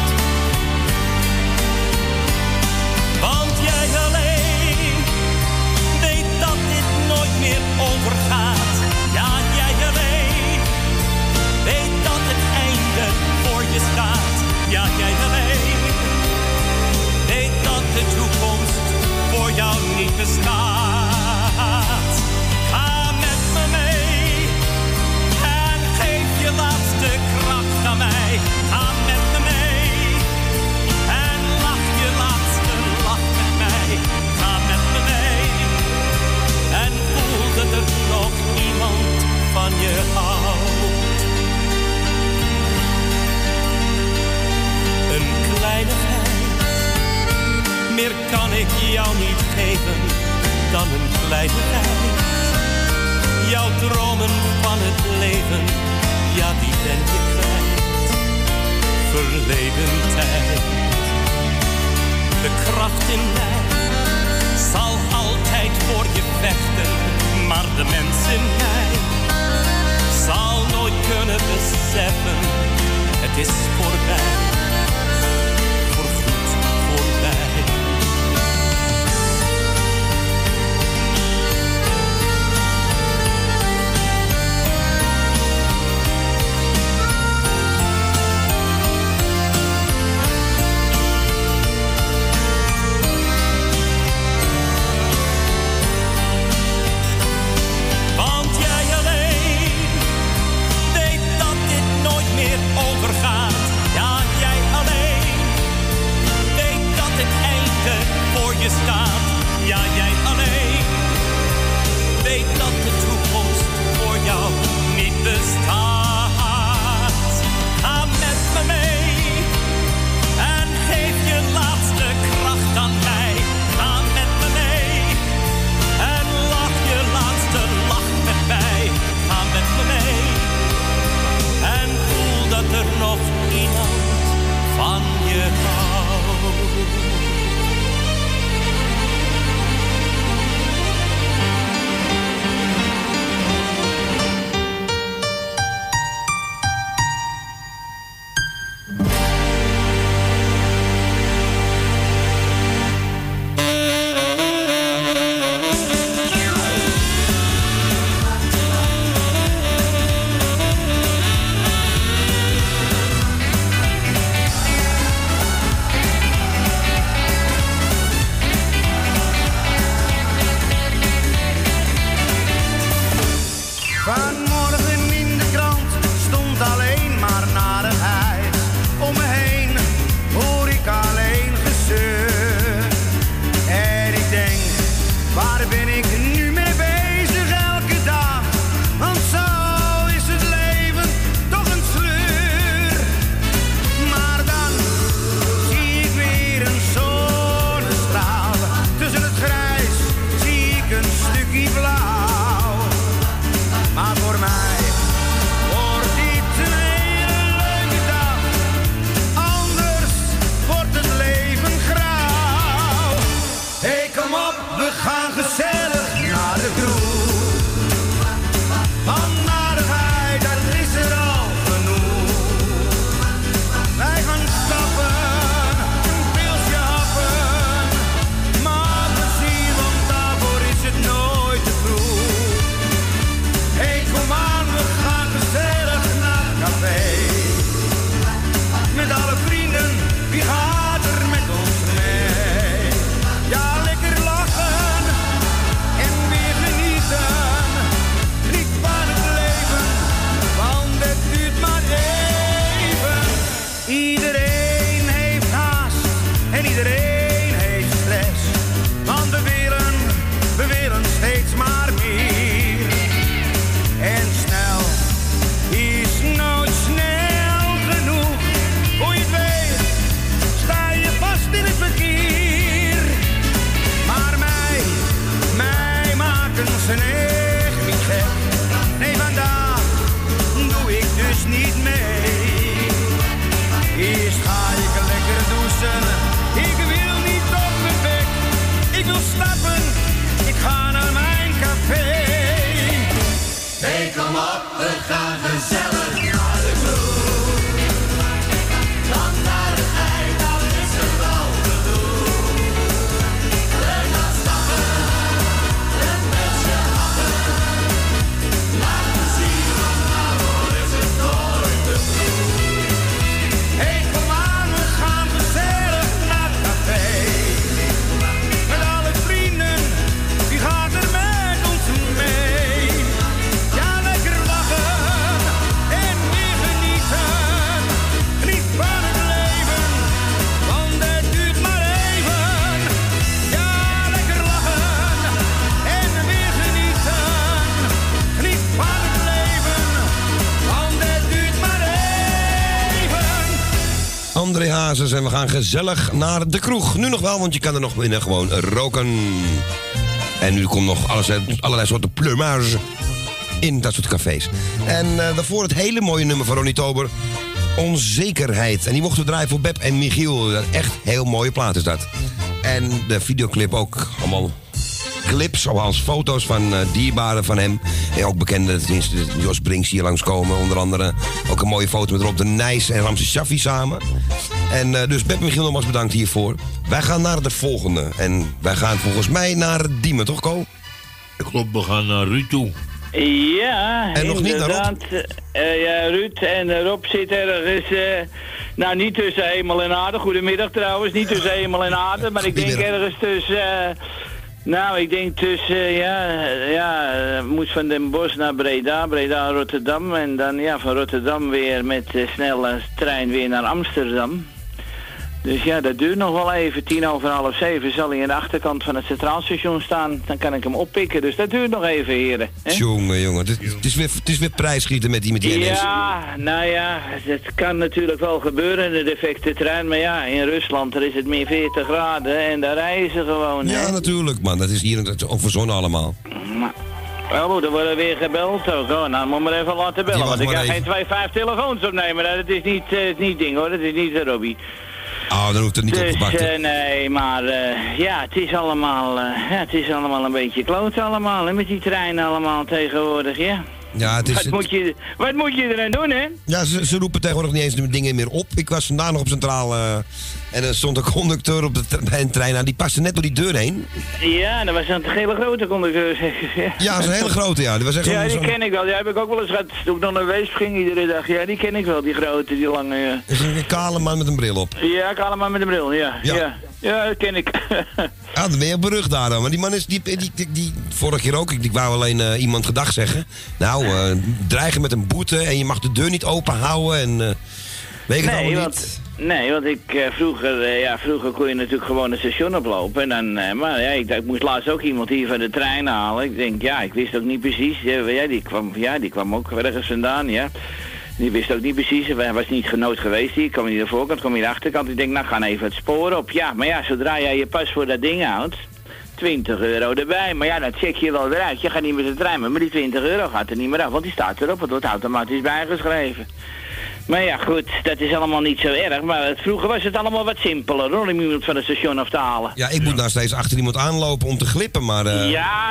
Want jij alleen weet dat dit nooit meer overgaat. Ja, jij alleen weet dat het einde voor je staat. Ja, jij alleen weet dat de toekomst voor jou niet bestaat. Ga met me mee en geef je laatste kracht aan mij. Ga met me mee en lach je laatste lach met mij. Ga met me mee en voel dat er nog iemand van je houdt. Een kleinigheid, meer kan ik jou niet geven dan een kleinigheid. Jouw dromen van het leven, ja, die ben je kwijt. Verleden tijd. De kracht in mij zal altijd voor je vechten. Maar de mens in mij zal nooit kunnen beseffen. Het is voorbij. Voorgoed voorbij. Overgaat. Ja, niet mee. Eerst ga ik lekker douchen, ik wil niet op mijn bek. Ik wil stappen, ik ga naar mijn café. Hey, kom op, we gaan gezellig naar de kroeg. Dan naar de geit, dan is er wel genoeg. We gaan stappen, een beetje happen. Laten zien, want nou is het nooit te vroeg. Hey, kom aan, we gaan gezellig naar het café. Met alle vrienden, wie gaat er met ons mee? Ja, lekker lachen en weer genieten. Geniet van het leven, want het duurt maar even. Ja, lekker lachen en weer genieten. Geniet van het leven, want het duurt maar even. André Hazes en we gaan gezellig naar de kroeg. Nu nog wel, want je kan er nog binnen gewoon roken. En nu komt nog allerlei soorten plumage in dat soort cafés. En daarvoor het hele mooie nummer van Ronnie Tober, Onzekerheid. En die mochten we draaien voor Beb en Michiel. Echt heel mooie plaat is dat. En de videoclip ook allemaal clips, zoals foto's van dierbaren van hem. En ook bekende, Jos Brinks hier langskomen. Onder andere ook een mooie foto met Rob de Nijs en Ramses Shaffi samen. En dus Beb en Michiel nogmaals bedankt hiervoor. Wij gaan naar de volgende. En wij gaan volgens mij naar Diemen, toch Ko? Klopt, we gaan naar Ruud toe. Ja, en nog niet naar Rob? Ja, Ruud en Rob zitten ergens, nou niet tussen hemel en aarde. Goedemiddag trouwens, niet tussen hemel en aarde, maar ik denk ergens tussen, nou ik denk tussen, moet van Den Bosch naar Breda, Breda Rotterdam en dan van Rotterdam weer met de snelle trein weer naar Amsterdam. Dus ja, dat duurt nog wel even. 6:50 zal hij aan de achterkant van het Centraal Station staan. Dan kan ik hem oppikken. Dus dat duurt nog even, heren. Jongen. Het is weer prijsschieten met die NS. Ja, nou ja, het kan natuurlijk wel gebeuren, de defecte trein. Maar ja, in Rusland daar is het meer 40 graden en daar rijden ze gewoon. Ja, natuurlijk, man. Dat is hier overzonnen allemaal. Oh, er wordt weer gebeld ook. Oh, nou, moet maar even laten bellen. Want ik ga geen 5 telefoons opnemen. Dat is niet ding, hoor. Dat is niet de Robbie. Oh, dan hoeft het niet opgepakt. Nee, maar het is allemaal een beetje kloot allemaal, hè, met die treinen allemaal tegenwoordig, ja. Ja, het is... Wat moet je eraan doen, hè? Ja, ze roepen tegenwoordig niet eens de dingen meer op. Ik was vandaag nog op Centraal en er stond een conducteur bij een trein aan. Die paste net door die deur heen. Ja, dat was een hele grote conducteur, zeg je. Ja, dat is een hele grote, ja. Die was echt die ken ik wel. Die heb ik ook wel eens gehad. Toen ik dan naar Weesp ging iedere dag. Ja, die ken ik wel, die grote, die lange. Ja. Is een kale man met een bril op. Ja, kale man met een bril, ja. Ja, dat ken ik. Ja, dan ben je berucht daar dan. Maar die man is, die vorige keer ook, ik wou alleen iemand gedag zeggen. Nou, dreigen met een boete en je mag de deur niet open houden en weet je het allemaal niet. Nee, want vroeger kon je natuurlijk gewoon het station oplopen. En dan, maar ja, ik moest laatst ook iemand hier van de trein halen. Ik denk, ik wist ook niet precies. Die kwam ook ergens vandaan, ja. Die wist ook niet precies, hij was niet genood geweest hier. Ik kwam hier de voorkant, kwam hier de achterkant. Ik denk, nou, ga even het spoor op. Ja, maar ja, zodra jij je pas voor dat ding houdt, 20 euro erbij. Maar ja, dat check je wel weer uit. Je gaat niet met de trein, maar die 20 euro gaat er niet meer af. Want die staat erop, het wordt automatisch bijgeschreven. Maar ja, goed, dat is allemaal niet zo erg. Maar vroeger was het allemaal wat simpeler, hoor, om iemand van het station af te halen. Ja, ik moet nou steeds achter iemand aanlopen om te glippen, maar... Ja.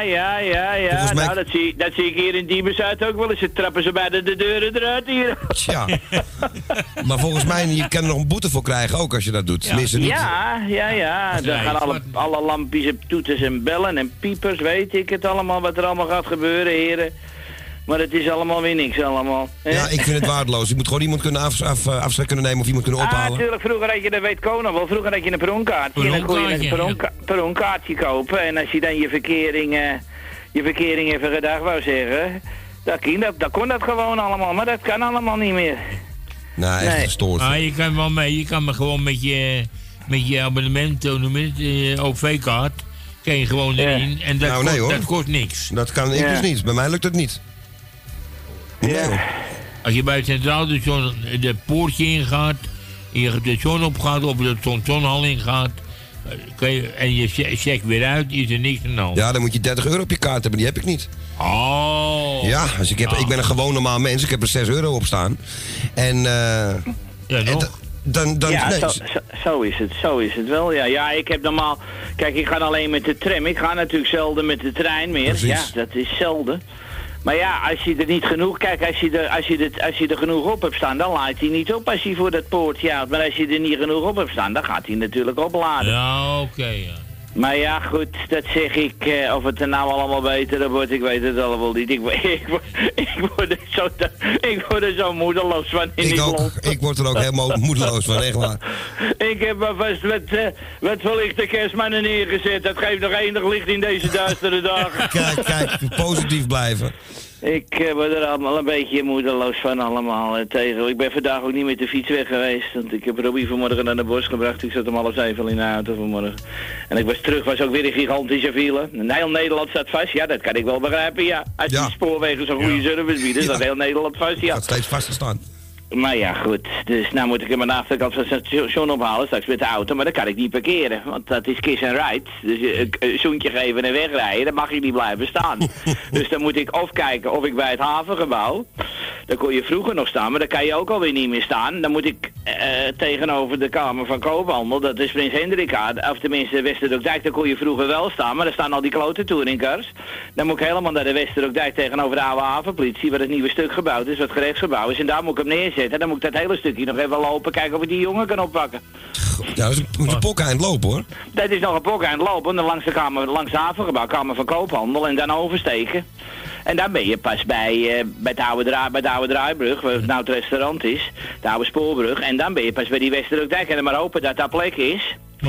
Mij... Nou, dat zie ik hier in Diemen-Zuid ook wel eens. Ze trappen ze bij de deuren eruit hier. Tja. Maar volgens mij, je kan er nog een boete voor krijgen ook als je dat doet. Tenminste niet. Ja. Dan gaan alle lampjes en toeters en bellen en piepers, weet ik het allemaal, wat er allemaal gaat gebeuren, heren. Maar het is allemaal weer niks allemaal. Hè? Ja, ik vind het waardeloos. Je moet gewoon iemand kunnen afscheid kunnen nemen of iemand kunnen ophalen. Natuurlijk. Vroeger had je, dat weet Conan wel, vroeger had je een perronkaartje. En dan kon je een perronkaartje kopen. En als je dan je verkering even gedag wou zeggen, dan kon dat gewoon allemaal. Maar dat kan allemaal niet meer. Nou, echt gestoord. Je kan wel mee. Je kan maar gewoon met je abonnement, OV-kaart, kan je gewoon erin. En dat kost niks. Dat kan ik dus niet. Bij mij lukt het niet. Ja. Als je bij het Centraal Station de poortje ingaat, je de station opgaat of de stonhal ingaat, en je check weer uit, is er niks aan de hand. Ja, dan moet je 30 euro op je kaart hebben, die heb ik niet. Oh. Ja, dus ik ben een gewoon normaal mens, ik heb er 6 euro op staan. En... ja, nog? Ja, nee. zo is het wel. Ja, ik heb normaal... Kijk, ik ga alleen met de tram. Ik ga natuurlijk zelden met de trein meer. Precies. Ja, dat is zelden. Maar ja, als je er niet genoeg... Kijk, als je er genoeg op hebt staan, dan laat hij niet op als hij voor dat poortje houdt. Maar als je er niet genoeg op hebt staan, dan gaat hij natuurlijk opladen. Ja, oké, ja. Maar ja, goed, dat zeg ik. Of het er nou allemaal beter wordt, ik weet het allemaal niet. Ik word er zo moedeloos van in die ook. land. Ik word er ook helemaal moedeloos van, echt waar. Ik heb maar vast wat verlichte kerstmannen neergezet. Dat geeft nog enig licht in deze duistere dagen. Kijk, positief blijven. Ik word er allemaal een beetje moedeloos van allemaal. Ik ben vandaag ook niet met de fiets weg geweest. Want ik heb Robbie vanmorgen naar de bos gebracht. Ik zat om 6:30 in de auto vanmorgen. En ik was terug, was ook weer een gigantische file. Heel Nederland staat vast. Ja, dat kan ik wel begrijpen, ja. Als die spoorwegen zo'n goede service bieden, staat heel Nederland vast, ja. Gaat steeds vast te staan. Maar ja, goed. Dus nou moet ik hem aan de achterkant van het station ophalen, straks met de auto. Maar dan kan ik niet parkeren, want dat is kiss and ride. Dus een zoentje geven en wegrijden, dan mag je niet blijven staan. Dus dan moet ik of kijken of ik bij het havengebouw, daar kon je vroeger nog staan, maar daar kan je ook alweer niet meer staan. Dan moet ik tegenover de Kamer van Koophandel, dat is Prins Hendrikaart, of tenminste Westerdokdijk, daar kon je vroeger wel staan, maar daar staan al die klote touringcars. Dan moet ik helemaal naar de Westerdokdijk tegenover de oude havenpolitie, waar het nieuwe stuk gebouwd is, wat gerechtsgebouw is, en daar moet ik hem neerzetten. Dan moet ik dat hele stukje nog even lopen, kijken of ik die jongen kan oppakken. Ja, dat is een pok aan het lopen, hoor. Dat is nog een pok aan het lopen, dan langs het havengebouw, Kamer van Koophandel, en dan oversteken. En dan ben je pas bij de oude draaibrug, waar het nou het restaurant is, de oude spoorbrug, en dan ben je pas bij die Westerdokdijk, en dan maar hopen dat dat plek is. Maar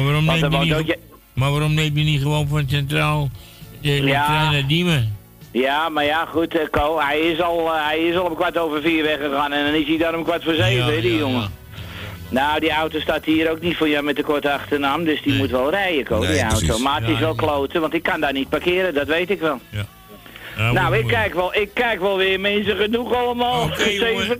waarom neem je niet gewoon van Centraal de trein naar Diemen? Ja, maar ja, goed, Ko, hij is al om 4:15 weggegaan en dan is hij daar om 6:15, die jongen. Nou, die auto staat hier ook niet voor jou met de korte achternaam, dus die moet wel rijden, Ko, die auto. Precies. Maar het is wel kloten, want ik kan daar niet parkeren, dat weet ik wel. Ja. Nou, ik kijk wel weer mensen genoeg allemaal. Oké,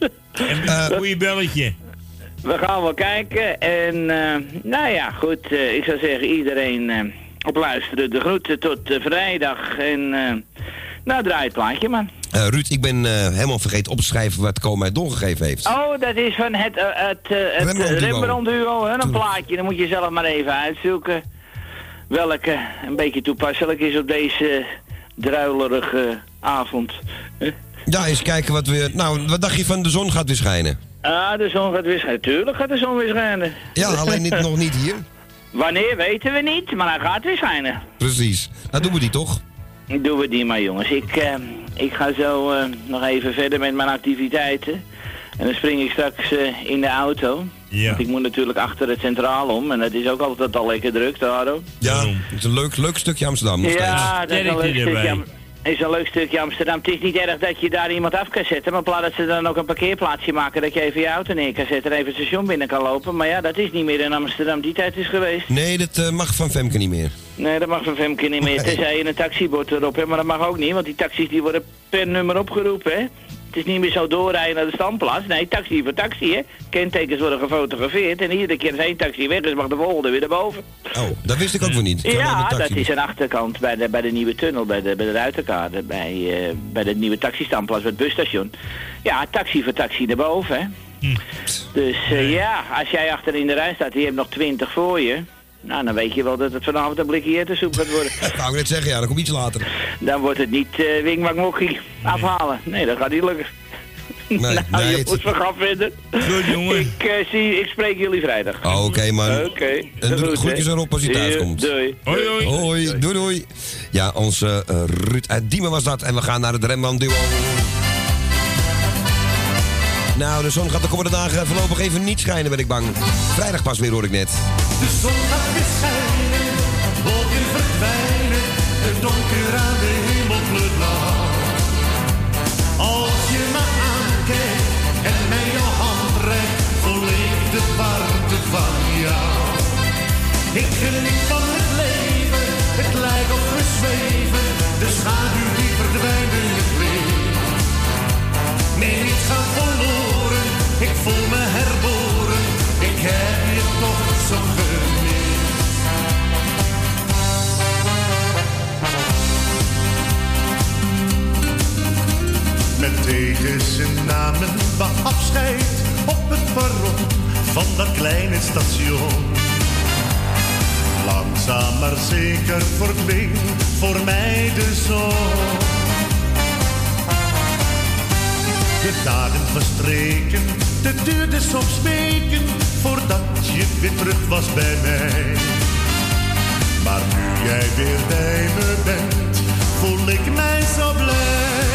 goeie belletje. We gaan wel kijken en, nou ja, goed, ik zou zeggen iedereen... op luisteren, de groeten tot vrijdag en nou draai het plaatje man. Ruud, ik ben helemaal vergeten op te schrijven wat Co mij doorgegeven heeft. Oh, dat is van het Rembrandt duo, een plaatje, dan moet je zelf maar even uitzoeken welke een beetje toepasselijk is op deze druilerige avond. Ja, eens kijken wat dacht je van de zon gaat weer schijnen? Ah, de zon gaat weer schijnen, tuurlijk gaat de zon weer schijnen. Ja, alleen nog niet hier. Wanneer weten we niet, maar hij gaat weer schijnen. Precies. Nou doen we die toch? Doen we die maar jongens. Ik ga zo nog even verder met mijn activiteiten. En dan spring ik straks in de auto. Ja. Want ik moet natuurlijk achter het centraal om. En dat is ook altijd al lekker druk, Taro. Ja, het is een leuk stukje Amsterdam nog steeds. Ja, dat is een leuk stukje is een leuk stukje Amsterdam. Het is niet erg dat je daar iemand af kan zetten, maar in plaats dat ze dan ook een parkeerplaatsje maken, dat je even je auto neer kan zetten en even het station binnen kan lopen. Maar ja, dat is niet meer in Amsterdam. Die tijd is geweest. Nee, dat mag van Femke niet meer. Nee, dat mag van Femke niet meer. Tenzij je een taxibord erop hebt, maar dat mag ook niet, want die taxis die worden per nummer opgeroepen, hè. Het is niet meer zo doorrijden naar de standplaats. Nee, taxi voor taxi, hè. Kentekens worden gefotografeerd en iedere keer als één taxi weg is, mag de volgende weer naar boven. Oh, dat wist ik ook nog niet. Ja, dat is een achterkant bij de nieuwe tunnel, bij de Ruiterkade, bij de nieuwe taxistandplaats, bij het busstation. Ja, taxi voor taxi naar boven, hè. Dus ja, als jij achter in de rij staat, die hebt nog 20 voor je. Nou, dan weet je wel dat het vanavond een blikje erwtensoep gaat worden. Dat wou ik net zeggen, ja, dat komt iets later. Dan wordt het niet wing-wang-mokkie afhalen. Nee, dat gaat niet lukken. Nee, nou, jongens, we gaan verder. Goed, jongen. Ik spreek jullie vrijdag. Oh, oké, man. Oké. Groetjes erop als je thuis komt. Doei. Hoi, hoi. Hoi, doei, doei. Ja, onze Ruud uit Diemen was dat. En we gaan naar het Rembrandt duo. Nou, de zon gaat de komende dagen voorlopig even niet schijnen, ben ik bang. Vrijdag pas weer, hoor ik net. De zon gaat weer schijnen, wolken verdwijnen, het donker aan de hemel kleurt blauw. Als je me aankijkt en mij je hand reikt, volledig de warmte van jou. Ik geniet van het leven, het lijkt of we zweven, de schaduw die verdwijnt in het licht. Nee, niets gaat verloren, ik voel me herboren, ik heb je toch zo gemist. Tegen ze namen we afscheid op het perron van dat kleine station. Langzaam maar zeker verdween voor mij de zon. De dagen verstreken, het duurde soms weken voordat je weer terug was bij mij. Maar nu jij weer bij me bent, voel ik mij zo blij.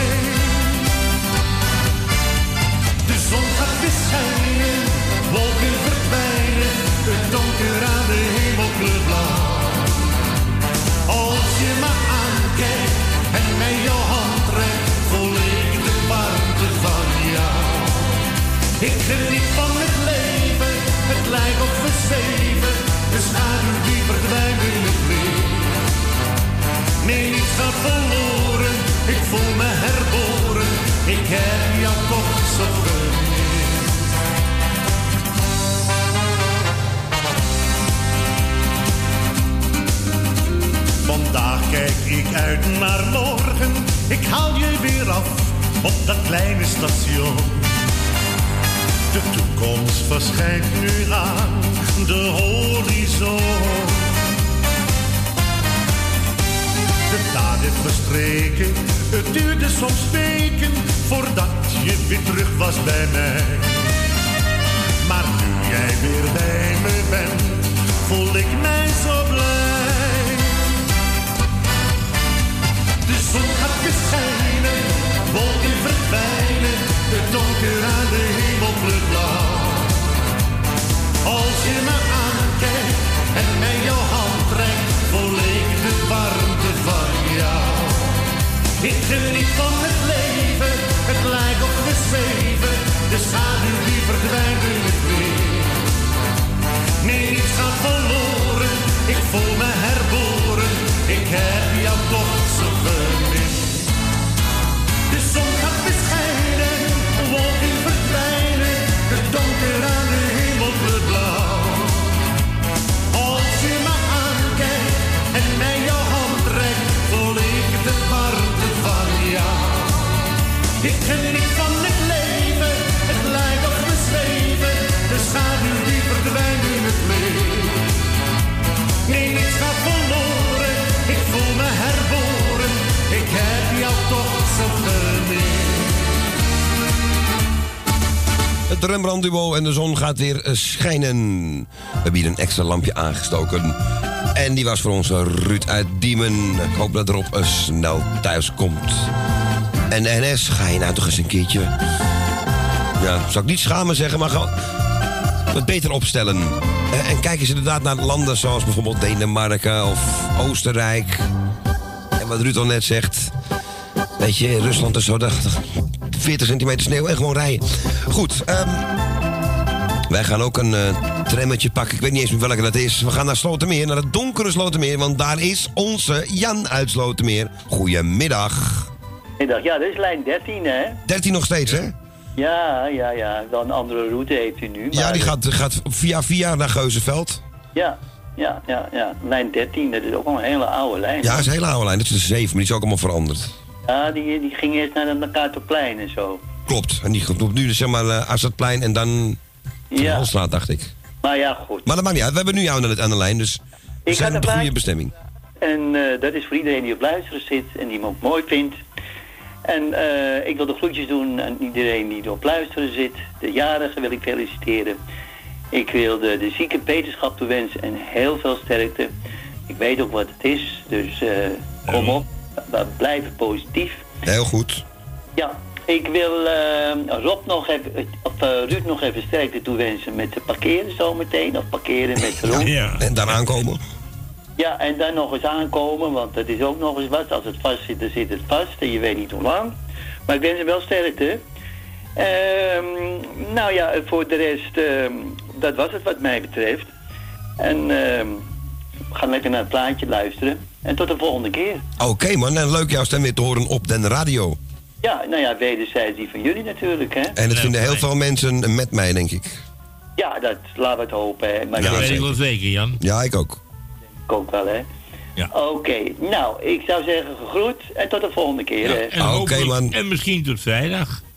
De zon gaat weer schijnen, wolken verdwijnen, het donker aan de hemel kleurblauw. Als je me aankijkt en mij jouw hand trekt, voel ik de warmte van jou. Ik geniet van het leven, het lijkt of we zweven, de schaduw die verdwijnt in het licht. Nee, niets gaat verloren, ik voel me herboren, ik heb jou toch zo gemist. Vandaag kijk ik uit naar morgen, ik haal je weer af op dat kleine station. De toekomst verschijnt nu aan de horizon. De dagen verstreken, het duurde soms weken voordat je weer terug was bij mij. Maar nu jij weer bij me bent, voel ik mij zo blij. De zon gaat weer schijnen, wolken verdwijnen, het donker aan de hemel blauw. Als je me aankijkt en mij jouw hand trekt, voel ik de warmte van jou. Ik geniet van het leven, het lijkt of we zweven, de schaduw die verdwijnt in het licht. Nee, niets gaat verloren, ik voel me herboren, ik heb jou toch zo gemist. De zon gaat weer schijnen, wolken verdwijnen, het donker aan de hemel blauw. Als je me aankijkt en mij jouw hand trekt, voel ik de warmte van jou. Ik geniet van het leven, het lijkt of we zweven, de schaduw die verdwijnt in het licht. Nee, niets gaat verloren, ik voel me herboren, ik heb jou toch zo gemist. Het Rembrandt-duo en de zon gaat weer schijnen. We hebben hier een extra lampje aangestoken. En die was voor onze Ruud uit Diemen. Ik hoop dat Rob snel thuis komt. En NS, ga je nou toch eens een keertje... Ja, zou ik niet schamen zeggen, maar gewoon wat beter opstellen. En kijk eens inderdaad naar landen zoals bijvoorbeeld Denemarken of Oostenrijk. En wat Ruud al net zegt... Weet je, Rusland is zo... 40 centimeter sneeuw en gewoon rijden. Goed, wij gaan ook een trammetje pakken. Ik weet niet eens meer welke dat is. We gaan naar Slotermeer, naar het donkere Slotermeer. Want daar is onze Jan uit Slotermeer. Goedemiddag. Middag, ja, dat is lijn 13, hè? 13 nog steeds, hè? Ja. Wel een andere route heeft u nu. Maar ja, die gaat via naar Geuzenveld. Ja. Lijn 13, dat is ook al een hele oude lijn. Ja, dat is een hele oude lijn. Dat is de 7, maar die is ook allemaal veranderd. Ja, die ging eerst naar de Katerplein en zo. Klopt. En die komt nu zeg maar Assadplein en dan de Halstraat, dacht ik. Maar ja, goed. Maar dat maakt niet uit. We hebben nu jou aan de lijn, dus we zijn op de goede bestemming. En dat is voor iedereen die op luisteren zit en die me ook mooi vindt. En ik wil de groetjes doen aan iedereen die op luisteren zit. De jarigen wil ik feliciteren. Ik wil de zieke beterschap toewensen en heel veel sterkte. Ik weet ook wat het is, dus kom op. We blijven positief. Heel goed. Ja, ik wil Ruud nog even sterkte toewensen met te parkeren zometeen. Of parkeren met Ron. Ja, en dan aankomen. Ja, en dan nog eens aankomen, want dat is ook nog eens wat. Als het vast zit, dan zit het vast en je weet niet hoe lang. Maar ik wens hem wel sterkte. Nou ja, voor de rest, dat was het wat mij betreft. En we gaan lekker naar het plaatje luisteren. En tot de volgende keer. Oké, man, en leuk jouw stem weer te horen op den radio. Ja, nou ja, wederzijds die van jullie natuurlijk, hè. En dat vinden heel veel mensen met mij, denk ik. Ja, dat laten we het hopen, hè. Maar ja, dat weet ik wel zeker, Jan. Ja, ik ook. Ik ook wel, hè. Ja. Oké, nou, ik zou zeggen gegroet en tot de volgende keer, hè. Oké, man. En misschien tot vrijdag.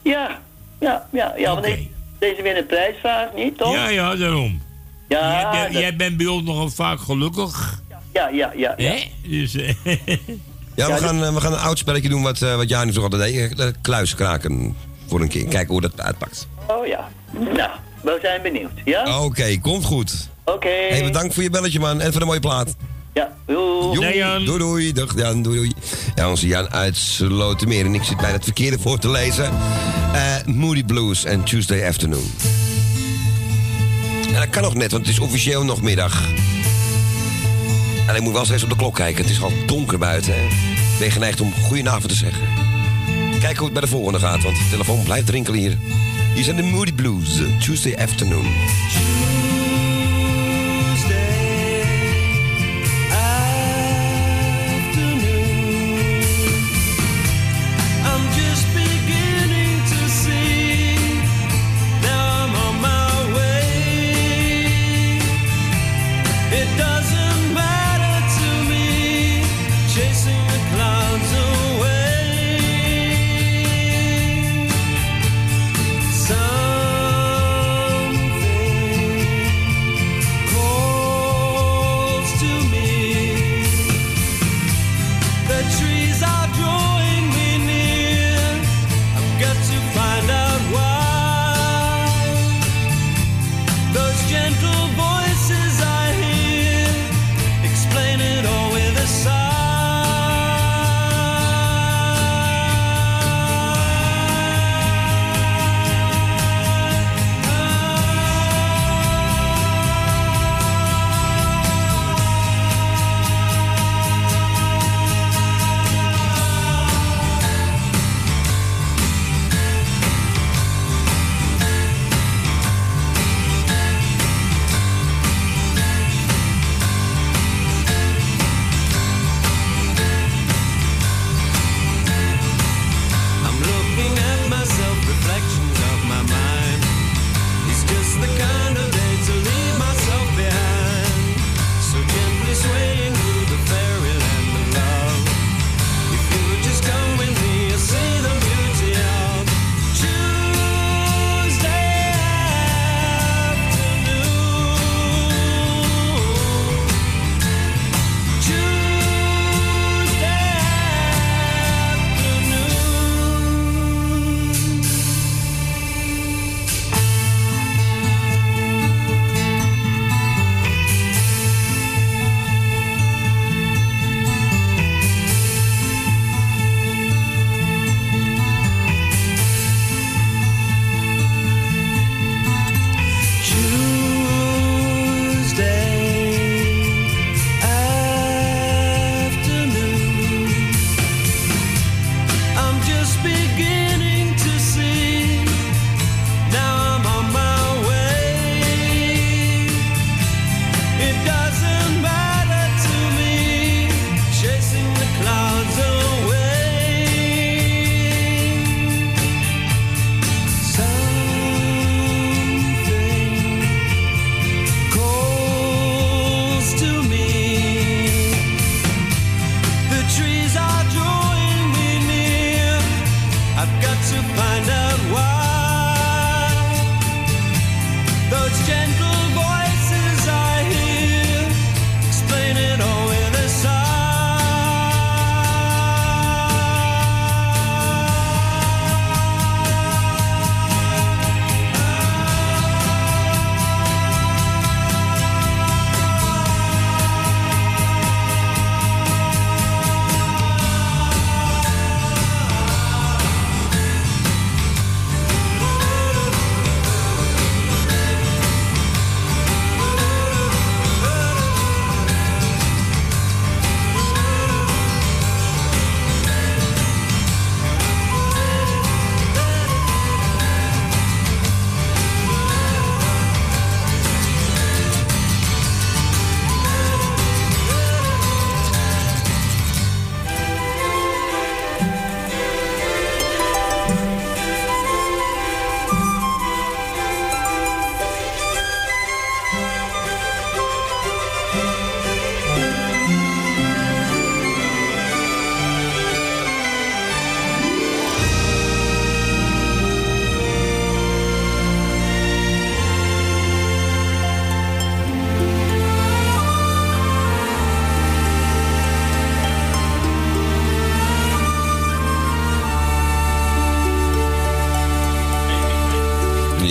Want deze weer een prijsvraag, niet toch? Ja, daarom. Ja, jij bent bij ons nogal vaak gelukkig. Ja. Hè? Dus, ja, we gaan een oud spelletje doen wat Jani zo altijd deed. Kluiskraken voor een keer. Kijken hoe dat uitpakt. Oh ja. Nou, we zijn benieuwd, ja? Oké, komt goed. Oké. Hey, bedankt voor je belletje, man. En voor de mooie plaat. Ja, doei. Doei. Dag Jan, doei. Ja, onze Jan uit Slotermeer. En ik zit bijna het verkeerde voor te lezen. Moody Blues en Tuesday Afternoon. En dat kan nog net, want het is officieel nog middag. En ik moet wel eens even op de klok kijken. Het is al donker buiten, hè. Ben je geneigd om goedenavond te zeggen. Kijk hoe het bij de volgende gaat, want de telefoon blijft rinkelen hier. Hier zijn de Moody Blues, Tuesday Afternoon. Something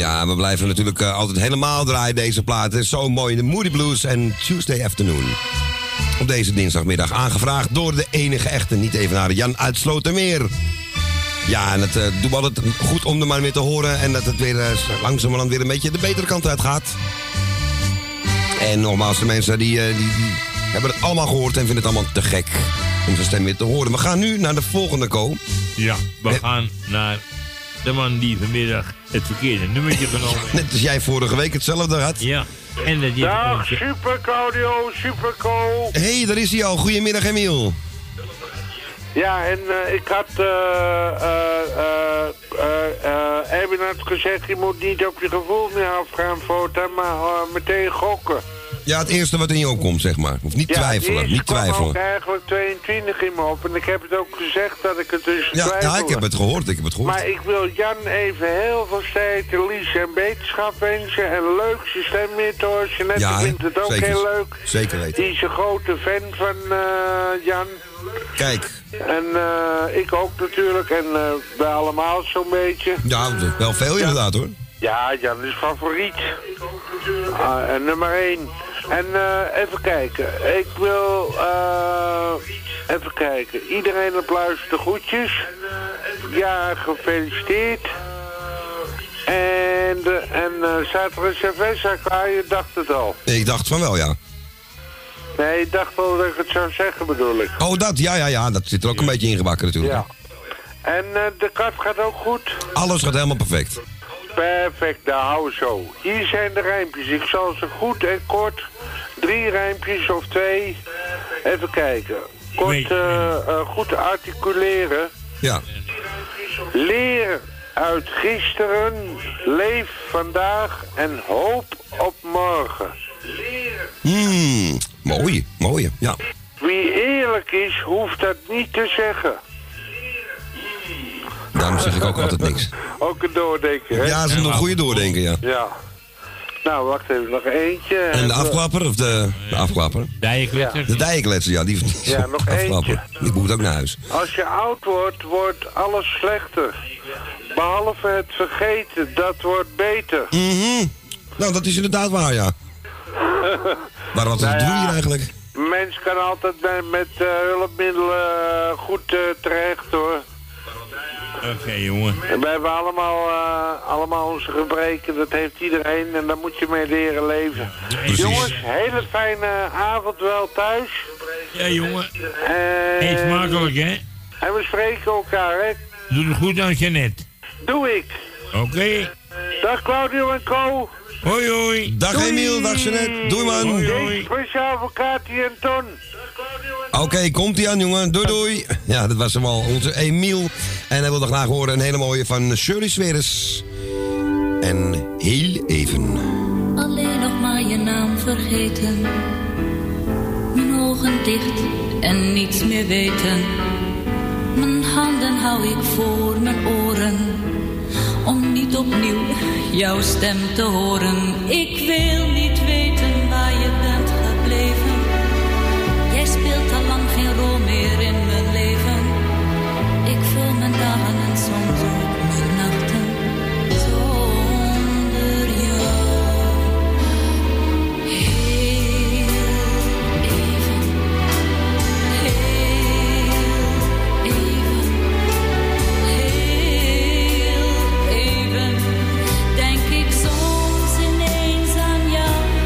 Ja, we blijven natuurlijk altijd helemaal draaien deze plaat. Het is zo mooi. De Moody Blues en Tuesday Afternoon. Op deze dinsdagmiddag aangevraagd door de enige echte niet-evenaar Jan uit Slotermeer. Ja, en het doen we altijd goed om er maar weer te horen. En dat het weer langzamerhand weer een beetje de betere kant uit gaat. En nogmaals, de mensen die hebben het allemaal gehoord en vinden het allemaal te gek om zijn stem weer te horen. We gaan nu naar de volgende, Ko. Ja, we gaan naar de man die vanmiddag het verkeerde nummertje genomen heeft. Net als jij vorige week hetzelfde had. Ja. En dat Dag, Super Claudio, Super Co. Hé, daar is hij al. Goedemiddag, Emiel. Ja, en ik had Erwin had gezegd, je moet niet op je gevoel meer afgaan, Vota, maar meteen gokken. Ja, het eerste wat in je opkomt, zeg maar. Of niet twijfelen, niet twijfelen. Ja, het eigenlijk 22 in me op. En ik heb het ook gezegd dat ik het dus twijfelde. Ja, ik heb het gehoord, Maar ik wil Jan even heel veel sterkte, lies en beterschap wensen. En leuk zijn stem weer te horen. Jeanette vindt het ook zeker, heel leuk. Zeker weten. Die is een grote fan van Jan. Kijk. En ik ook natuurlijk. En wij allemaal zo'n beetje. Ja, wel veel inderdaad hoor. Ja, Jan is favoriet. En nummer 1. En even kijken. Ik wil even kijken. Iedereen op luister groetjes. Ja, gefeliciteerd. En staat er een cerveza klaar? Je dacht het al. Ik dacht van wel, ja. Nee, ik dacht wel dat ik het zou zeggen, bedoel ik. Oh, dat? Ja. Dat zit er ook een beetje ingebakken natuurlijk. Ja. En de kat gaat ook goed? Alles gaat helemaal perfect. Perfect, daar hou zo. Hier zijn de rijmpjes. Ik zal ze goed en kort, 3 rijmpjes of 2, even kijken. Kort, goed articuleren. Ja. Leer uit gisteren, leef vandaag en hoop op morgen. Mooi, ja. Wie eerlijk is, hoeft dat niet te zeggen. Daarom zeg ik ook altijd niks. Ook een doordenker, hè? Ja, dat is een goede doordenker, ja. Ja. Nou, wacht even, nog eentje. En de afklapper, of de afklapper? Dijenkletser. De dijenkletser, ja. Die nog eentje. Die moet ook naar huis. Als je oud wordt, wordt alles slechter. Behalve het vergeten, dat wordt beter. Nou, dat is inderdaad waar, ja. Maar wat doe je hier eigenlijk? Een mens kan altijd met hulpmiddelen goed terecht, hoor. Oké, jongen. En wij hebben allemaal onze gebreken, dat heeft iedereen en daar moet je mee leren leven. Precies. Jongens, hele fijne avond wel thuis. Ja, jongen. Eet smakelijk, hè? En we spreken elkaar, hè? Doe het goed aan Jeanette. Doe ik. Oké. Dag Claudio en Co. Hoi, hoi. Dag Emiel, dag Jeanette. Doei, man. Hoi. Speciaal voor Katie en Ton. Oké, komt-ie aan, jongen. Doei. Ja, dat was hem al, onze Emiel. En hij wilde graag horen een hele mooie van Shirley Sweres. En heel even. Alleen nog maar je naam vergeten. Mijn ogen dicht en niets meer weten. Mijn handen hou ik voor mijn oren. Om niet opnieuw jouw stem te horen. Ik wil niet weten waar je bent gebleven. Jij speelt al lang geen rol meer in mijn leven. Ik vul mijn dagen en soms ook mijn nachten zonder jou. Heel even, denk ik soms ineens aan jou.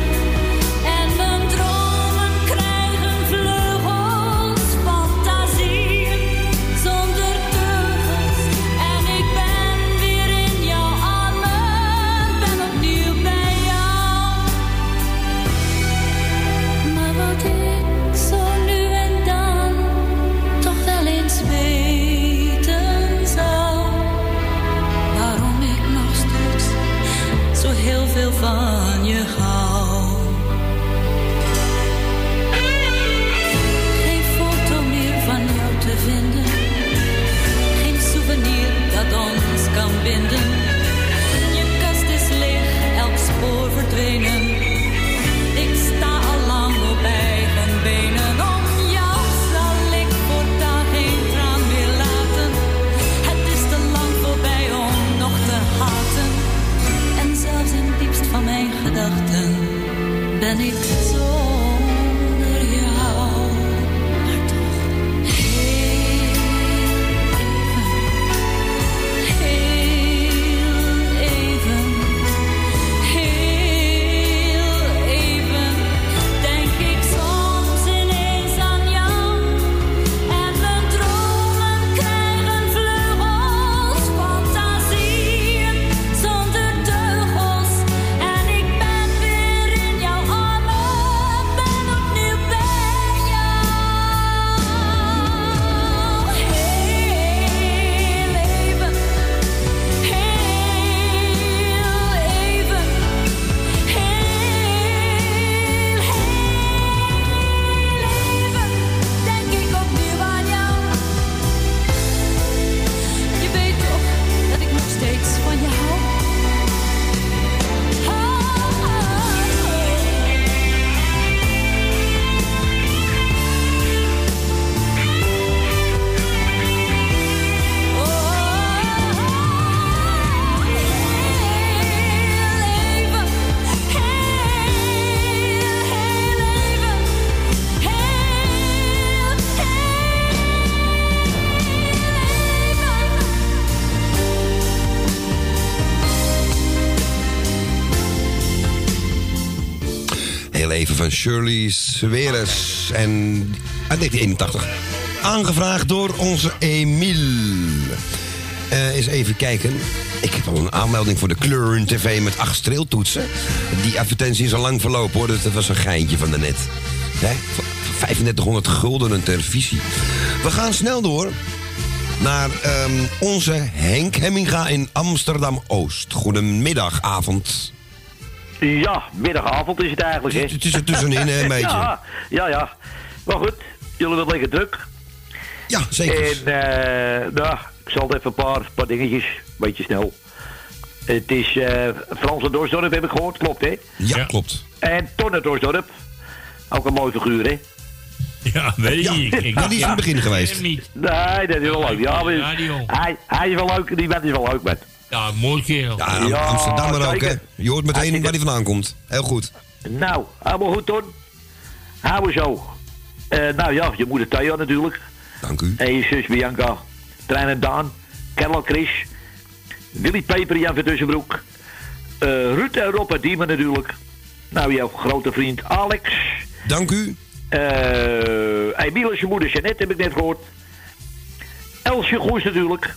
leven van Shirley Sweres. En uit 1981. Aangevraagd door onze Emiel. Eens even kijken. Ik heb al een aanmelding voor de Kleuren TV met 8 streeltoetsen. Die advertentie is al lang verlopen hoor. Dat was een geintje van daarnet. Hè? Voor 3500 gulden een televisie. We gaan snel door naar onze Henk Hemminga in Amsterdam-Oost. Goedemiddagavond. Ja, middagavond is het eigenlijk, hè? Het is er tussenin, hè, een beetje. Ja. Maar goed, jullie wel lekker druk. Ja, zeker. En, ik zal even een paar dingetjes, een beetje snel. Het is Frans en Dorsdorp, heb ik gehoord, klopt, hè? Ja, klopt. En Tonne Dorsdorp, ook een mooi figuur, hè? Ja, weet ik. Die is in het begin geweest. Nee, dat is wel leuk. Ja, hij is wel leuk, die vent is wel leuk, met. Ja, mooi kerel. Ja, Amsterdammer ook, hè? Je hoort meteen waar hij vandaan komt. Heel goed. Nou, helemaal goed, Ton. Hou we zo. Nou ja, je moeder Thea natuurlijk. Dank u. En je zus Bianca. Trainer Daan. Kerel Chris. Willy Peper, Jan van Dussenbroek. Ruud en Rob en Diemen natuurlijk. Nou, jouw grote vriend Alex. Dank u. Emiel is je moeder Jeannette, heb ik net gehoord. Elsje Goes natuurlijk.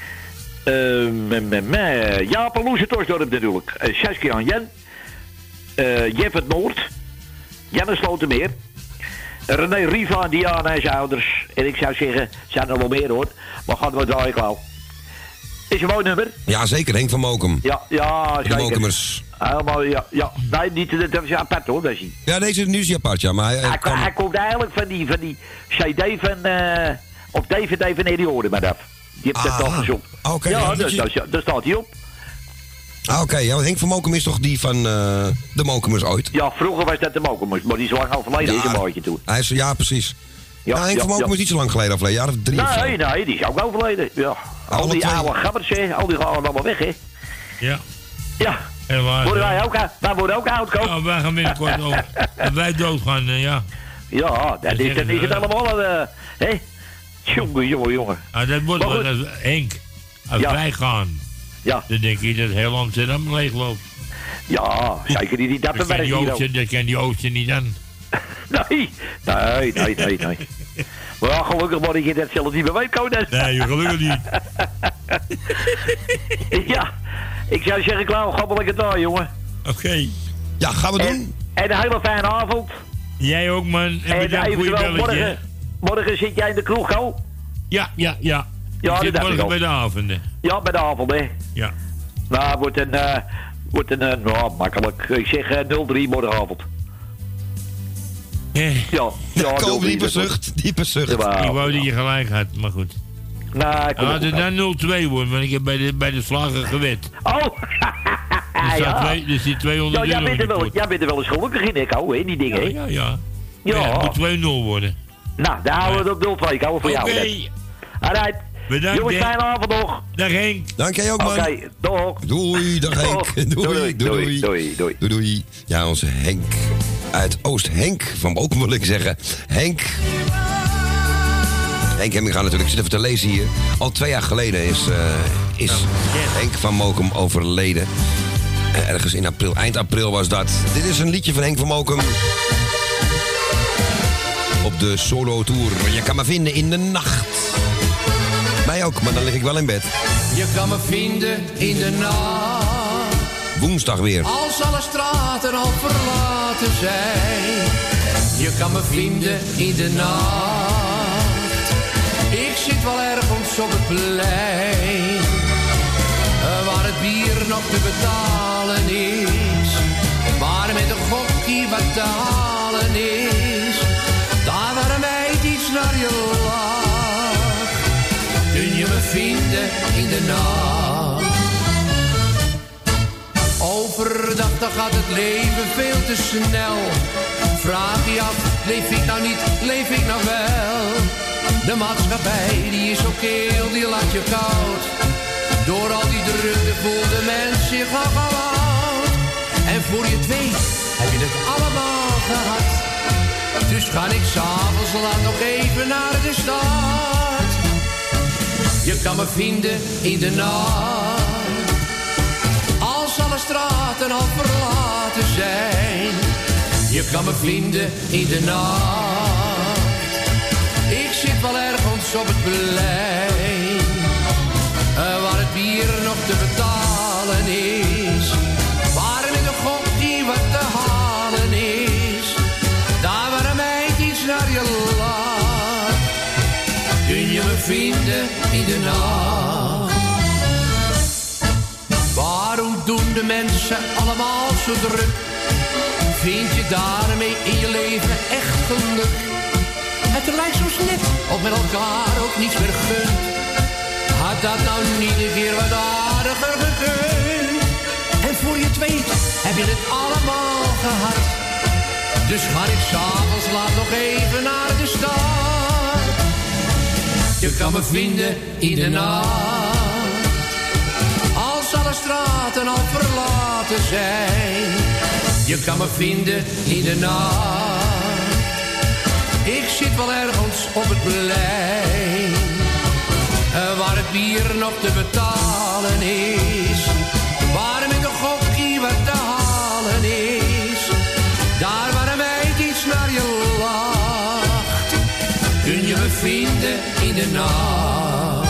Jaap en Loes Torsdorp natuurlijk. Saskia en Jen. Jeff het Noord. Janne Slotermeer. René Riva en Diana en zijn ouders. En ik zou zeggen, zijn er wel meer hoor. Maar gaan we draaien gauw. Is een mooi nummer? Ja, zeker. Henk van Mokum. Ja, zeker. De Mokumers. Helemaal, ja. Nee, niet, dat is apart hoor, dat is hij. Ja, deze nu is hij apart, ja. Maar hij komt eigenlijk van die CD van, op DVD van Eddie Hoorn af. Die heeft dat al gezocht. Oké. Ja, daar staat hij op. Oké, ja, Henk van Mokum is toch die van de Mokumers ooit? Ja, vroeger was dat de Mokumers, maar die is lang overleden, is een maatje toen. Hij is, ja, precies. Ja, Henk van Mokum is niet zo lang geleden overleden, jaar of 3 of zo. Nee, die is ook overleden. Ja. Al die oude gabbers, hè, al die gaan allemaal weg, hè. Ja. Ja. Wij worden ook oud, Koop. Ja, wij gaan binnenkort ook. En wij doodgaan, ja. Ja, dat is het allemaal, hè. Jongen. Ah, dat wordt wel, Henk. Als wij gaan, dan denk je dat heel Amsterdam leegloopt. Ja, zeker niet dat we werken hier. Dat kan die Oosten niet aan. Nee. Maar ja, gelukkig maar dat je dat zelf niet meer weet, Koning. Nee, gelukkig niet. Ja, ik zou zeggen, Klauw, ga maar lekker daar, jongen. Oké. Ja, gaan we doen. En een hele fijne avond. Jij ook, man. En bedankt voor je belletje. Morgen zit jij in de kroeg, Ko? Ja. Ja, ik zit morgen bij de avonden. Ja, bij de avond, hè? Ja. Nou, wordt een makkelijk. Ik zeg 0-3 morgenavond. Ja, diepe zucht. Ik wou dat je gelijk had, maar goed. Nou, had het dan 0-2 worden, want ik heb bij de slager gewet. Oh! Er zit 200 ja, euro. jij bent er wel eens gelukkig in, hè, in die dingen, hè? Ja. Het moet 2-0 worden. Nou, dan houden we het op 0-2. Ik hou het voor jou. Oké. Alright. Bedankt. Jongens, fijne avond nog. Dag Henk. Dank jij ook, man. Oké, doeg. Doei, dag Henk. Doei. Ja, onze Henk uit Oost. Henk van Mokum wil ik zeggen. Henk Hemminga natuurlijk. Ik zit even te lezen hier. Al 2 jaar geleden is Henk van Mokum overleden. Ergens in april, eind april was dat. Dit is een liedje van Henk van Mokum. Op de solo tour. Je kan me vinden in de nacht. Mij ook, maar dan lig ik wel in bed. Je kan me vinden in de nacht. Woensdag weer. Als alle straten al verlaten zijn. Je kan me vinden in de nacht. Ik zit wel ergens op het plein. Waar het bier nog te betalen is. Waar met een gokkie wat te halen is. Daar waar een meid iets naar je lacht. Kun je me vinden in de nacht. Overdag dan gaat het leven veel te snel. Vraag je af, leef ik nou niet, leef ik nou wel? De maatschappij die is zo keel, die laat je koud. Door al die drukte voelt de mens zich al oud. En voor je het weet, heb je het allemaal gehad. Dus ga ik s'avonds laat nog even naar de stad. Je kan me vinden in de nacht. Als alle straten al verlaten zijn. Je kan me vinden in de nacht. Ik zit wel ergens op het plein, waar het bier nog te betalen is, waar met een gok die wat te halen is, daar waar een meid iets naar je lacht, kun je me vinden in de nacht. Waarom doen de mensen allemaal zo druk? Vind je daarmee in je leven echt geluk? Het lijkt soms net of met elkaar ook niets meer gunt. Had dat nou niet een keer wat aardiger gekund? En voor je het weet heb je het allemaal gehad. Dus ga ik s'avonds laat nog even naar de stad. Je kan me vinden in de nacht, als alle straten al verlaten zijn. Je kan me vinden in de nacht. Ik zit wel ergens op het plein, waar het bier nog te betalen is, waar met een gokkie wat te halen is, daar waar een meid iets naar je lacht, kun je me vinden in de nacht.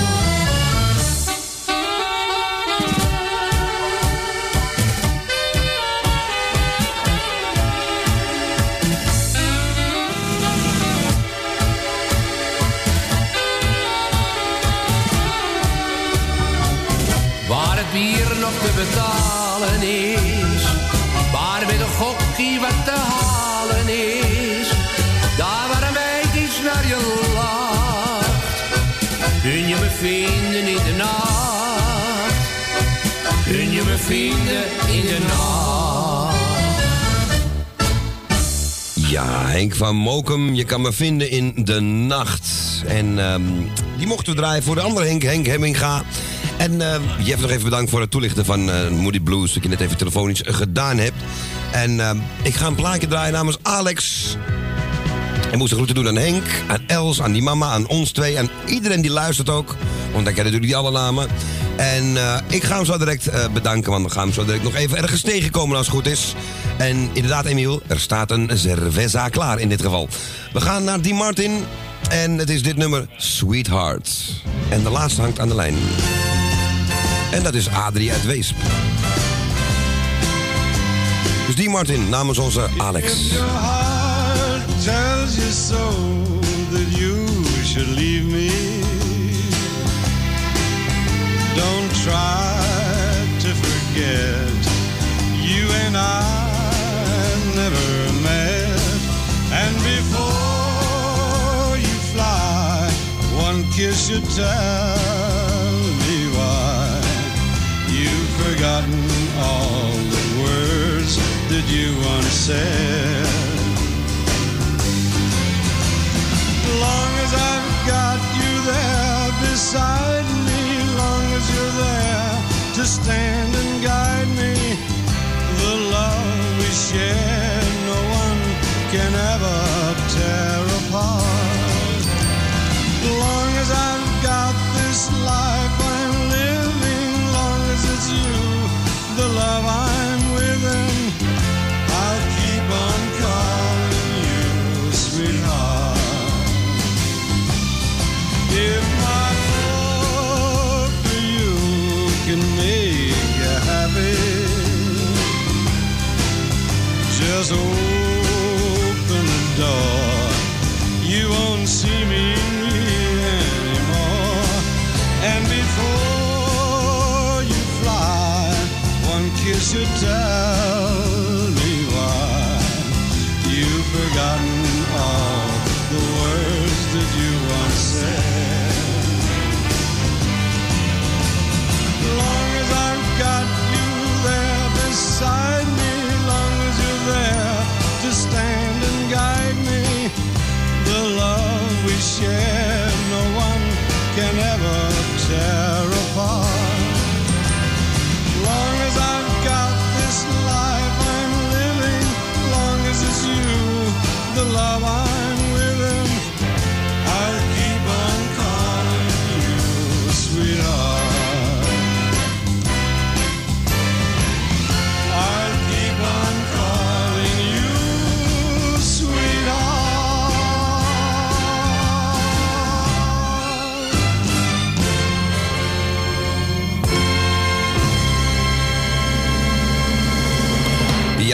Bier nog te betalen is, waar met een gokkie wat te halen is, daar waar een meid iets naar je lacht, kun je me vinden in de nacht, kun je me vinden in de nacht. Ja, Henk van Mokum, je kan me vinden in de nacht. En die mochten we draaien voor de andere Henk, Henk Hemminga. En Jeff, nog even bedankt voor het toelichten van Moody Blues, dat je net even telefonisch gedaan hebt. En ik ga een plaatje draaien namens Alex. En moest de groeten doen aan Henk, aan Els, aan die mama, aan ons twee, aan iedereen die luistert ook. Want ik ken natuurlijk niet alle namen. En ik ga hem zo direct bedanken, want we gaan hem zo direct nog even ergens tegenkomen als het goed is. En inderdaad, Emiel, er staat een cerveza klaar in dit geval. We gaan naar Dean Martin en het is dit nummer Sweetheart. En de laatste hangt aan de lijn. En dat is Adrie uit Weesp. Dus Dean Martin namens onze Alex. If your heart tells you so that you should leave me, don't try to forget. You and I never met, and before you fly, one kiss should tell me why you've forgotten all the words that you once said. Long as I've got you there beside me, long as you're there to stand and guide me, the love we share no one can ever tear apart. Long as I've got this life I'm living, long as it's you, the love I'm within, I'll keep on calling you sweetheart. If my love for you can make you happy, just open the door. You won't see me anymore. And before you fly, one kiss should tell me why you've forgotten all the words that you once said. Long as I've got you there beside me, long as you're there to stand and guide me, the love we share no one can ever tear apart. Long as I've got this life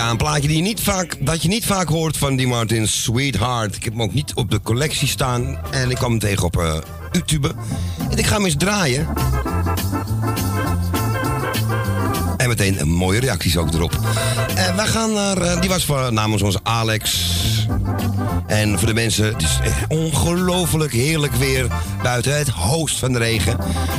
Ja, een plaatje dat je niet vaak hoort van die Martin, Sweetheart. Ik heb hem ook niet op de collectie staan. En ik kwam hem tegen op YouTube. En ik ga hem eens draaien. En meteen mooie reacties ook erop. Wij gaan naar... die was namens ons Alex. En voor de mensen... Het is echt ongelooflijk heerlijk weer buiten. Het hoogst van de regen.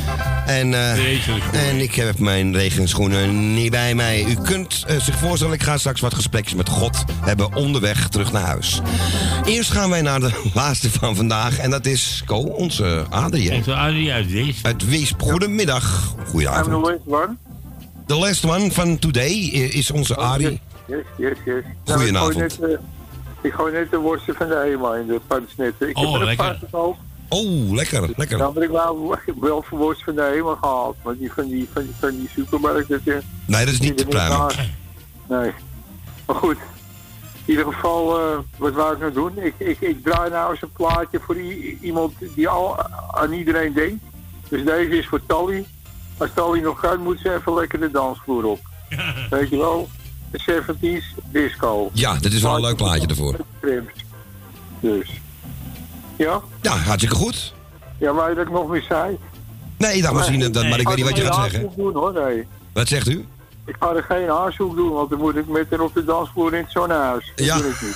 En ik heb mijn regenschoenen niet bij mij. U kunt zich voorstellen, ik ga straks wat gesprekjes met God hebben onderweg terug naar huis. Eerst gaan wij naar de laatste van vandaag. En dat is onze Adrie. Onze Adrie uit Weesp. Uit Weesp. Goedemiddag. Goedenavond. I'm the last one. The last one van today is onze Adrie. Yes. Goedenavond. Ik gooi net de worsten van de HEMA in de pansnetten. Ik heb er een paar gekoopt. Oh, lekker. Nou, maar ik wel voor worst van de HEMA gehaald. Maar die van die supermarkt... Nee, dat is niet te pruimen. Nee. Maar goed. In ieder geval, wat wou ik nou doen? Ik draai nou eens een plaatje voor iemand die al aan iedereen denkt. Dus deze is voor Tally. Als Tally nog kan, moet ze even lekker de dansvloer op. Weet je wel? De 70's disco. Ja, dit is wel een leuk plaatje ervoor. Dus. Ja? Ja, hartstikke goed. Ja, wou je dat ik nog meer zei? Nee, ik dacht misschien, maar ik weet niet wat je gaat zeggen. Doen, hoor, nee. Wat zegt u? Ik ga er geen haarzoek doen, want dan moet ik met haar op de dansvloer in het zonnehuis. Dat doe ik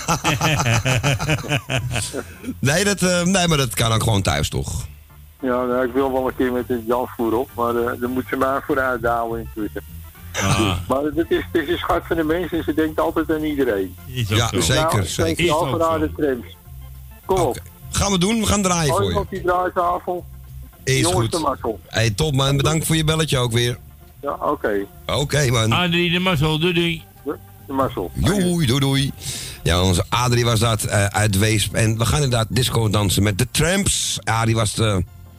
niet. nee, maar dat kan ook gewoon thuis, toch? Ja, nou, ik wil wel een keer met de dansvloer op, maar dan moet ze maar vooruit douwen in Twitter. Maar het is een schat van de mensen en ze denkt altijd aan iedereen. Ja, zeker. Zeker. Al voor de trams. Kom op. Gaan we doen, we gaan draaien voor je. Op die draaitafel. Is jongens goed. De mazzel. Hey, top man, bedankt voor je belletje ook weer. Ja, oké. Oké man. Adrie de mazzel, doei. De mazzel. Doei. Ja, onze Adrie was dat uit Weesp. En we gaan inderdaad disco dansen met de Tramps. Adrie was de...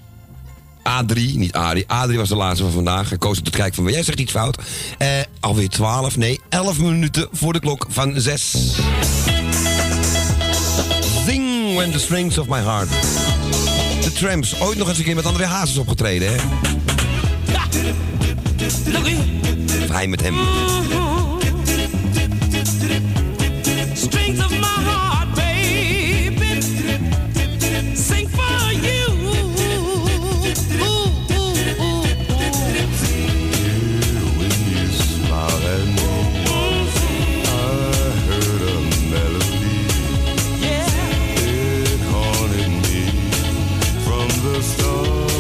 Adrie was de laatste van vandaag. Ik koos op het kijken van, jij zegt iets fout. Alweer 11 minuten voor de klok van 6. Sing when the strings of my heart. De Tramps, ooit nog eens een keer met André Hazes opgetreden, hè? Of hij met hem. Strings of my heart, baby. Sing for you.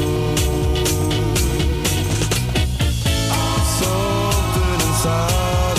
Something inside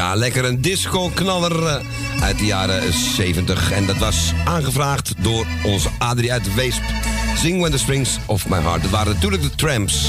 Ja, lekker een disco-knaller uit de jaren 70. En dat was aangevraagd door onze Adrie uit Weesp. Sing When the Strings of My Heart. Dat waren natuurlijk de Tramps.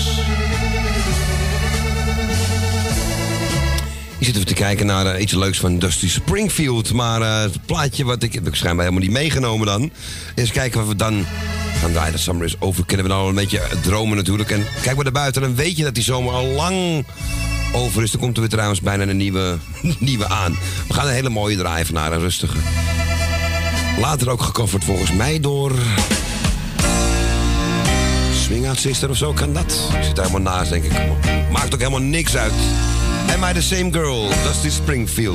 Hier zitten we te kijken naar iets leuks van Dusty Springfield. Maar het plaatje wat ik heb waarschijnlijk helemaal niet meegenomen dan. Eens kijken wat we dan gaan draaien. De summer is over. Kunnen we dan al een beetje dromen natuurlijk. En kijk maar naar buiten, dan weet je dat die zomer al lang over is. Dan komt er weer trouwens bijna een nieuwe aan. We gaan een hele mooie draaien vandaag, een rustige. Later ook gecoverd volgens mij door Swing Out Sister of zo, kan dat? Ik zit er helemaal naast, denk ik. Maakt ook helemaal niks uit. Am I the Same Girl? Dusty Springfield.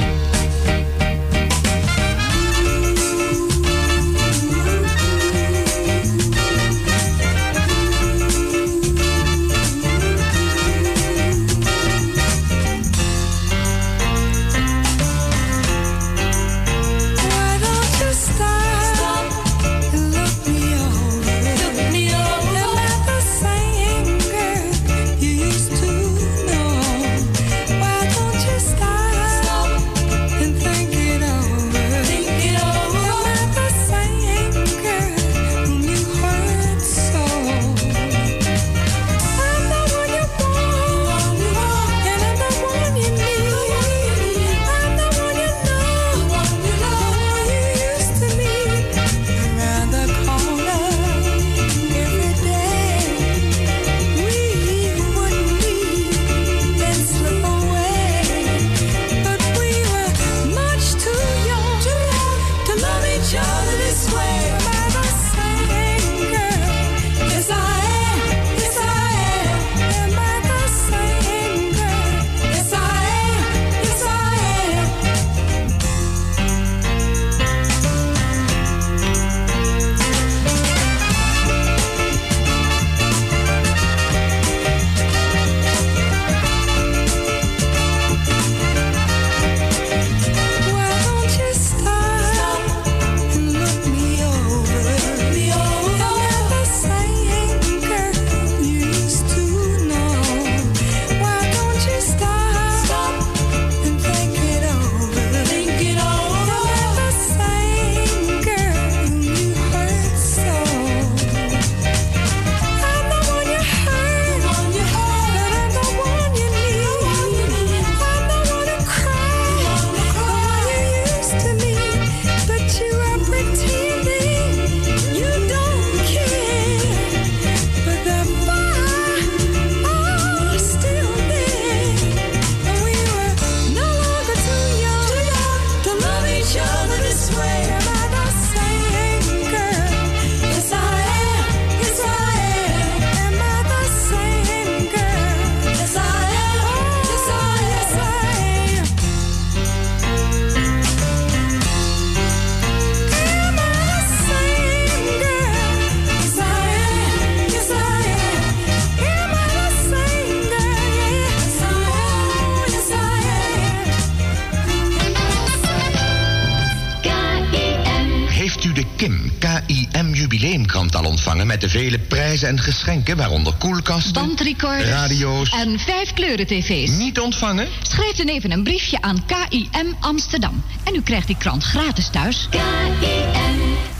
Jubileumkrant al ontvangen met de vele prijzen en geschenken, waaronder koelkasten, bandrecorders, radio's en 5 kleuren-tv's. Niet ontvangen? Schrijf dan even een briefje aan KIM Amsterdam. En u krijgt die krant gratis thuis. KIM.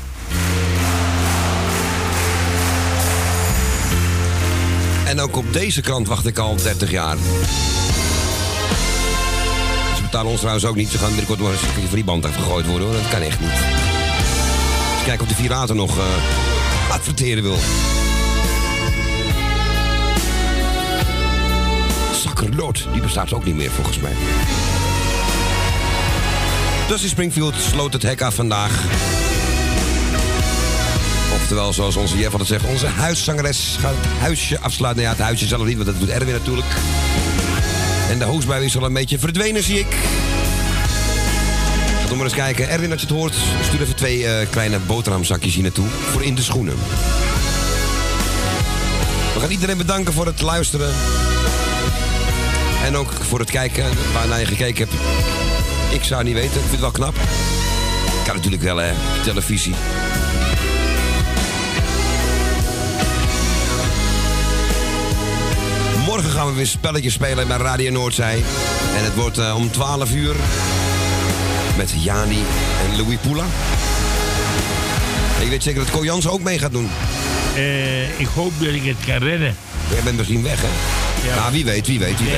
En ook op deze krant wacht ik al 30 jaar. Ze betalen ons trouwens ook niet. Ze gaan binnenkort nog een stukje van die band afgegooid worden, hoor. Dat kan echt niet. Kijken of de Virator nog adverteren wil. Zakkerlood, die bestaat ook niet meer volgens mij. Dusty Springfield sloot het hek af vandaag. Oftewel, zoals onze Jeff altijd zegt, onze huiszangeres gaat het huisje afsluiten. Nou ja, het huisje zelf niet, want dat doet Erwin natuurlijk. En de hoosbui is al een beetje verdwenen, zie ik. Ga maar eens kijken. Erwin, als je het hoort, stuur even 2 kleine boterhamzakjes hier naartoe. Voor in de schoenen. We gaan iedereen bedanken voor het luisteren. En ook voor het kijken, waarnaar je gekeken hebt. Ik zou het niet weten, ik vind het wel knap. Kan natuurlijk wel, hè, televisie. Morgen gaan we weer spelletjes spelen bij Radio Noordzij. En het wordt om 12 uur met Jani en Louis Poula. Ik weet zeker dat Ko Jansen ook mee gaat doen. Ik hoop dat ik het kan redden. Jij bent misschien weg, hè? Ja. Nou, wie weet.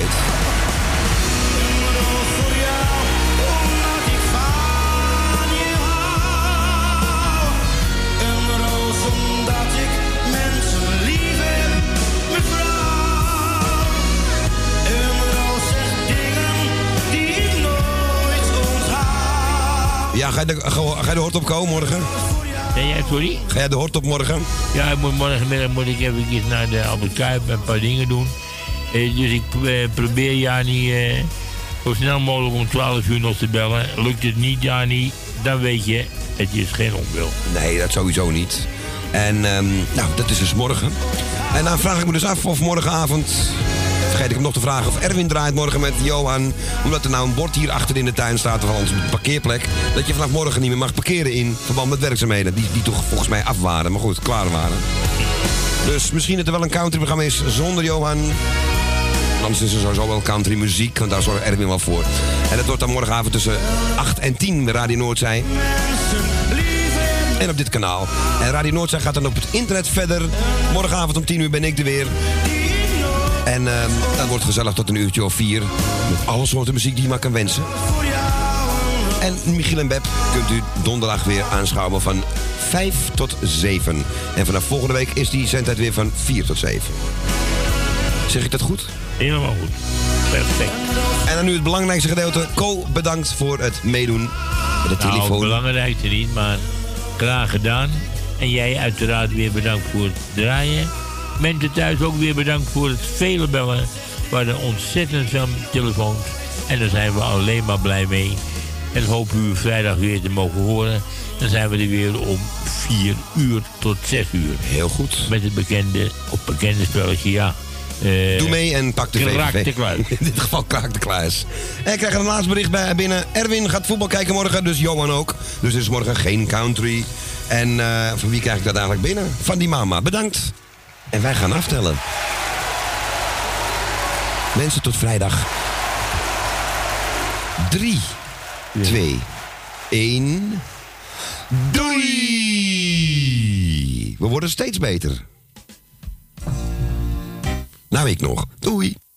Ja, ga je de hort op komen morgen? Ja, sorry? Ga jij de hort op morgen? Ja, morgenmiddag moet ik even naar de Albert Kuip en een paar dingen doen. Dus ik probeer Jani zo snel mogelijk om 12 uur nog te bellen. Lukt het niet, Jani, dan weet je, het is geen onwil. Nee, dat sowieso niet. En nou, dat is dus morgen. En dan vraag ik me dus af of morgenavond... Vergeet ik hem nog te vragen of Erwin draait morgen met Johan. Omdat er nou een bord hier achter in de tuin staat van onze parkeerplek. Dat je vanaf morgen niet meer mag parkeren in verband met werkzaamheden. Die toch volgens mij af waren, maar goed, klaar waren. Dus misschien dat er wel een countryprogramma is zonder Johan. Anders is er sowieso wel country muziek, want daar zorgt Erwin wel voor. En dat wordt dan morgenavond tussen 8 en 10 bij Radio Noordzij. En op dit kanaal. En Radio Noordzij gaat dan op het internet verder. Morgenavond om 10 uur ben ik er weer. En dat wordt gezellig tot een uurtje of 4. Met alle soorten muziek die je maar kan wensen. En Michiel en Beb kunt u donderdag weer aanschouwen van 5 tot 7. En vanaf volgende week is die zendtijd weer van 4 tot 7. Zeg ik dat goed? Helemaal goed. Perfect. En dan nu het belangrijkste gedeelte. Ko, bedankt voor het meedoen met de telefoon. Nou, het belangrijkste niet, maar graag gedaan. En jij uiteraard weer bedankt voor het draaien. Mensen thuis ook weer bedankt voor het vele bellen. We hadden ontzettend veel telefoons. En daar zijn we alleen maar blij mee. En hoop u vrijdag weer te mogen horen. Dan zijn we er weer om 4 uur tot 6 uur. Heel goed. Met het bekende spelletje, ja. Doe mee en pak de Kraak VVV. de kluis. In dit geval Kraak de kluis. En ik krijg een laatste bericht binnen. Erwin gaat voetbal kijken morgen, dus Johan ook. Dus er is morgen geen country. En van wie krijg ik dat eigenlijk binnen? Van die mama. Bedankt. En wij gaan aftellen. Mensen, tot vrijdag. 3, 2, 1. Doei! We worden steeds beter. Nou, ik nog. Doei!